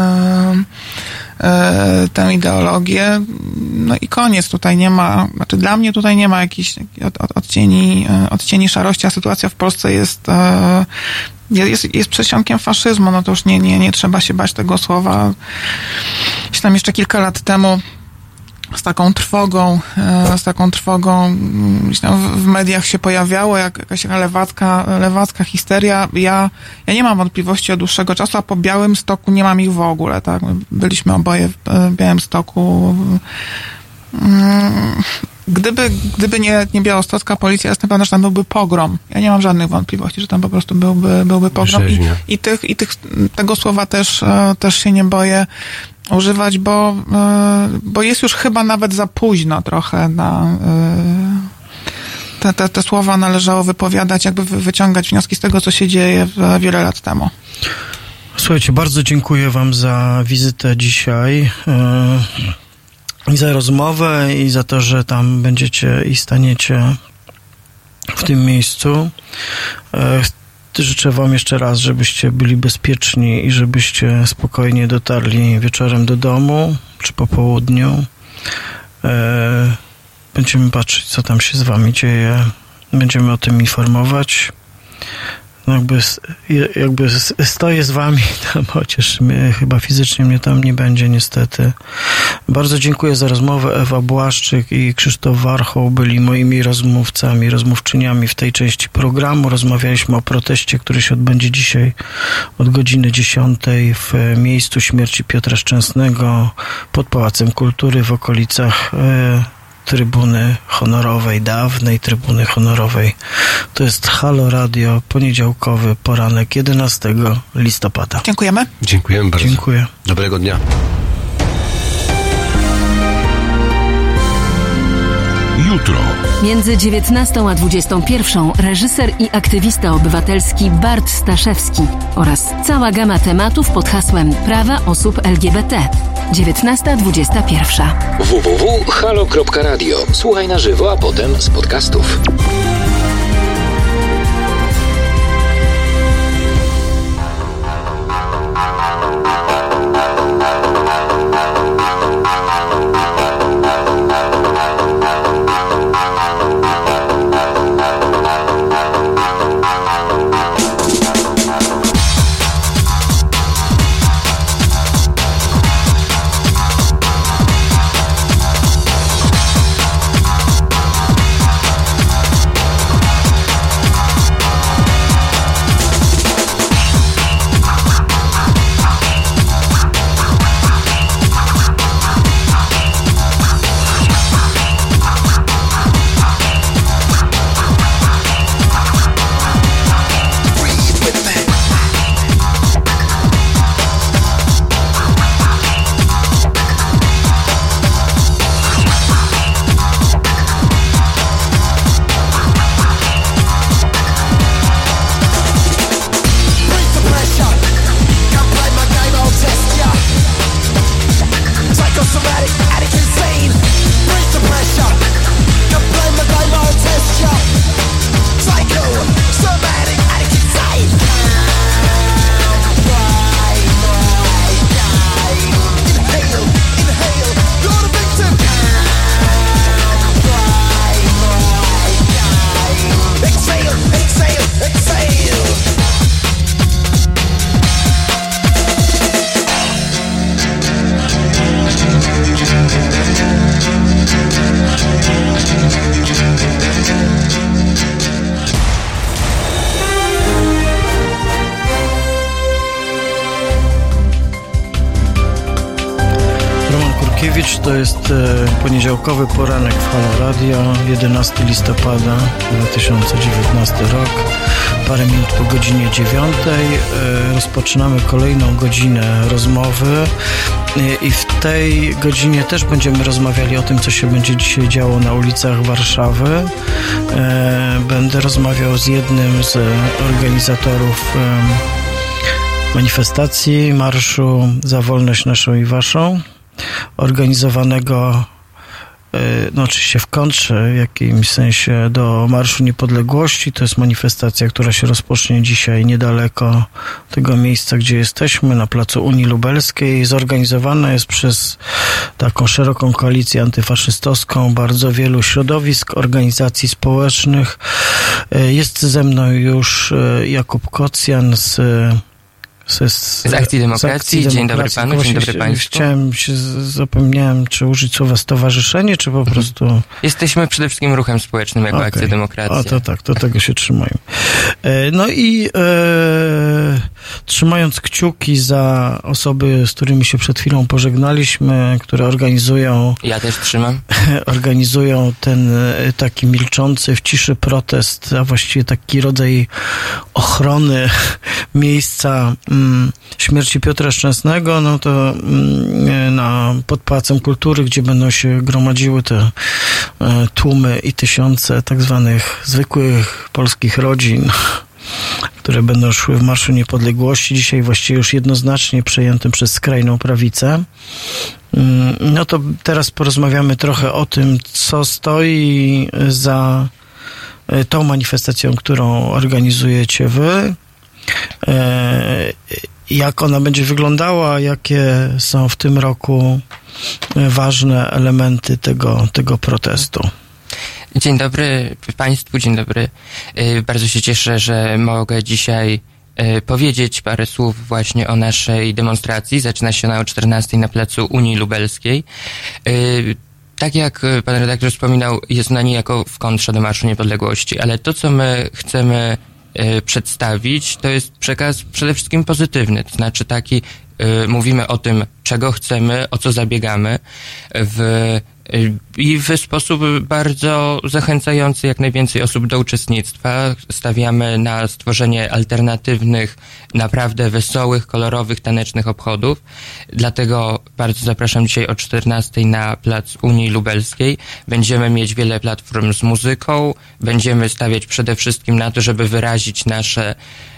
tę ideologię. No i koniec. Tutaj nie ma, znaczy dla mnie tutaj nie ma jakichś odcieni szarości, a sytuacja w Polsce jest przedsionkiem faszyzmu. No to już nie trzeba się bać tego słowa. Gdzieś tam jeszcze kilka lat temu z taką trwogą gdzieś tam w mediach się pojawiało jakaś lewacka histeria. Ja nie mam wątpliwości od dłuższego czasu, a po Białymstoku nie mam ich w ogóle, tak? Byliśmy oboje w Białymstoku. Gdyby nie białostocka policja, jestem pewna, że tam byłby pogrom. Ja nie mam żadnych wątpliwości, że tam po prostu byłby pogrom. Tego słowa też się nie boję używać, bo jest już chyba nawet za późno trochę na te słowa należało wypowiadać, jakby wyciągać wnioski z tego, co się dzieje wiele lat temu. Słuchajcie, bardzo dziękuję wam za wizytę dzisiaj i za rozmowę i za to, że tam będziecie i staniecie w tym miejscu. Życzę wam jeszcze raz, żebyście byli bezpieczni i żebyście spokojnie dotarli wieczorem do domu, czy po południu. Będziemy patrzeć, co tam się z wami dzieje. Będziemy o tym informować. Jakby stoję z wami tam, chociaż chyba fizycznie mnie tam nie będzie niestety. Bardzo dziękuję za rozmowę. Ewa Błaszczyk i Krzysztof Warchoł byli moimi rozmówcami, rozmówczyniami w tej części programu. Rozmawialiśmy o proteście, który się odbędzie dzisiaj od godziny 10 w miejscu śmierci Piotra Szczęsnego pod Pałacem Kultury w okolicach Trybuny Honorowej, dawnej Trybuny Honorowej. To jest Halo Radio, poniedziałkowy poranek 11 listopada. Dziękujemy. Dziękujemy bardzo. Dziękuję. Dobrego dnia. Jutro. Między 19 a 21 reżyser i aktywista obywatelski Bart Staszewski oraz cała gama tematów pod hasłem Prawa osób LGBT. 19:21. www.halo.radio. Słuchaj na żywo, a potem z podcastów. To jest poniedziałkowy poranek w Halo Radio, 11 listopada 2019 rok. Parę minut po godzinie 9 rozpoczynamy kolejną godzinę rozmowy i w tej godzinie też będziemy rozmawiali o tym, co się będzie dzisiaj działo na ulicach Warszawy. Będę rozmawiał z jednym z organizatorów manifestacji, marszu za wolność naszą i waszą, organizowanego oczywiście w kontrze w jakimś sensie do Marszu Niepodległości. To jest manifestacja, która się rozpocznie dzisiaj niedaleko tego miejsca, gdzie jesteśmy, na placu Unii Lubelskiej. Zorganizowana jest przez taką szeroką koalicję antyfaszystowską, bardzo wielu środowisk, organizacji społecznych. Jest ze mną już Jakub Kocjan z Akcji Demokracji. Dzień dobry panu, dzień dobry państwu. Zapomniałem, czy użyć słowa stowarzyszenie, czy po prostu... Jesteśmy przede wszystkim ruchem społecznym jako Akcja Demokracji. O, to tak, to tego się trzymają. No i trzymając kciuki za osoby, z którymi się przed chwilą pożegnaliśmy, które organizują... Ja też trzymam. Organizują ten taki milczący w ciszy protest, a właściwie taki rodzaj ochrony miejsca śmierci Piotra Szczęsnego, no to pod Pałacem Kultury, gdzie będą się gromadziły te tłumy i tysiące tak zwanych zwykłych polskich rodzin, które będą szły w Marszu Niepodległości, dzisiaj właściwie już jednoznacznie przejętym przez skrajną prawicę. No to teraz porozmawiamy trochę o tym, co stoi za tą manifestacją, którą organizujecie wy, jak ona będzie wyglądała, jakie są w tym roku ważne elementy tego protestu. Dzień dobry Państwu, dzień dobry. Bardzo się cieszę, że mogę dzisiaj powiedzieć parę słów właśnie o naszej demonstracji. Zaczyna się ona o 14:00 na placu Unii Lubelskiej. Tak jak pan redaktor wspominał, jest ona niejako w kontrze do Marszu Niepodległości, ale to, co my chcemy przedstawić, to jest przekaz przede wszystkim pozytywny, to znaczy taki, mówimy o tym, czego chcemy, o co zabiegamy i w sposób bardzo zachęcający jak najwięcej osób do uczestnictwa. Stawiamy na stworzenie alternatywnych, naprawdę wesołych, kolorowych, tanecznych obchodów. Dlatego bardzo zapraszam dzisiaj o 14:00 na plac Unii Lubelskiej. Będziemy mieć wiele platform z muzyką. Będziemy stawiać przede wszystkim na to, żeby wyrazić nasze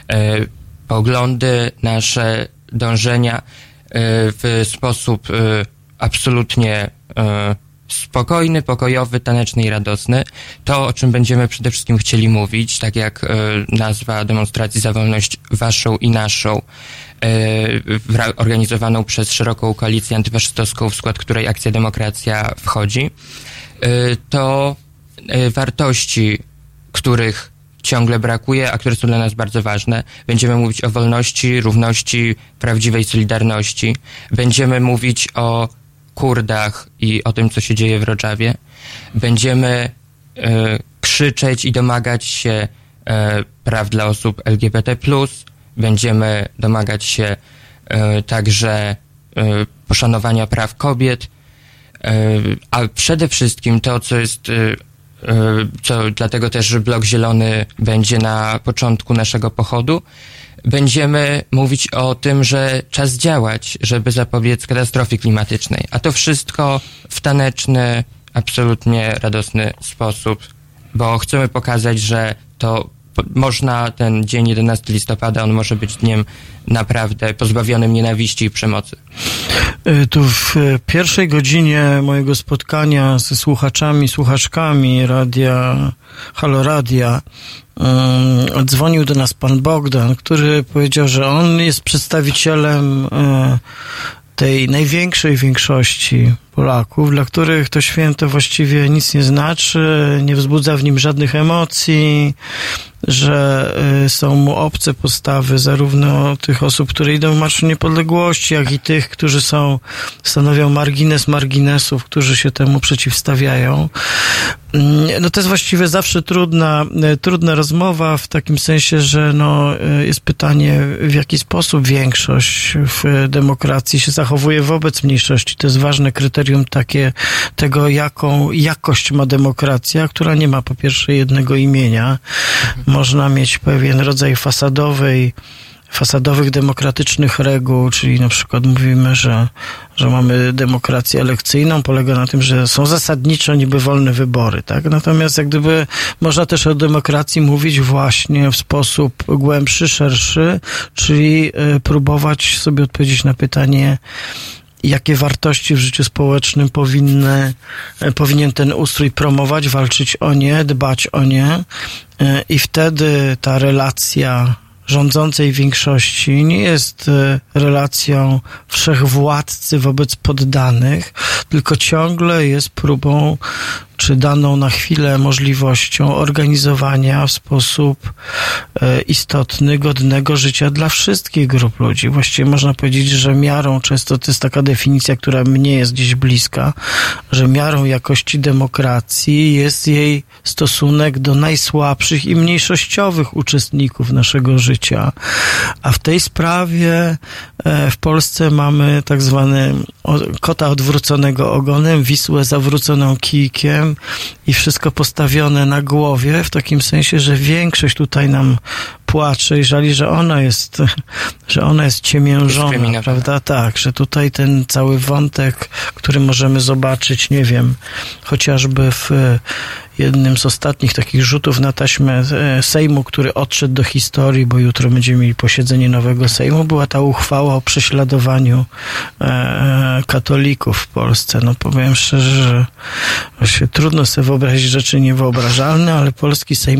poglądy, nasze dążenia w sposób absolutnie spokojny, pokojowy, taneczny i radosny. To, o czym będziemy przede wszystkim chcieli mówić, tak jak nazwa demonstracji za wolność waszą i naszą, organizowaną przez szeroką koalicję antywaszystowską, w skład której Akcja Demokracja wchodzi, to wartości, których ciągle brakuje, a które są dla nas bardzo ważne. Będziemy mówić o wolności, równości, prawdziwej solidarności. Będziemy mówić o Kurdach i o tym, co się dzieje w Rodżawie. Będziemy krzyczeć i domagać się praw dla osób LGBT+. Będziemy domagać się także poszanowania praw kobiet. A przede wszystkim to, co jest dlatego też Blok Zielony będzie na początku naszego pochodu. Będziemy mówić o tym, że czas działać, żeby zapobiec katastrofie klimatycznej. A to wszystko w taneczny, absolutnie radosny sposób, bo chcemy pokazać, że to można, ten dzień 11 listopada, on może być dniem naprawdę pozbawionym nienawiści i przemocy. Tu w pierwszej godzinie mojego spotkania ze słuchaczami, słuchaczkami radia, Halo Radia, dzwonił do nas pan Bogdan, który powiedział, że on jest przedstawicielem tej największej większości Polaków, dla których to święto właściwie nic nie znaczy, nie wzbudza w nim żadnych emocji, że są mu obce postawy zarówno tych osób, które idą w Marszu Niepodległości, jak i tych, którzy stanowią margines marginesów, którzy się temu przeciwstawiają. No to jest właściwie zawsze trudna rozmowa w takim sensie, że jest pytanie, w jaki sposób większość w demokracji się zachowuje wobec mniejszości. To jest ważne kryterium tego, jaką jakość ma demokracja, która nie ma po pierwsze jednego imienia. Można mieć pewien rodzaj fasadowych demokratycznych reguł, czyli na przykład mówimy, że mamy demokrację elekcyjną, polega na tym, że są zasadniczo niby wolne wybory, tak? Natomiast jak gdyby można też o demokracji mówić właśnie w sposób głębszy, szerszy, czyli próbować sobie odpowiedzieć na pytanie, jakie wartości w życiu społecznym powinien ten ustrój promować, walczyć o nie, dbać o nie, i wtedy ta relacja rządzącej większości nie jest relacją wszechwładcy wobec poddanych, tylko ciągle jest próbą, czy daną na chwilę możliwością organizowania w sposób istotny, godnego życia dla wszystkich grup ludzi. Właściwie można powiedzieć, że miarą, często to jest taka definicja, która mnie jest gdzieś bliska, że miarą jakości demokracji jest jej stosunek do najsłabszych i mniejszościowych uczestników naszego życia. A w tej sprawie w Polsce mamy tak zwany kota odwróconego ogonem, Wisłę zawróconą kijkiem, Sejmem i wszystko postawione na głowie, w takim sensie, że większość tutaj nam płacze i żali, że ona jest ciemiężona, prawda? Tak, że tutaj ten cały wątek, który możemy zobaczyć, nie wiem, chociażby w jednym z ostatnich takich rzutów na taśmę Sejmu, który odszedł do historii, bo jutro będziemy mieli posiedzenie nowego Sejmu, była ta uchwała o prześladowaniu katolików w Polsce. No powiem szczerze, że właśnie trudno sobie wyobrazić rzeczy niewyobrażalne, ale polski Sejm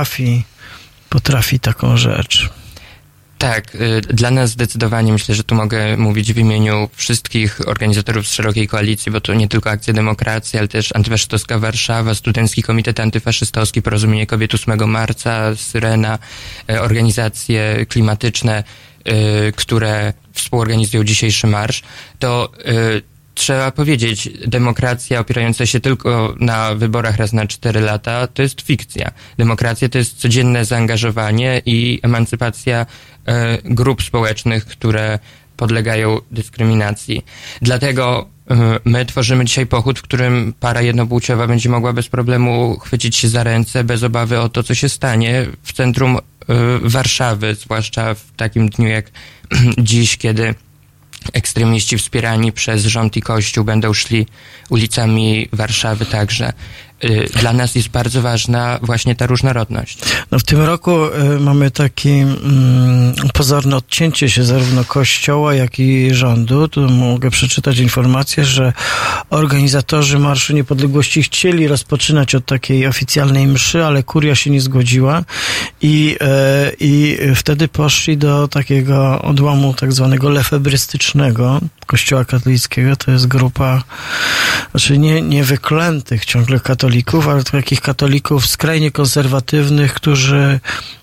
potrafi taką rzecz. Tak, dla nas zdecydowanie, myślę, że tu mogę mówić w imieniu wszystkich organizatorów z szerokiej koalicji, bo to nie tylko Akcja Demokracji, ale też Antyfaszystowska Warszawa, Studencki Komitet Antyfaszystowski, Porozumienie Kobiet 8 marca, Syrena, organizacje klimatyczne, które współorganizują dzisiejszy marsz, to trzeba powiedzieć, demokracja opierająca się tylko na wyborach raz na 4 lata to jest fikcja. Demokracja to jest codzienne zaangażowanie i emancypacja grup społecznych, które podlegają dyskryminacji. Dlatego my tworzymy dzisiaj pochód, w którym para jednopłciowa będzie mogła bez problemu chwycić się za ręce, bez obawy o to, co się stanie w centrum Warszawy, zwłaszcza w takim dniu jak dziś, kiedy ekstremiści wspierani przez rząd i Kościół będą szli ulicami Warszawy także. Dla nas jest bardzo ważna właśnie ta różnorodność. No w tym roku mamy takie pozorne odcięcie się zarówno Kościoła, jak i rządu. Tu mogę przeczytać informację, że organizatorzy Marszu Niepodległości chcieli rozpoczynać od takiej oficjalnej mszy, ale kuria się nie zgodziła i wtedy poszli do takiego odłamu tak zwanego lefebrystycznego Kościoła katolickiego. To jest grupa, znaczy nie wyklętych ciągle katolików, ale takich katolików skrajnie konserwatywnych, którzy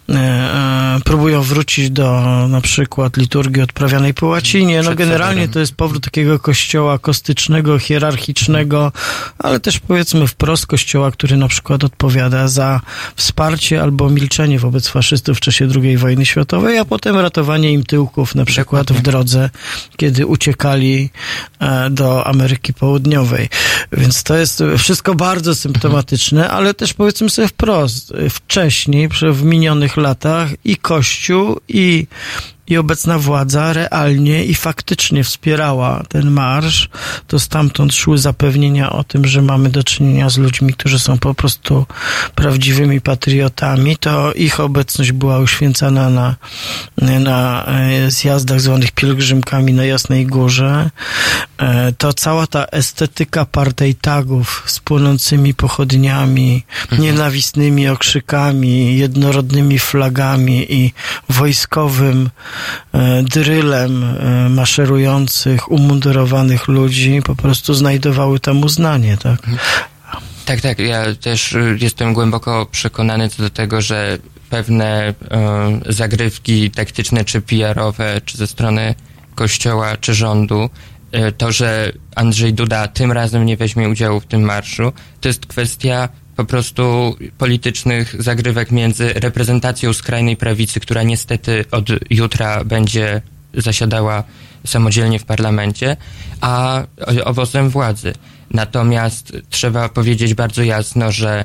próbują wrócić do na przykład liturgii odprawianej po łacinie. No generalnie to jest powrót takiego kościoła kostycznego, hierarchicznego, ale też powiedzmy wprost kościoła, który na przykład odpowiada za wsparcie albo milczenie wobec faszystów w czasie II wojny światowej, a potem ratowanie im tyłków na przykład w drodze, kiedy uciekali do Ameryki Południowej. Więc to jest wszystko bardzo symptomatyczne, ale też powiedzmy sobie wprost, wcześniej, w minionych latach i Kościół, i obecna władza realnie i faktycznie wspierała ten marsz. To stamtąd szły zapewnienia o tym, że mamy do czynienia z ludźmi, którzy są po prostu prawdziwymi patriotami. To ich obecność była uświęcana na zjazdach zwanych pielgrzymkami na Jasnej Górze. To cała ta estetyka partyjtagów z płonącymi pochodniami, nienawistnymi okrzykami, jednorodnymi flagami i wojskowym drylem maszerujących, umundurowanych ludzi po prostu znajdowały tam uznanie, tak? Tak, ja też jestem głęboko przekonany co do tego, że pewne zagrywki taktyczne czy PR-owe, czy ze strony Kościoła, czy rządu, to, że Andrzej Duda tym razem nie weźmie udziału w tym marszu, to jest kwestia po prostu politycznych zagrywek między reprezentacją skrajnej prawicy, która niestety od jutra będzie zasiadała samodzielnie w parlamencie, a obozem władzy. Natomiast trzeba powiedzieć bardzo jasno, że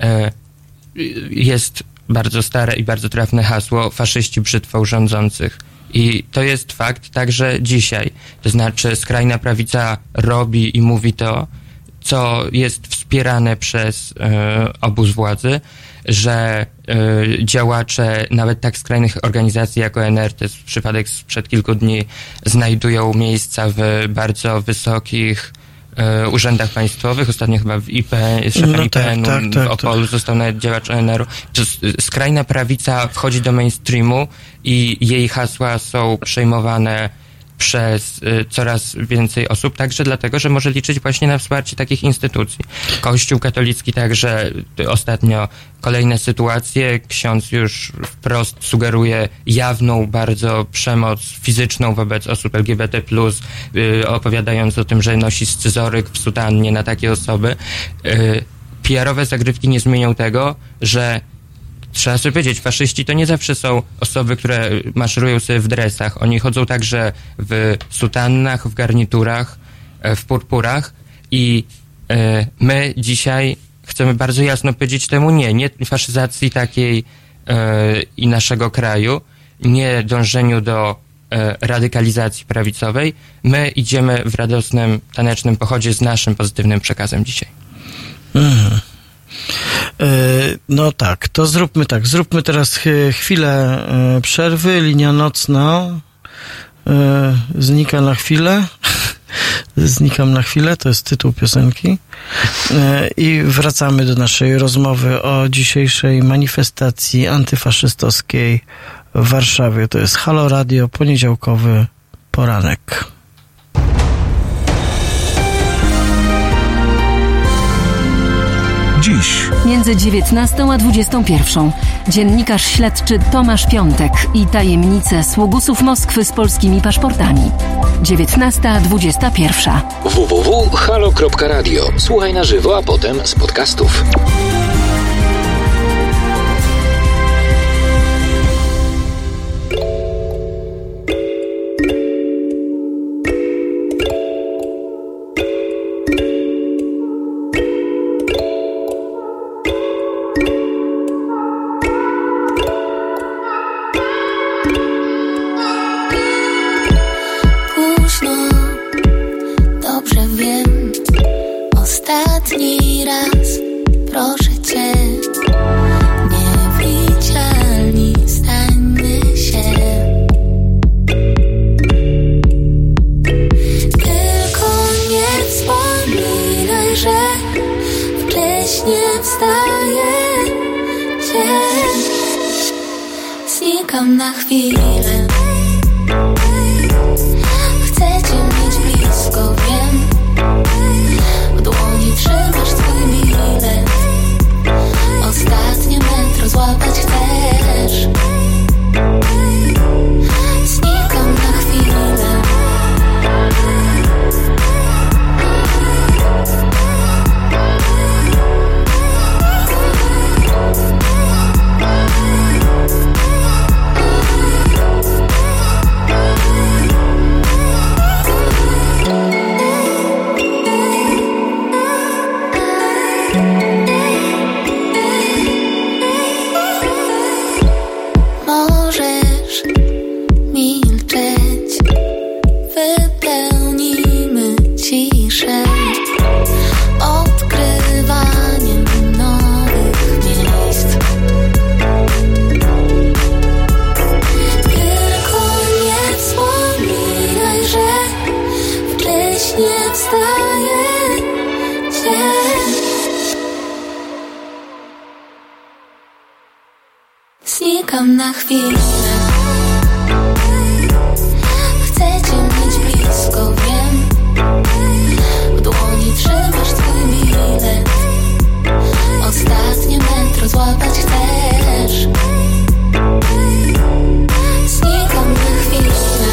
jest bardzo stare i bardzo trafne hasło: faszyści brzytwą rządzących. I to jest fakt także dzisiaj. To znaczy skrajna prawica robi i mówi to, co jest wspierane przez obóz władzy, że działacze nawet tak skrajnych organizacji jak ONR, to jest przypadek sprzed kilku dni, znajdują miejsca w bardzo wysokich urzędach państwowych, ostatnio chyba w szefem IPN-u w Opolu został nawet działacz ONR-u. Skrajna prawica wchodzi do mainstreamu i jej hasła są przejmowane przez coraz więcej osób, także dlatego, że może liczyć właśnie na wsparcie takich instytucji. Kościół katolicki także ostatnio kolejne sytuacje. Ksiądz już wprost sugeruje jawną bardzo przemoc fizyczną wobec osób LGBT+, opowiadając o tym, że nosi scyzoryk w sutannie na takie osoby. PR-owe zagrywki nie zmienią tego, że trzeba sobie powiedzieć, faszyści to nie zawsze są osoby, które maszerują sobie w dresach. Oni chodzą także w sutannach, w garniturach, w purpurach i My dzisiaj chcemy bardzo jasno powiedzieć temu nie faszyzacji takiej i naszego kraju, nie dążeniu do radykalizacji prawicowej. My idziemy w radosnym, tanecznym pochodzie z naszym pozytywnym przekazem dzisiaj. No tak, to zróbmy teraz chwilę przerwy. Linia nocna znika na chwilę. Znikam na chwilę, to jest tytuł piosenki. I wracamy do naszej rozmowy o dzisiejszej manifestacji antyfaszystowskiej w Warszawie. To jest Halo Radio, poniedziałkowy poranek. Dziś Między 19 a 21 dziennikarz śledczy Tomasz Piątek i tajemnice sługusów Moskwy z polskimi paszportami. 19:21. www.halo.radio. Słuchaj na żywo, a potem z podcastów. Ostatni raz, proszę cię, niewidzialni stańmy się. Tylko nie wspominaj, że wcześnie wstaję cię. Znikam na chwilę. Chcę cię mieć blisko, wiem. W dłoni trzymasz swój bilet. Ostatnie metro złapać chcesz. Znikam na chwilę. Możesz milczeć, wypełnimy ciszę odkrywaniem nowych miejsc. Tylko nie wspominaj, że wcześnie wstaję cię. Znikam na chwilę. Chcę cię mieć blisko, wiem. W dłoni trzymasz swój bilet. Ostatnie metro złapać chcesz. Znikam na chwilę.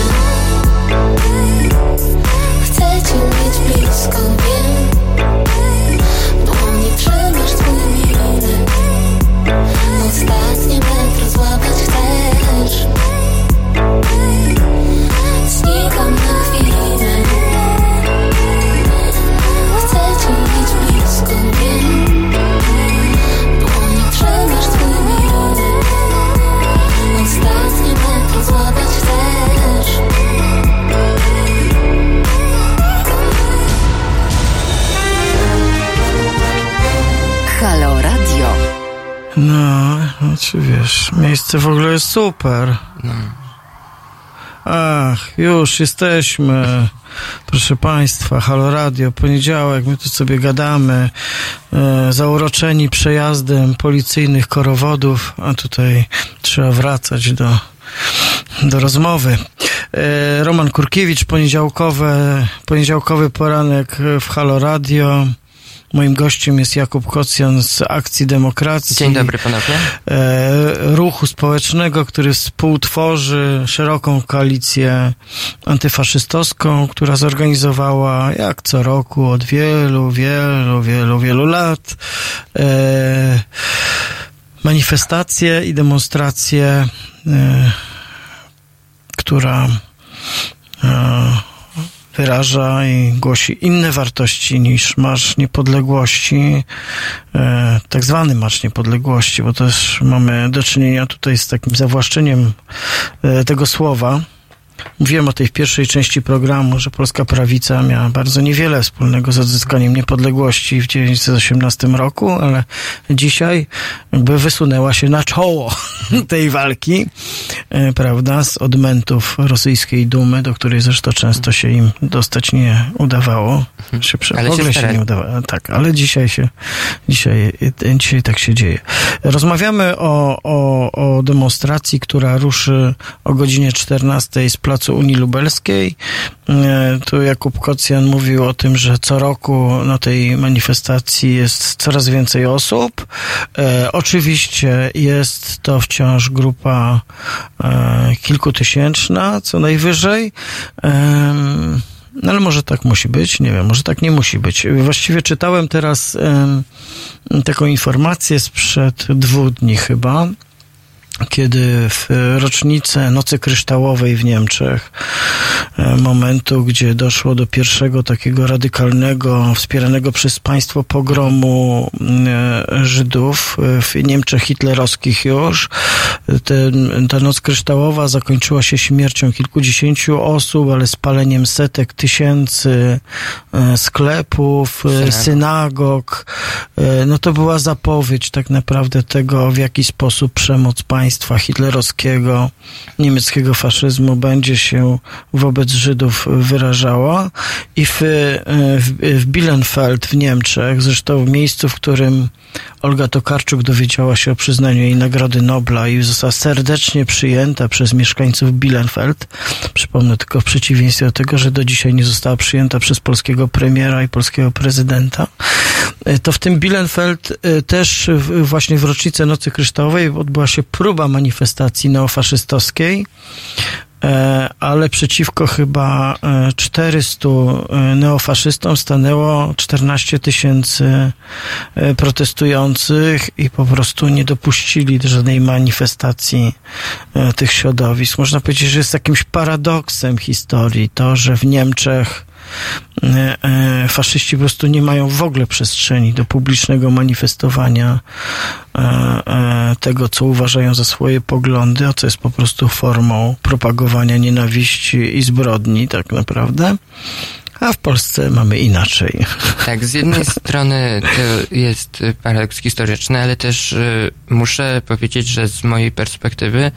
Chcę cię mieć blisko, wiem. W dłoni trzymasz swój bilet. Ostatnie metro złapać chcesz. Znikam na chwilę. Chcę cię mieć blisko, wiem. W dłoni trzymasz swój bilet. Ostatnie metro złapać chcesz. Halo Radio. No, czy wiesz, miejsce w ogóle jest super. Ach, już jesteśmy. Proszę Państwa, Halo Radio, poniedziałek, my tu sobie gadamy, zauroczeni przejazdem policyjnych korowodów, a tutaj trzeba wracać do rozmowy. Roman Kurkiewicz, poniedziałkowy poranek w Halo Radio. Moim gościem jest Jakub Kocjan z Akcji Demokracji. Dzień dobry ponownie. Ruchu społecznego, który współtworzy szeroką koalicję antyfaszystowską, która zorganizowała jak co roku od wielu lat manifestacje i demonstracje, która w wyraża i głosi inne wartości niż Marsz Niepodległości, tak zwany Marsz Niepodległości, bo też mamy do czynienia tutaj z takim zawłaszczeniem tego słowa. Mówiłem o tej w pierwszej części programu, że polska prawica miała bardzo niewiele wspólnego z odzyskaniem niepodległości w 1918 roku, ale dzisiaj jakby wysunęła się na czoło tej walki, prawda, z odmętów rosyjskiej Dumy, do której zresztą często się im dostać nie udawało. W ogóle się nie udawało. Tak, ale dzisiaj tak się dzieje. Rozmawiamy o demonstracji, która ruszy o godzinie 14 z placu Unii Lubelskiej. Tu Jakub Kocjan mówił o tym, że co roku na tej manifestacji jest coraz więcej osób. Oczywiście jest to wciąż grupa kilkutysięczna, co najwyżej. No ale może tak musi być, nie wiem, może tak nie musi być. Właściwie czytałem teraz taką informację sprzed 2 dni chyba, kiedy w rocznicę Nocy Kryształowej w Niemczech, momentu, gdzie doszło do pierwszego takiego radykalnego, wspieranego przez państwo pogromu Żydów w Niemczech hitlerowskich już, ta Noc Kryształowa zakończyła się śmiercią kilkudziesięciu osób, ale spaleniem setek tysięcy sklepów, synagog. No to była zapowiedź tak naprawdę tego, w jaki sposób przemoc państwa hitlerowskiego, niemieckiego faszyzmu będzie się wobec Żydów wyrażała. I w Bielefeld w Niemczech, zresztą w miejscu, w którym Olga Tokarczuk dowiedziała się o przyznaniu jej Nagrody Nobla i została serdecznie przyjęta przez mieszkańców Bielefeld. Przypomnę tylko w przeciwieństwie do tego, że do dzisiaj nie została przyjęta przez polskiego premiera i polskiego prezydenta. To w tym Bielefeld też właśnie w rocznicę Nocy Kryształowej odbyła się próba manifestacji neofaszystowskiej, ale przeciwko chyba 400 neofaszystom stanęło 14 000 protestujących i po prostu nie dopuścili do żadnej manifestacji tych środowisk. Można powiedzieć, że jest jakimś paradoksem historii to, że w Niemczech faszyści po prostu nie mają w ogóle przestrzeni do publicznego manifestowania tego, co uważają za swoje poglądy, a co jest po prostu formą propagowania nienawiści i zbrodni tak naprawdę. A w Polsce mamy inaczej. Tak, z jednej strony to jest paradoks historyczny, ale też muszę powiedzieć, że z mojej perspektywy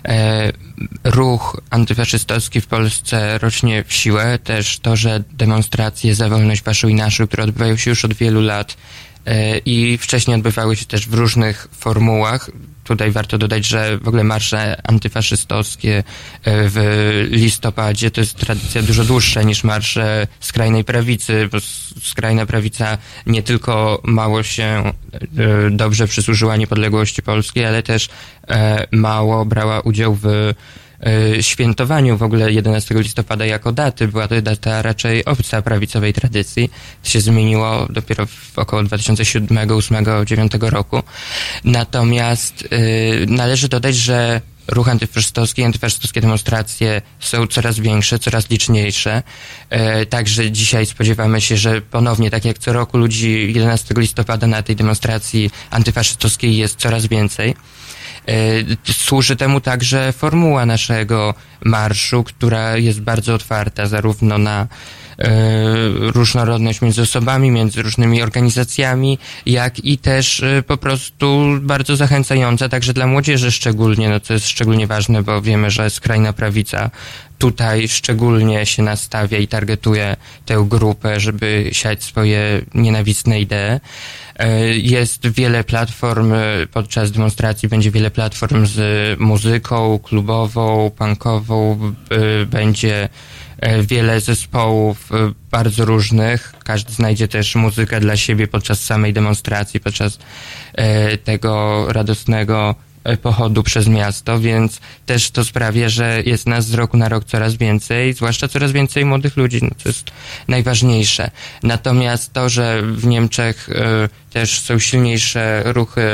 ruch antyfaszystowski w Polsce rośnie w siłę. Też to, że demonstracje za wolność waszu i naszą, które odbywają się już od wielu lat i wcześniej odbywały się też w różnych formułach. Tutaj warto dodać, że w ogóle marsze antyfaszystowskie w listopadzie to jest tradycja dużo dłuższa niż marsze skrajnej prawicy, bo skrajna prawica nie tylko mało się dobrze przysłużyła niepodległości polskiej, ale też mało brała udział w świętowaniu w ogóle 11 listopada jako daty. Była to data raczej obca prawicowej tradycji. To się zmieniło dopiero w około 2007, 2008, 2009 roku. Natomiast należy dodać, że ruch antyfaszystowski i antyfaszystowskie demonstracje są coraz większe, coraz liczniejsze. Także dzisiaj spodziewamy się, że ponownie, tak jak co roku, ludzi 11 listopada na tej demonstracji antyfaszystowskiej jest coraz więcej. Służy temu także formuła naszego marszu, która jest bardzo otwarta zarówno na różnorodność między osobami, między różnymi organizacjami, jak i też po prostu bardzo zachęcająca także dla młodzieży szczególnie, no to jest szczególnie ważne, bo wiemy, że skrajna prawica tutaj szczególnie się nastawia i targetuje tę grupę, żeby siać swoje nienawistne idee. Jest wiele platform, podczas demonstracji będzie wiele platform z muzyką klubową, punkową, będzie wiele zespołów bardzo różnych. Każdy znajdzie też muzykę dla siebie podczas samej demonstracji, podczas tego radosnego pochodu przez miasto, więc też to sprawia, że jest nas z roku na rok coraz więcej, zwłaszcza coraz więcej młodych ludzi, no to jest najważniejsze. Natomiast to, że w Niemczech też są silniejsze ruchy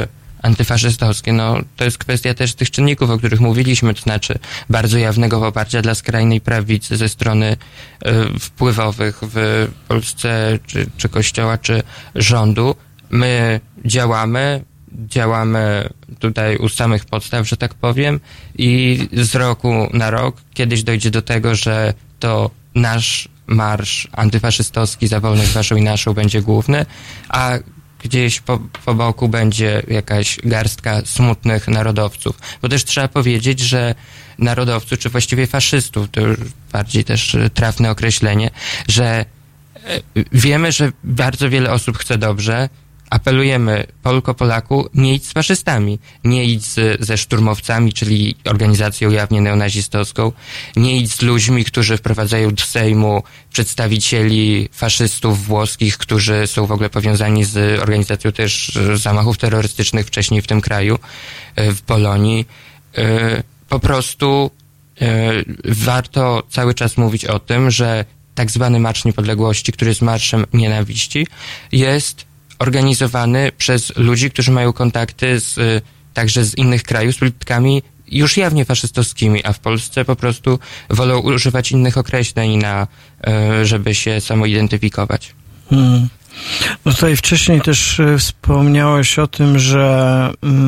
antyfaszystowskie. No, to jest kwestia też tych czynników, o których mówiliśmy, to znaczy bardzo jawnego poparcia dla skrajnej prawicy ze strony wpływowych w Polsce, czy Kościoła, czy rządu. My działamy tutaj u samych podstaw, że tak powiem, i z roku na rok kiedyś dojdzie do tego, że to nasz marsz antyfaszystowski za wolność waszą i naszą będzie główny, a gdzieś po boku będzie jakaś garstka smutnych narodowców. Bo też trzeba powiedzieć, że narodowców, czy właściwie faszystów, to już bardziej też trafne określenie, że wiemy, że bardzo wiele osób chce dobrze. Apelujemy, Polko, Polaku, nie idź z faszystami, nie idź ze szturmowcami, czyli organizacją jawnie neonazistowską, nie idź z ludźmi, którzy wprowadzają do Sejmu przedstawicieli faszystów włoskich, którzy są w ogóle powiązani z organizacją też zamachów terrorystycznych wcześniej w tym kraju, w Polonii. Po prostu warto cały czas mówić o tym, że tak zwany Marsz Niepodległości, który jest marszem nienawiści, jest organizowany przez ludzi, którzy mają kontakty także z innych krajów, z politykami już jawnie faszystowskimi, a w Polsce po prostu wolą używać innych określeń, żeby się samoidentyfikować. No tutaj wcześniej też wspomniałeś o tym, że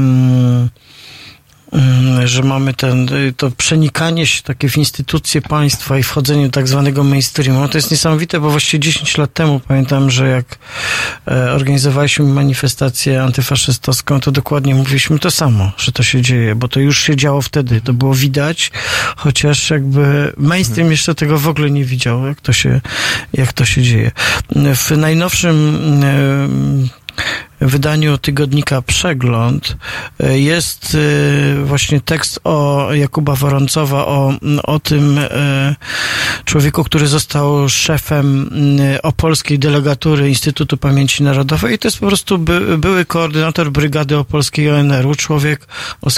mamy to przenikanie się takie w instytucje państwa i wchodzenie do tak zwanego mainstreamu. No to jest niesamowite, bo właściwie 10 lat temu pamiętam, że jak organizowaliśmy manifestację antyfaszystowską, to dokładnie mówiliśmy to samo, że to się dzieje, bo to już się działo wtedy, to było widać, chociaż jakby mainstream jeszcze tego w ogóle nie widział, jak to się dzieje. W najnowszym wydaniu tygodnika Przegląd jest właśnie tekst Jakuba Woroncowa o tym człowieku, który został szefem opolskiej delegatury Instytutu Pamięci Narodowej i to jest po prostu były koordynator Brygady Opolskiej ONR-u, człowiek o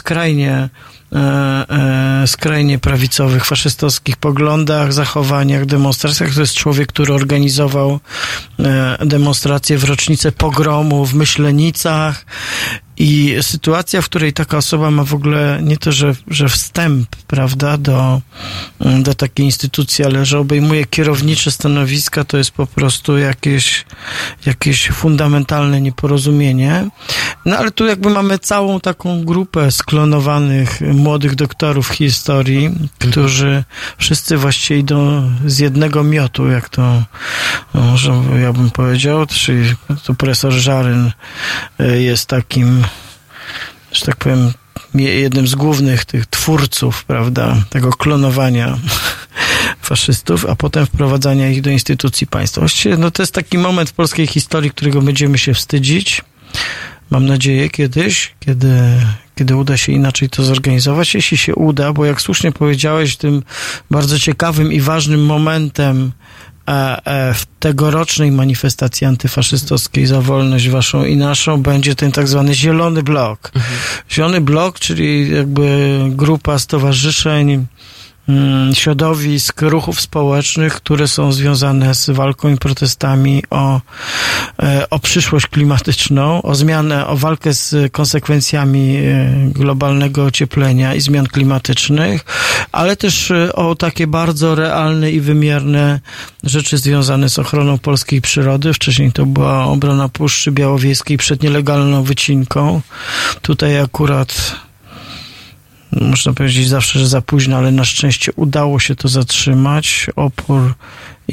skrajnie prawicowych, faszystowskich poglądach, zachowaniach, demonstracjach. To jest człowiek, który organizował demonstracje w rocznicę pogromu w Myślenicach i sytuacja, w której taka osoba ma w ogóle nie to, że wstęp, prawda, do takiej instytucji, ale że obejmuje kierownicze stanowiska, to jest po prostu jakieś fundamentalne nieporozumienie. No ale tu jakby mamy całą taką grupę sklonowanych młodych doktorów historii, którzy wszyscy właściwie idą z jednego miotu, jak to może ja bym powiedział, czyli tu profesor Żaryn jest takim, że tak powiem, jednym z głównych tych twórców, prawda, tego klonowania faszystów, a potem wprowadzania ich do instytucji państwa. Właściwie, no to jest taki moment w polskiej historii, którego będziemy się wstydzić. Mam nadzieję kiedyś, kiedy uda się inaczej to zorganizować, jeśli się uda, bo jak słusznie powiedziałeś, tym bardzo ciekawym i ważnym momentem w tegorocznej manifestacji antyfaszystowskiej za wolność waszą i naszą będzie ten tak zwany Zielony Blok. Zielony Blok, czyli jakby grupa stowarzyszeń, środowisk, ruchów społecznych, które są związane z walką i protestami o przyszłość klimatyczną, o walkę z konsekwencjami globalnego ocieplenia i zmian klimatycznych, ale też o takie bardzo realne i wymierne rzeczy związane z ochroną polskiej przyrody. Wcześniej to była obrona Puszczy Białowieskiej przed nielegalną wycinką. Tutaj akurat można powiedzieć zawsze, że za późno, ale na szczęście udało się to zatrzymać. Opór i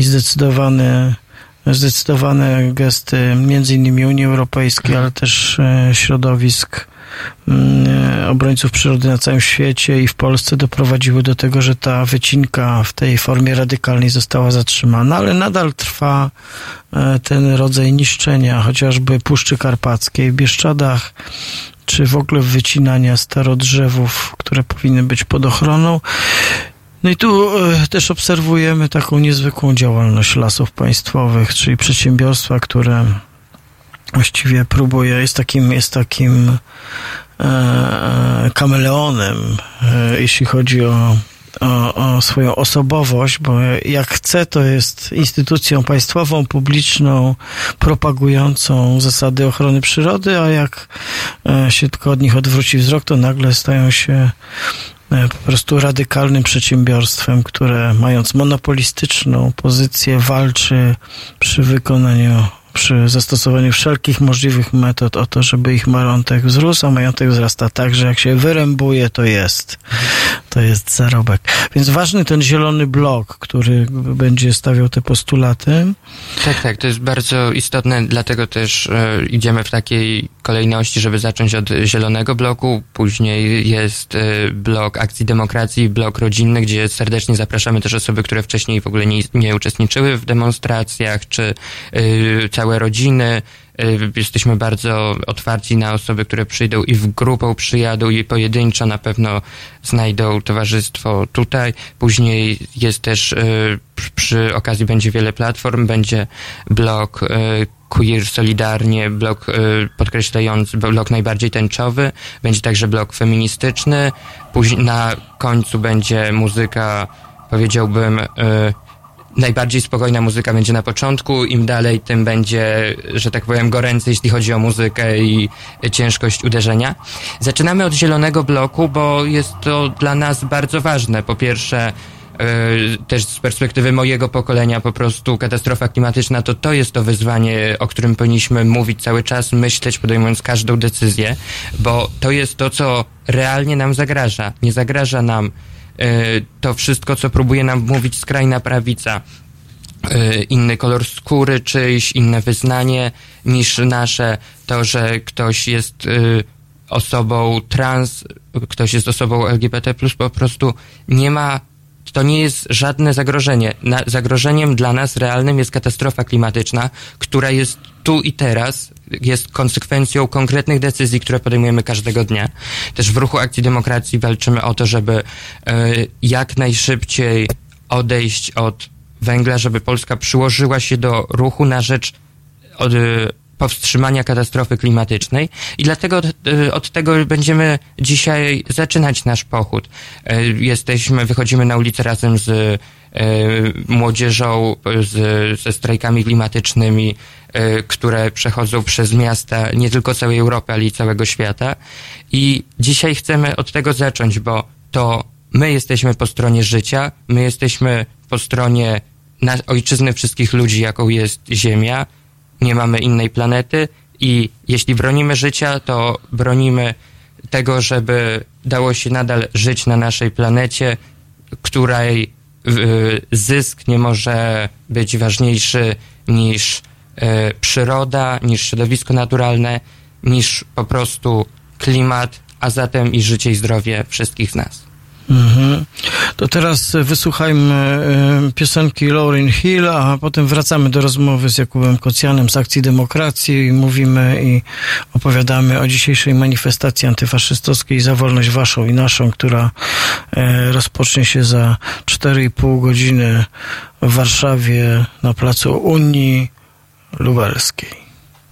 zdecydowane gesty między innymi Unii Europejskiej, ale też środowisk obrońców przyrody na całym świecie i w Polsce doprowadziły do tego, że ta wycinka w tej formie radykalnej została zatrzymana, ale nadal trwa ten rodzaj niszczenia, chociażby Puszczy Karpackiej, w Bieszczadach, czy w ogóle wycinania starodrzewów, które powinny być pod ochroną. No i tu też obserwujemy taką niezwykłą działalność Lasów Państwowych, czyli przedsiębiorstwa, które właściwie próbuje, jest takim kameleonem, jeśli chodzi o o swoją osobowość, bo jak chce, to jest instytucją państwową, publiczną, propagującą zasady ochrony przyrody, a jak się tylko od nich odwróci wzrok, to nagle stają się po prostu radykalnym przedsiębiorstwem, które mając monopolistyczną pozycję walczy przy zastosowaniu wszelkich możliwych metod o to, żeby ich majątek wzrósł, a majątek wzrasta tak, że jak się wyrębuje, to jest zarobek. Więc ważny ten zielony blok, który będzie stawiał te postulaty. Tak, to jest bardzo istotne, dlatego też idziemy w takiej kolejności, żeby zacząć od zielonego bloku, później jest blok Akcji Demokracji, blok rodzinny, gdzie serdecznie zapraszamy też osoby, które wcześniej w ogóle nie uczestniczyły w demonstracjach, czy całe rodziny. Jesteśmy bardzo otwarci na osoby, które przyjdą i w grupą przyjadą i pojedynczo na pewno znajdą towarzystwo tutaj. Później jest też, przy okazji będzie wiele platform, będzie blok queer solidarnie, blok podkreślający, blok najbardziej tęczowy, będzie także blok feministyczny, później na końcu będzie muzyka, powiedziałbym, najbardziej spokojna muzyka będzie na początku, im dalej, tym będzie, że tak powiem, goręcej, jeśli chodzi o muzykę i ciężkość uderzenia. Zaczynamy od zielonego bloku, bo jest to dla nas bardzo ważne. Po pierwsze, też z perspektywy mojego pokolenia, po prostu katastrofa klimatyczna to jest to wyzwanie, o którym powinniśmy mówić cały czas, myśleć, podejmując każdą decyzję, bo to jest to, co realnie nam zagraża. Nie zagraża nam to wszystko, co próbuje nam mówić skrajna prawica, inny kolor skóry czyjś, inne wyznanie niż nasze, to, że ktoś jest osobą trans, ktoś jest osobą LGBT+, po prostu to nie jest żadne zagrożenie. Zagrożeniem dla nas realnym jest katastrofa klimatyczna, która jest tu i teraz, jest konsekwencją konkretnych decyzji, które podejmujemy każdego dnia. Też w ruchu Akcji Demokracji walczymy o to, żeby jak najszybciej odejść od węgla, żeby Polska przyłożyła się do ruchu na rzecz powstrzymania katastrofy klimatycznej i dlatego od tego będziemy dzisiaj zaczynać nasz pochód. Wychodzimy na ulicę razem z młodzieżą, ze strajkami klimatycznymi, które przechodzą przez miasta nie tylko całej Europy, ale i całego świata. I dzisiaj chcemy od tego zacząć, bo to my jesteśmy po stronie życia, my jesteśmy po stronie ojczyzny wszystkich ludzi, jaką jest Ziemia. Nie mamy innej planety i jeśli bronimy życia, to bronimy tego, żeby dało się nadal żyć na naszej planecie, której zysk nie może być ważniejszy niż przyroda, niż środowisko naturalne, niż po prostu klimat, a zatem i życie i zdrowie wszystkich z nas. To teraz wysłuchajmy piosenki Lauryn Hill, a potem wracamy do rozmowy z Jakubem Kocjanem z Akcji Demokracji i mówimy i opowiadamy o dzisiejszej manifestacji antyfaszystowskiej Za wolność waszą i naszą, która rozpocznie się za 4,5 godziny w Warszawie na placu Unii Lubelskiej.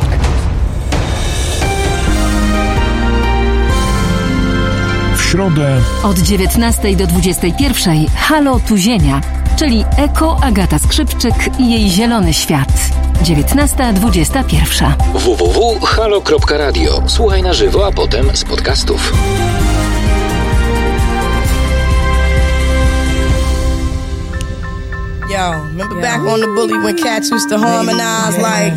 Środę. Od 19 do 21 Halo tu Ziemia, czyli Eko Agata Skrzypczyk i jej zielony świat. 19:21. www.halo.radio. Słuchaj na żywo, a potem z podcastów. Yo, remember back on the bully when cats used to harmonize like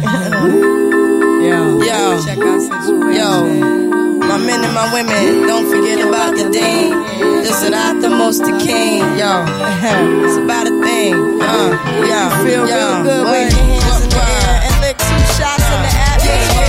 yo. My men and my women, don't forget about the dean. This is not the most the king, yo. It's about a thing, yo. Feel real good, wave your hands in the air and lick 2 shots in the atmosphere.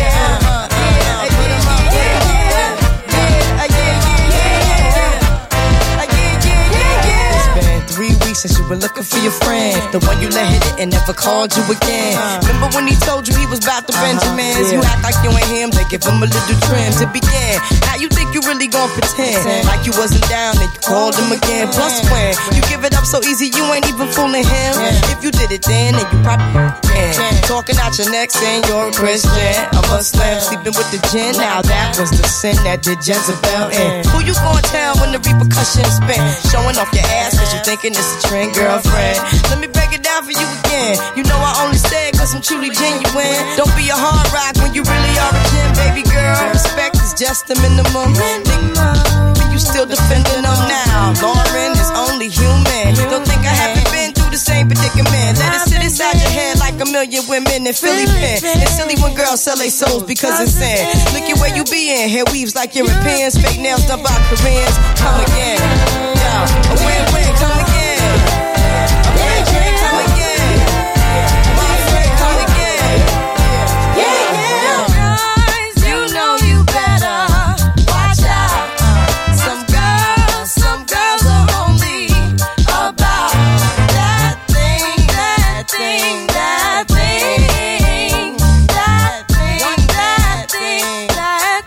3 weeks since you were looking for your friend, the one you let hit it and never called you again. Remember when he told you he was about to Benjamins? You act like you ain't him, they give him a little trim to begin. How you think you really gon' pretend like you wasn't down and you called him again? Plus when you give it up so easy, you ain't even fooling him. If you did it then you probably in. Talking out your neck saying you're a Christian. A Muslim sleeping with the gin. Now that was the sin that did Jezebel in. Who you gonna tell when the repercussions spin? Showing off your ass cause you thinking it's a trend, girlfriend. Let me break it down for you again. You know I only say it cause I'm truly genuine. Don't be a hard rock when you really are a gem, baby girl. Respect is just the minimum. You still defending them now. Lauren is only human. Don't think I haven't been through the same predicament. Let it sit inside your head like a million women in Philly pen. It's silly when girls sell their souls because it's sin. Look at where you be in. Hair weaves like Europeans. Fake nails done by Koreans. Come again. Yo, a win-win. Come again. A win-win. Come again. My friend, come again. Yeah, yeah. Guys, you know you better watch out. Some girls are only about that thing, that thing, that thing, that thing, that thing, that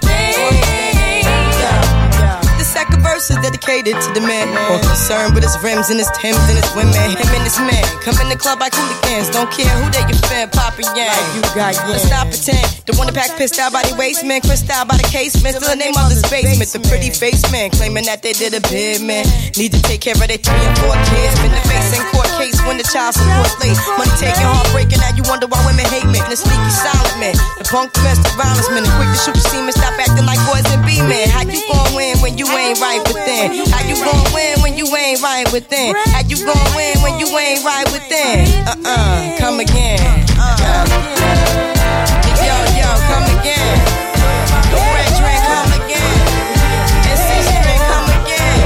thing. The second verse is dedicated to the man more concerned with his rims and his Timbs and his women. Him and his man come in the club like hooligans. Don't care who they your fan, poppin' yang. Like you got yang. Let's not pretend. The one that pack pissed out by the waist, man. Crissed out by the casement. Still in their mother's basement. The pretty face man claiming that they did a bid, man. Need to take care of their 3 and 4 kids. Been the face in court case when the child support late. Money taking, heartbreaking. Now you wonder why women hate men. The sneaky silent man. The punk domestic violence man. The quick to shoot the semen. Stop acting like boys and be men. How you gon' win when you ain't right within? How you gon' win when you ain't right within? How you gon' win when you ain't right within? Come again. Yo, come again. The red drink, come again. And six drink, come again.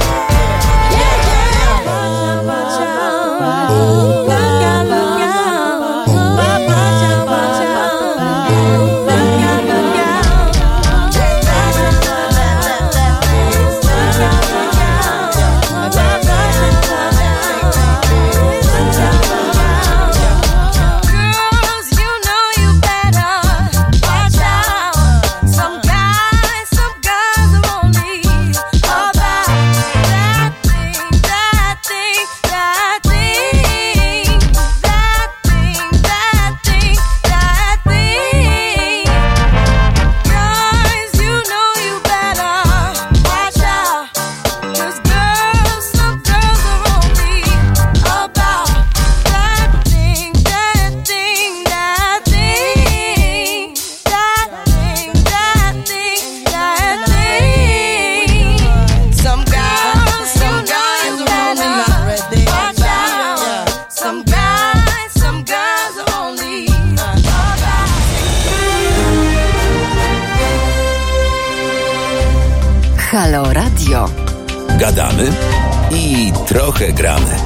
Halo Radio. Gadamy i trochę gramy.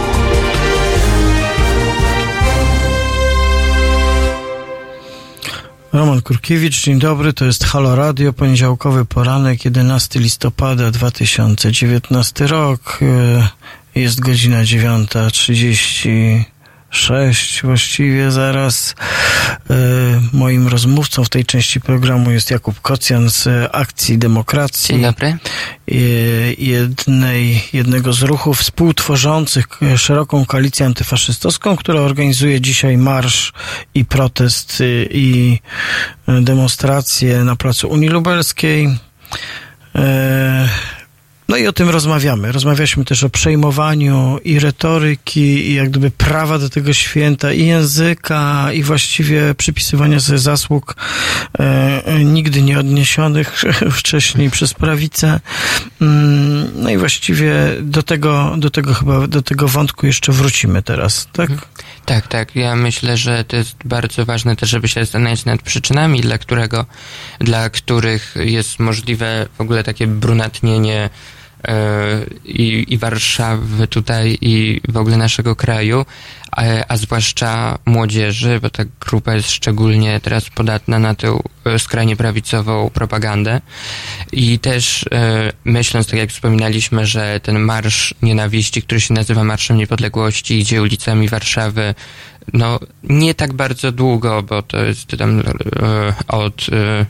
Roman Kurkiewicz, dzień dobry, to jest Halo Radio, poniedziałkowy poranek, 11 listopada 2019 rok, jest godzina 9:36 właściwie zaraz. Moim rozmówcą w tej części programu jest Jakub Kocjan z Akcji Demokracji. Dzień dobry. Jednego z ruchów współtworzących szeroką koalicję antyfaszystowską, która organizuje dzisiaj marsz i protest i demonstracje na placu Unii Lubelskiej. No i o tym rozmawiamy. Rozmawialiśmy też o przejmowaniu i retoryki, i jak gdyby prawa do tego święta, i języka, i właściwie przypisywania sobie zasług nigdy nie odniesionych wcześniej przez prawicę. No i właściwie do tego wątku jeszcze wrócimy teraz, tak? Tak. Ja myślę, że to jest bardzo ważne też, żeby się zastanawiać nad przyczynami, dla których jest możliwe w ogóle takie brunatnienie i Warszawy tutaj i w ogóle naszego kraju, a zwłaszcza młodzieży, bo ta grupa jest szczególnie teraz podatna na tę skrajnie prawicową propagandę. I też myśląc, tak jak wspominaliśmy, że ten Marsz Nienawiści, który się nazywa Marszem Niepodległości, idzie ulicami Warszawy, no nie tak bardzo długo, bo to jest tam od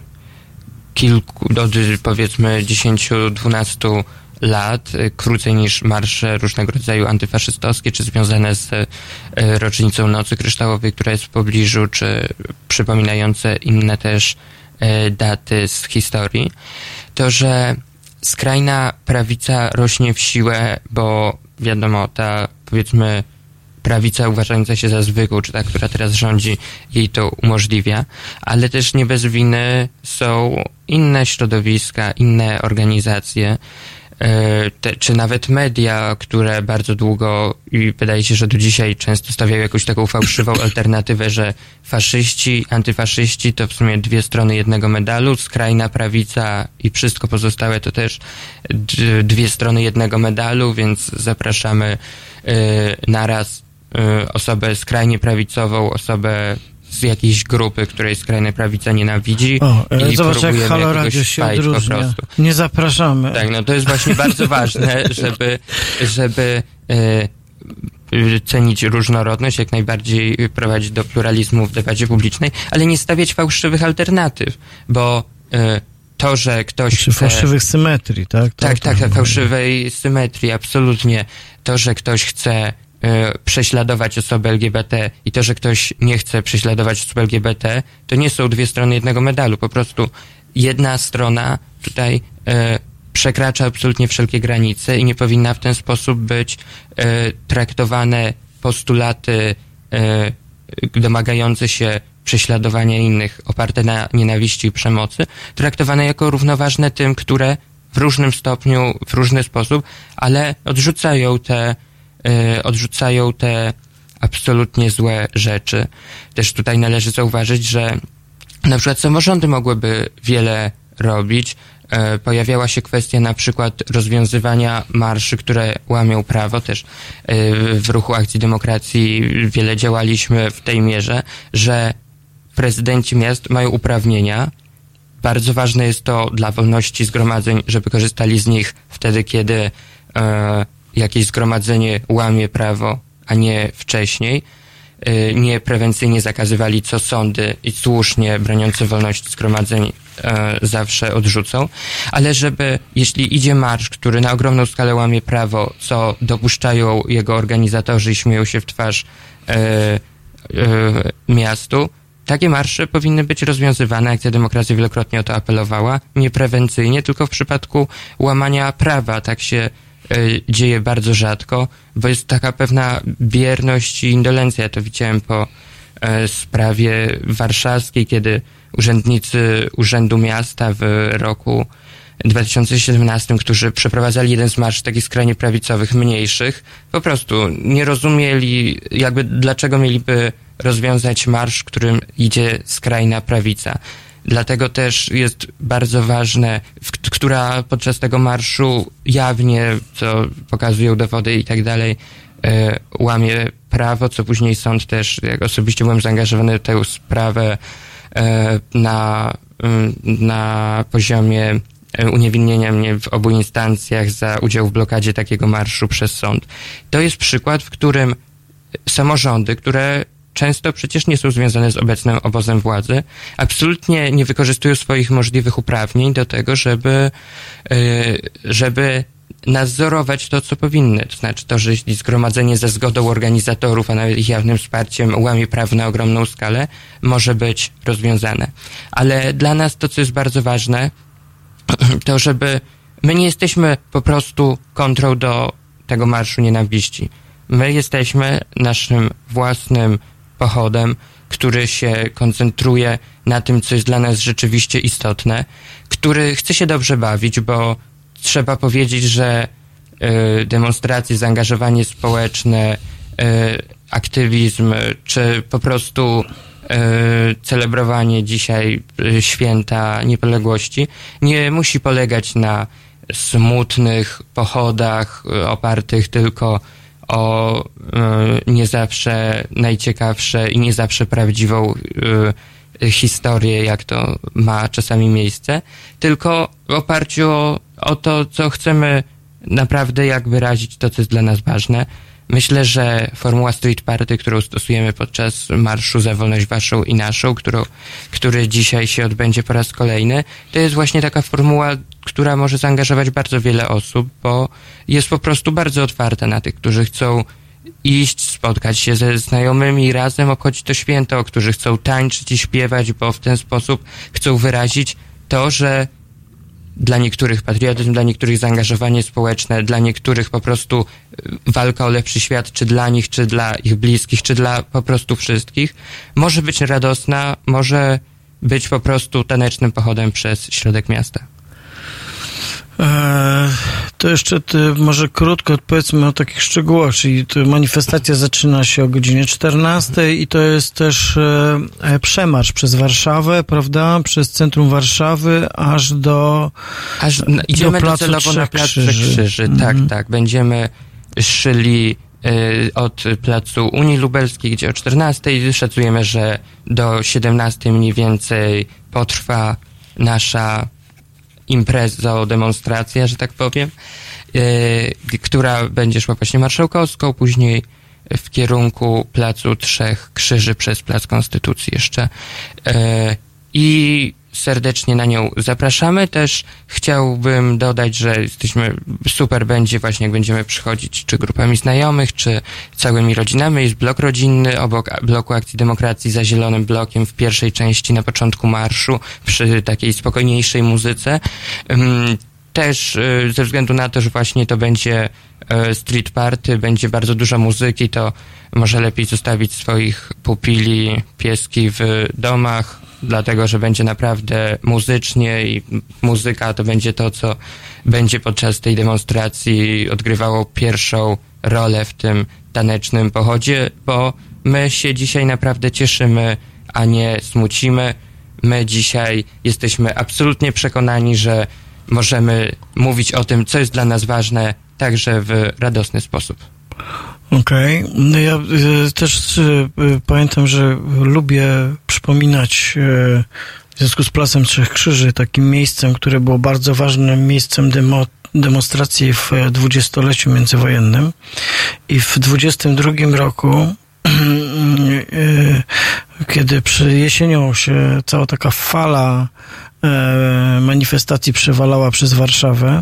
powiedzmy 10-12 lat, krócej niż marsze różnego rodzaju antyfaszystowskie, czy związane z rocznicą Nocy Kryształowej, która jest w pobliżu, czy przypominające inne też daty z historii, to, że skrajna prawica rośnie w siłę, bo wiadomo, ta, powiedzmy, prawica uważająca się za zwykłą, czy ta, która teraz rządzi, jej to umożliwia, ale też nie bez winy są inne środowiska, inne organizacje, czy nawet media, które bardzo długo i wydaje się, że do dzisiaj często stawiają jakąś taką fałszywą alternatywę, że faszyści, antyfaszyści to w sumie dwie strony jednego medalu, skrajna prawica i wszystko pozostałe to też dwie strony jednego medalu, więc zapraszamy naraz osobę skrajnie prawicową, osobę z jakiejś grupy, której skrajna prawica nienawidzi i zobacz, jak Halo Radio jakiegoś się fajt po odróżnia. prostu. Nie zapraszamy. Tak, no to jest właśnie bardzo ważne, żeby cenić różnorodność, jak najbardziej prowadzić do pluralizmu w debacie publicznej, ale nie stawiać fałszywych alternatyw, bo to, że ktoś chce... Fałszywych symetrii, tak? Tak, fałszywej symetrii, absolutnie. To, że ktoś chce prześladować osoby LGBT i to, że ktoś nie chce prześladować osób LGBT, to nie są dwie strony jednego medalu. Po prostu jedna strona tutaj przekracza absolutnie wszelkie granice i nie powinna w ten sposób być traktowane postulaty domagające się prześladowania innych, oparte na nienawiści i przemocy, traktowane jako równoważne tym, które w różnym stopniu, w różny sposób, ale odrzucają te absolutnie złe rzeczy. Też tutaj należy zauważyć, że na przykład samorządy mogłyby wiele robić. Pojawiała się kwestia na przykład rozwiązywania marszy, które łamią prawo. Też w ruchu Akcji Demokracji wiele działaliśmy w tej mierze, że prezydenci miast mają uprawnienia. Bardzo ważne jest to dla wolności zgromadzeń, żeby korzystali z nich wtedy, kiedy jakieś zgromadzenie łamie prawo, a nie wcześniej. Nie prewencyjnie zakazywali, co sądy i słusznie broniące wolności zgromadzeń zawsze odrzucą, ale żeby, jeśli idzie marsz, który na ogromną skalę łamie prawo, co dopuszczają jego organizatorzy i śmieją się w twarz miastu, takie marsze powinny być rozwiązywane. Akcja Demokracji wielokrotnie o to apelowała, nie prewencyjnie, tylko w przypadku łamania prawa. Tak się dzieje bardzo rzadko, bo jest taka pewna bierność i indolencja. Ja to widziałem po sprawie warszawskiej, kiedy urzędnicy Urzędu Miasta w roku 2017, którzy przeprowadzali jeden z marszów takich skrajnie prawicowych, mniejszych, po prostu nie rozumieli, jakby dlaczego mieliby rozwiązać marsz, którym idzie skrajna prawica. Dlatego też jest bardzo ważne, która podczas tego marszu jawnie, co pokazują dowody i tak dalej, łamie prawo, co później sąd też, jak osobiście byłem zaangażowany w tę sprawę na poziomie uniewinnienia mnie w obu instancjach za udział w blokadzie takiego marszu przez sąd. To jest przykład, w którym samorządy, które często przecież nie są związane z obecnym obozem władzy, absolutnie nie wykorzystują swoich możliwych uprawnień do tego, żeby nadzorować to, co powinny. To znaczy to, że jeśli zgromadzenie ze zgodą organizatorów, a nawet ich jawnym wsparciem łamie prawo na ogromną skalę, może być rozwiązane. Ale dla nas to, co jest bardzo ważne, to żeby my nie jesteśmy po prostu kontrą do tego marszu nienawiści. My jesteśmy naszym własnym pochodem, który się koncentruje na tym, co jest dla nas rzeczywiście istotne, który chce się dobrze bawić, bo trzeba powiedzieć, że demonstracje, zaangażowanie społeczne, aktywizm, czy po prostu celebrowanie dzisiaj święta niepodległości nie musi polegać na smutnych pochodach opartych tylko o nie zawsze najciekawsze i nie zawsze prawdziwą historię, jak to ma czasami miejsce, tylko w oparciu o to, co chcemy naprawdę jak wyrazić, to, co jest dla nas ważne. Myślę, że formuła Street Party, którą stosujemy podczas Marszu za Wolność Waszą i Naszą, który dzisiaj się odbędzie po raz kolejny, to jest właśnie taka formuła, która może zaangażować bardzo wiele osób, bo jest po prostu bardzo otwarta na tych, którzy chcą iść, spotkać się ze znajomymi i razem obchodzić to święto, którzy chcą tańczyć i śpiewać, bo w ten sposób chcą wyrazić to, że dla niektórych patriotyzm, dla niektórych zaangażowanie społeczne, dla niektórych po prostu walka o lepszy świat, czy dla nich, czy dla ich bliskich, czy dla po prostu wszystkich, może być radosna, może być po prostu tanecznym pochodem przez środek miasta. To jeszcze może krótko odpowiedzmy o takich szczegółach, czyli manifestacja zaczyna się o godzinie 14 i to jest też przemarsz przez Warszawę, prawda? Przez centrum Warszawy idziemy do Placu docelowo na Plac Trzech Krzyży. Tak. Będziemy szli od Placu Unii Lubelskiej, gdzie o 14 szacujemy, że do 17 mniej więcej potrwa nasza impreza, demonstracja, że tak powiem, która będzie szła właśnie Marszałkowską, później w kierunku Placu Trzech Krzyży przez Plac Konstytucji jeszcze. I serdecznie na nią zapraszamy. Też chciałbym dodać, że super będzie właśnie, jak będziemy przychodzić czy grupami znajomych, czy całymi rodzinami. Jest blok rodzinny obok bloku Akcji Demokracji za zielonym blokiem w pierwszej części na początku marszu przy takiej spokojniejszej muzyce. Też ze względu na to, że właśnie to będzie street party, będzie bardzo dużo muzyki, to może lepiej zostawić swoich pupili, pieski w domach, dlatego, że będzie naprawdę muzycznie i muzyka to będzie to, co będzie podczas tej demonstracji odgrywało pierwszą rolę w tym tanecznym pochodzie, bo my się dzisiaj naprawdę cieszymy, a nie smucimy. My dzisiaj jesteśmy absolutnie przekonani, że możemy mówić o tym, co jest dla nas ważne, także w radosny sposób. Okej. No ja też pamiętam, że lubię przypominać w związku z Placem Trzech Krzyży takim miejscem, które było bardzo ważnym miejscem demonstracji w dwudziestoleciu międzywojennym. I w 22 roku kiedy jesienią się cała taka fala manifestacji przewalała przez Warszawę,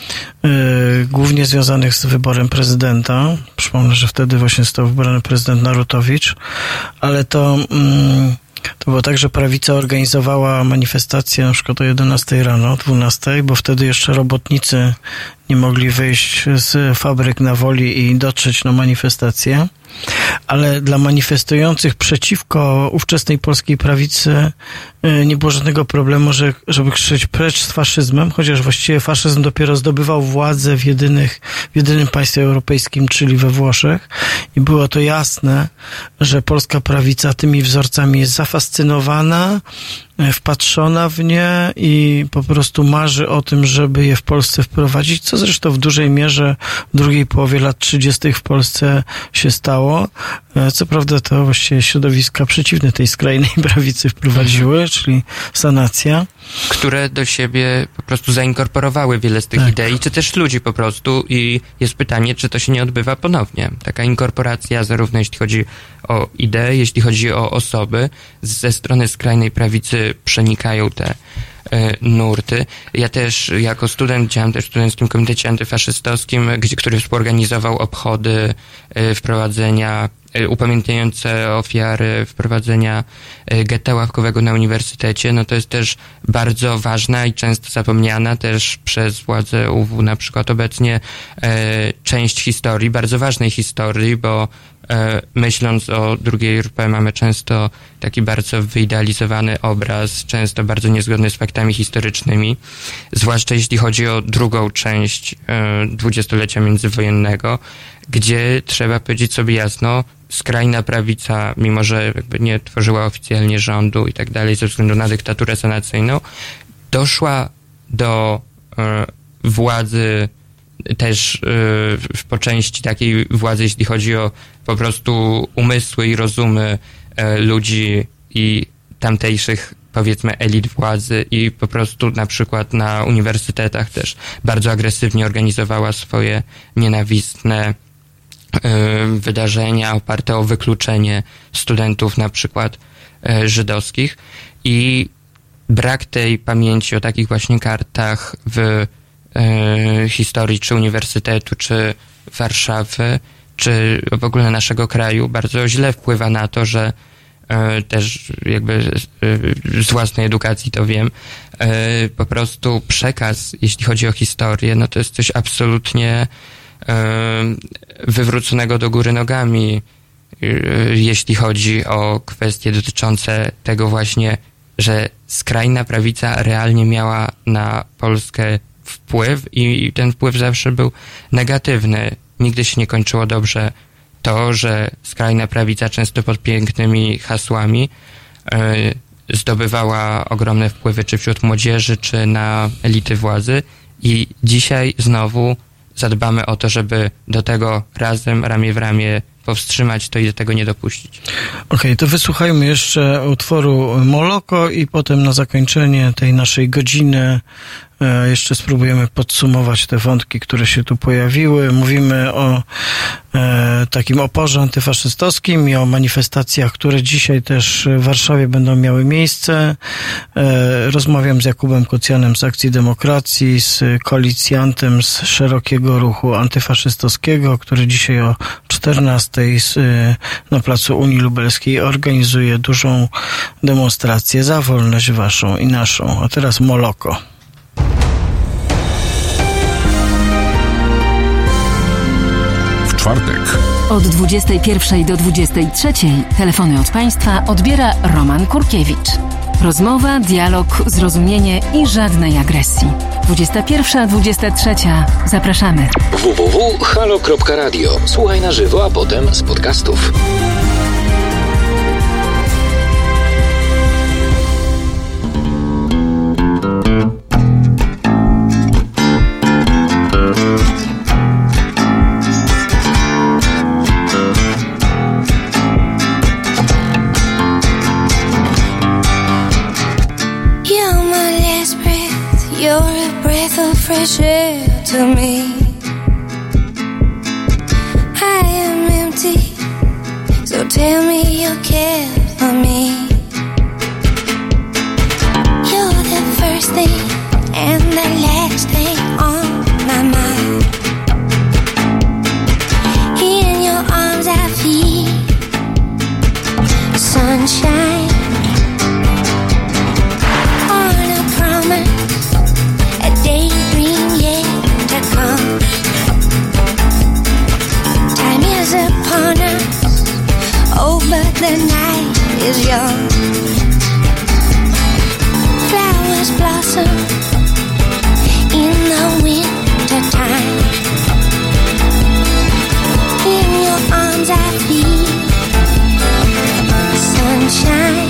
głównie związanych z wyborem prezydenta. Przypomnę, że wtedy właśnie został wybrany prezydent Narutowicz, ale to było tak, że prawica organizowała manifestację na przykład o 11 rano, 12, bo wtedy jeszcze robotnicy nie mogli wyjść z fabryk na Woli i dotrzeć na manifestację. Ale dla manifestujących przeciwko ówczesnej polskiej prawicy nie było żadnego problemu, żeby krzyczeć precz z faszyzmem, chociaż właściwie faszyzm dopiero zdobywał władzę w jedynym państwie europejskim, czyli we Włoszech. I było to jasne, że polska prawica tymi wzorcami jest zafascynowana, wpatrzona w nie i po prostu marzy o tym, żeby je w Polsce wprowadzić, co zresztą w dużej mierze w drugiej połowie lat 30. w Polsce się stało. Co prawda to właściwie środowiska przeciwne tej skrajnej prawicy wprowadziły, czyli sanacja. Które do siebie po prostu zainkorporowały wiele z tych idei, czy też ludzi po prostu i jest pytanie, czy to się nie odbywa ponownie. Taka inkorporacja zarówno jeśli chodzi o idee, jeśli chodzi o osoby, ze strony skrajnej prawicy przenikają te nurty. Ja też jako student działam też w Studenckim Komitecie Antyfaszystowskim, który współorganizował obchody wprowadzenia upamiętniające ofiary wprowadzenia getta ławkowego na uniwersytecie. No to jest też bardzo ważna i często zapomniana też przez władze UW na przykład obecnie część historii, bardzo ważnej historii, bo myśląc o II RP mamy często taki bardzo wyidealizowany obraz, często bardzo niezgodny z faktami historycznymi, zwłaszcza jeśli chodzi o drugą część dwudziestolecia międzywojennego, gdzie trzeba powiedzieć sobie jasno, skrajna prawica, mimo że jakby nie tworzyła oficjalnie rządu i tak dalej ze względu na dyktaturę sanacyjną, doszła do władzy też po części takiej władzy, jeśli chodzi o po prostu umysły i rozumy ludzi i tamtejszych, powiedzmy, elit władzy i po prostu na przykład na uniwersytetach też bardzo agresywnie organizowała swoje nienawistne wydarzenia oparte o wykluczenie studentów na przykład żydowskich i brak tej pamięci o takich właśnie kartach w historii czy uniwersytetu, czy Warszawy czy w ogóle naszego kraju bardzo źle wpływa na to, że też jakby z własnej edukacji to wiem, po prostu przekaz, jeśli chodzi o historię, no to jest coś absolutnie wywróconego do góry nogami, jeśli chodzi o kwestie dotyczące tego właśnie, że skrajna prawica realnie miała na Polskę wpływ i ten wpływ zawsze był negatywny. Nigdy się nie kończyło dobrze to, że skrajna prawica często pod pięknymi hasłami zdobywała ogromne wpływy czy wśród młodzieży, czy na elity władzy i dzisiaj znowu zadbamy o to, żeby do tego razem, ramię w ramię powstrzymać to i do tego nie dopuścić. Okej, to wysłuchajmy jeszcze utworu Moloko i potem na zakończenie tej naszej godziny jeszcze spróbujemy podsumować te wątki, które się tu pojawiły. Mówimy o takim oporze antyfaszystowskim i o manifestacjach, które dzisiaj też w Warszawie będą miały miejsce. Rozmawiam z Jakubem Kocjanem z Akcji Demokracji, z koalicjantem z Szerokiego Ruchu Antyfaszystowskiego, który dzisiaj o 14:00 na placu Unii Lubelskiej organizuje dużą demonstrację za wolność waszą i naszą. A teraz Moloko. W czwartek od 21 do 23 telefony od Państwa odbiera Roman Kurkiewicz. Rozmowa, dialog, zrozumienie i żadnej agresji. 21-23. Zapraszamy. www.halo.radio. Słuchaj na żywo, a potem z podcastów. Fresh air to me. I am empty, so tell me you care for me. You're the first thing and the last thing on my mind. In your arms I feel sunshine. On a promise, a daydream yet to come. Time is upon us, oh but the night is young. Flowers blossom in the winter time. In your arms I feel sunshine.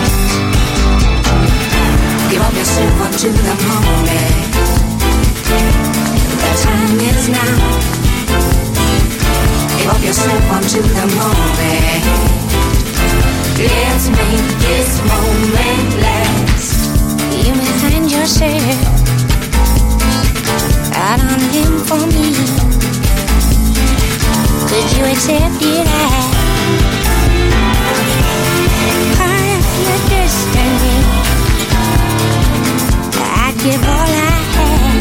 Give up yourself unto the moment. The time is now. Give up yourself unto the moment. Let's make this moment last. You may find yourself out on a limb for me. Could you accept it as part of your destiny? I'd give all I have,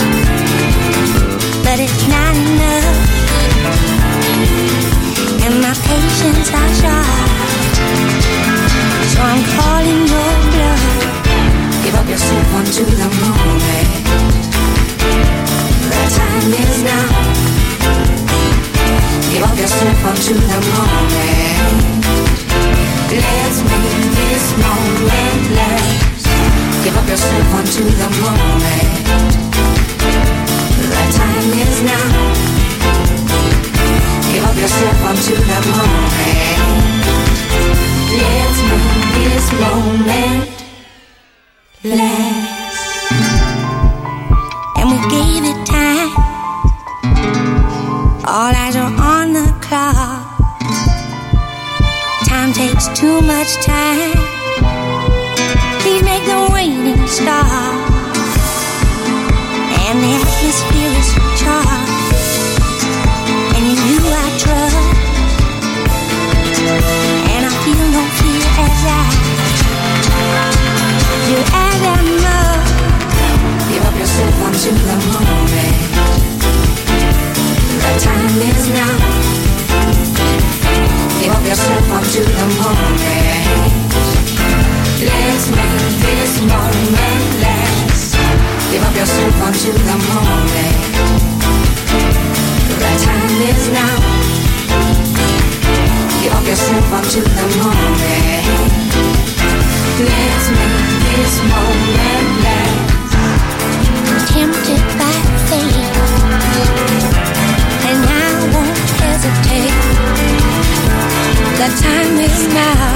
but it's not enough, and my patience are short, so I'm calling your bluff. Give up yourself unto the moment. The time is now. Give up yourself unto the moment. Let's make this moment last. Give up yourself unto the moment. The time is now. Give up yourself unto the moment. Let's make this moment last. And we gave it time. All eyes are on the clock. Time takes too much time. Please make the waiting stop. And the atmosphere is charged, and in you I trust, and I feel no fear as I do as I must. Give up yourself unto the moment. The time is now. until the morning. The time is now. Give up yourself until the morning. Let's make this moment last. I'm tempted by fate, and I won't hesitate. The time is now,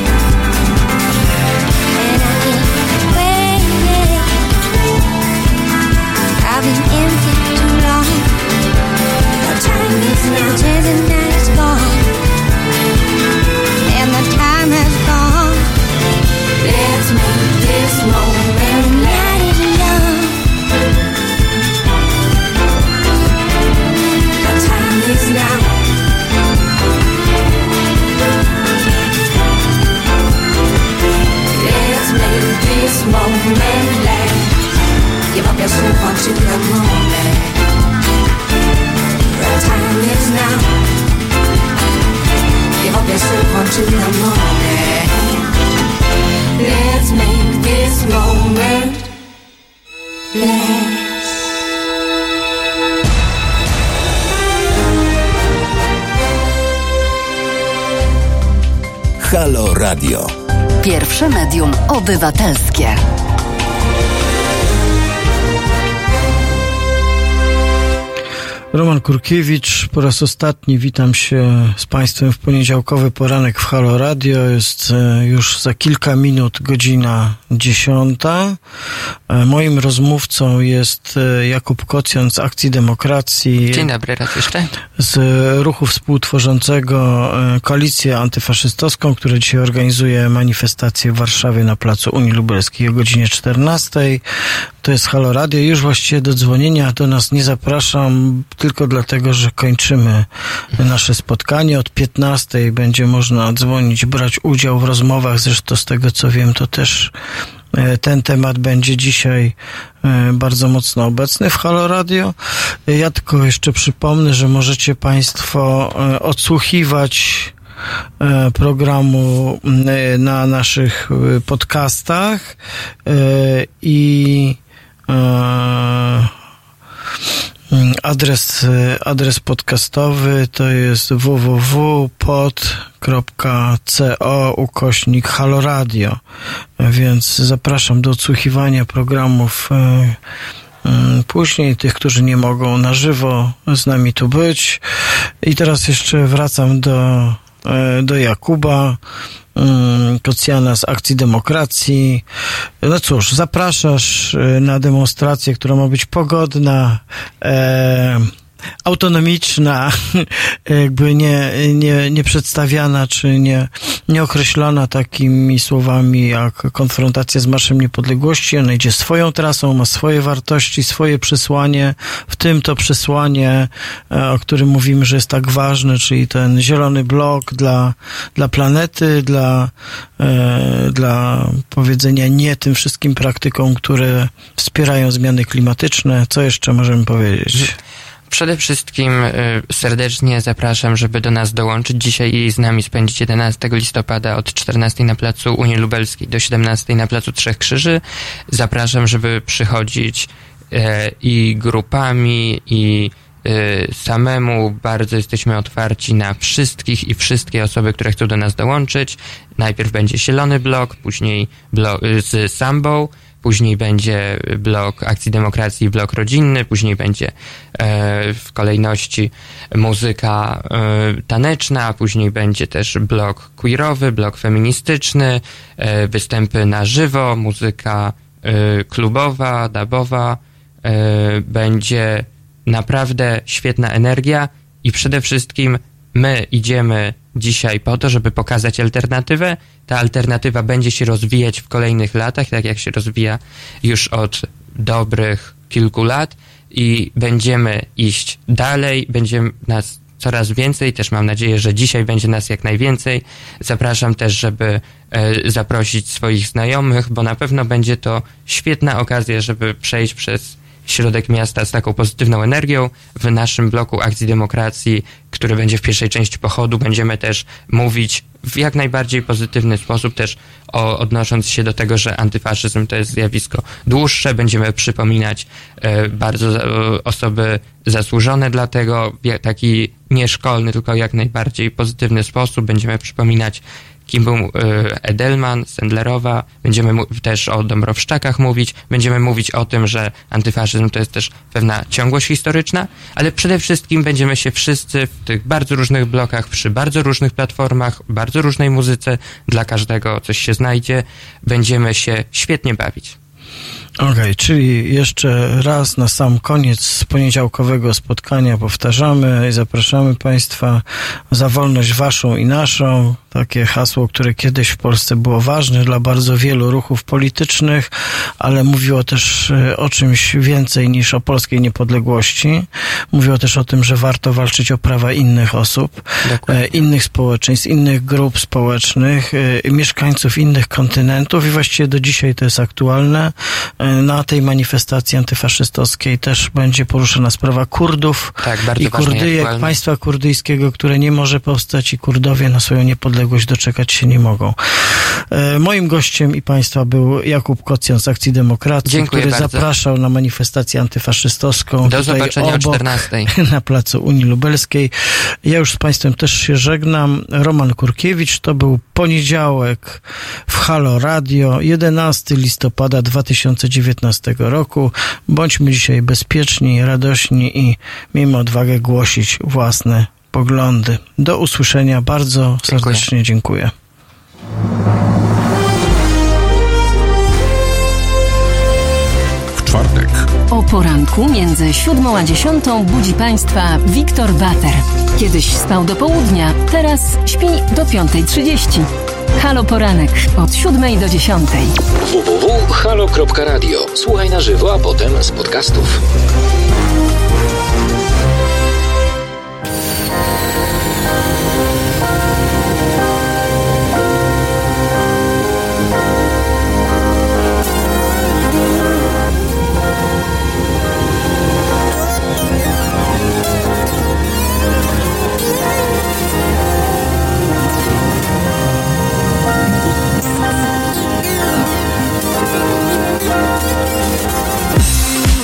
and I can't wait. I've been empty too long. The time is now, the night is gone, and the time has gone. Let's make this moment last. Night is young. The time is now. Let's make this moment last. Give up yourself until the morning. The time is now. Give up yourself until the morning. Let's make this moment last. Halo Radio. Pierwsze medium obywatelskie. Roman Kurkiewicz, po raz ostatni witam się z Państwem w poniedziałkowy poranek w Halo Radio. Jest już za kilka minut godzina 10. Moim rozmówcą jest Jakub Kocjan z Akcji Demokracji. Dzień dobry, raz jeszcze. Z ruchu współtworzącego Koalicję Antyfaszystowską, który dzisiaj organizuje manifestację w Warszawie na placu Unii Lubelskiej o godzinie 14. To jest Halo Radio. Już właściwie do dzwonienia do nas nie zapraszam, tylko dlatego, że kończymy nasze spotkanie. Od 15 będzie można dzwonić, brać udział w rozmowach. Zresztą z tego, co wiem, to też ten temat będzie dzisiaj bardzo mocno obecny w Halo Radio. Ja tylko jeszcze przypomnę, że możecie Państwo odsłuchiwać programu na naszych podcastach i adres podcastowy to jest www.pod.co/Halo Radio, więc zapraszam do odsłuchiwania programów później, tych, którzy nie mogą na żywo z nami tu być. I teraz jeszcze wracam do Jakuba Kocjana z Akcji Demokracji. No cóż, zapraszasz na demonstrację, która ma być pogodna, autonomiczna, jakby nie przedstawiana, czy nie określona takimi słowami jak konfrontacja z Marszem Niepodległości. Ona idzie swoją trasą, ma swoje wartości, swoje przesłanie, w tym to przesłanie, o którym mówimy, że jest tak ważne, czyli ten zielony blok dla planety, dla powiedzenia nie tym wszystkim praktykom, które wspierają zmiany klimatyczne. Co jeszcze możemy powiedzieć? Przede wszystkim serdecznie zapraszam, żeby do nas dołączyć dzisiaj i z nami spędzić 11 listopada od 14 na placu Unii Lubelskiej do 17 na placu Trzech Krzyży. Zapraszam, żeby przychodzić i grupami, i samemu. Bardzo jesteśmy otwarci na wszystkich i wszystkie osoby, które chcą do nas dołączyć. Najpierw będzie zielony blok, później blok z Sambą, później będzie blok Akcji Demokracji, blok rodzinny, później będzie w kolejności muzyka taneczna, później będzie też blok queerowy, blok feministyczny, występy na żywo, muzyka klubowa, dubowa. Będzie naprawdę świetna energia i przede wszystkim my idziemy dzisiaj po to, żeby pokazać alternatywę. Ta alternatywa będzie się rozwijać w kolejnych latach, tak jak się rozwija już od dobrych kilku lat i będziemy iść dalej, będzie nas coraz więcej, też mam nadzieję, że dzisiaj będzie nas jak najwięcej. Zapraszam też, żeby zaprosić swoich znajomych, bo na pewno będzie to świetna okazja, żeby przejść przez środek miasta z taką pozytywną energią. W naszym bloku Akcji Demokracji, który będzie w pierwszej części pochodu, będziemy też mówić w jak najbardziej pozytywny sposób, też odnosząc się do tego, że antyfaszyzm to jest zjawisko dłuższe. Będziemy przypominać bardzo osoby zasłużone dla tego, w taki nieszkolny, tylko jak najbardziej pozytywny sposób. Będziemy przypominać, kim był Edelman, Sendlerowa. Będziemy też o Dąbrowszczakach mówić. Będziemy mówić o tym, że antyfaszyzm to jest też pewna ciągłość historyczna, ale przede wszystkim będziemy się wszyscy w tych bardzo różnych blokach, przy bardzo różnych platformach, bardzo różnej muzyce, dla każdego coś się znajdzie. Będziemy się świetnie bawić. Okej, czyli jeszcze raz na sam koniec poniedziałkowego spotkania powtarzamy i zapraszamy Państwa za wolność waszą i naszą. Takie hasło, które kiedyś w Polsce było ważne dla bardzo wielu ruchów politycznych, ale mówiło też o czymś więcej niż o polskiej niepodległości. Mówiło też o tym, że warto walczyć o prawa innych osób, innych społeczeństw, innych grup społecznych, mieszkańców innych kontynentów i właściwie do dzisiaj to jest aktualne. Na tej manifestacji antyfaszystowskiej też będzie poruszona sprawa Kurdów i Kurdyjek, państwa kurdyjskiego, które nie może powstać i Kurdowie na swoją niepodległość doczekać się nie mogą. Moim gościem i Państwa był Jakub Kocjan z Akcji Demokracji, Dziękuję który bardzo. zapraszał na manifestację antyfaszystowską. Do zobaczenia o 14. Na placu Unii Lubelskiej. Ja już z Państwem też się żegnam. Roman Kurkiewicz, to był poniedziałek w Halo Radio, 11 listopada 2019 roku. Bądźmy dzisiaj bezpieczni, radośni i miejmy odwagę głosić własne poglądy. Do usłyszenia. Bardzo serdecznie dziękuję. W czwartek O poranku między 7 a 10 budzi Państwa Wiktor Bater. Kiedyś spał do południa, teraz śpi do 5:30. Halo Poranek od 7 do 10. www.halo.radio. Słuchaj na żywo, a potem z podcastów.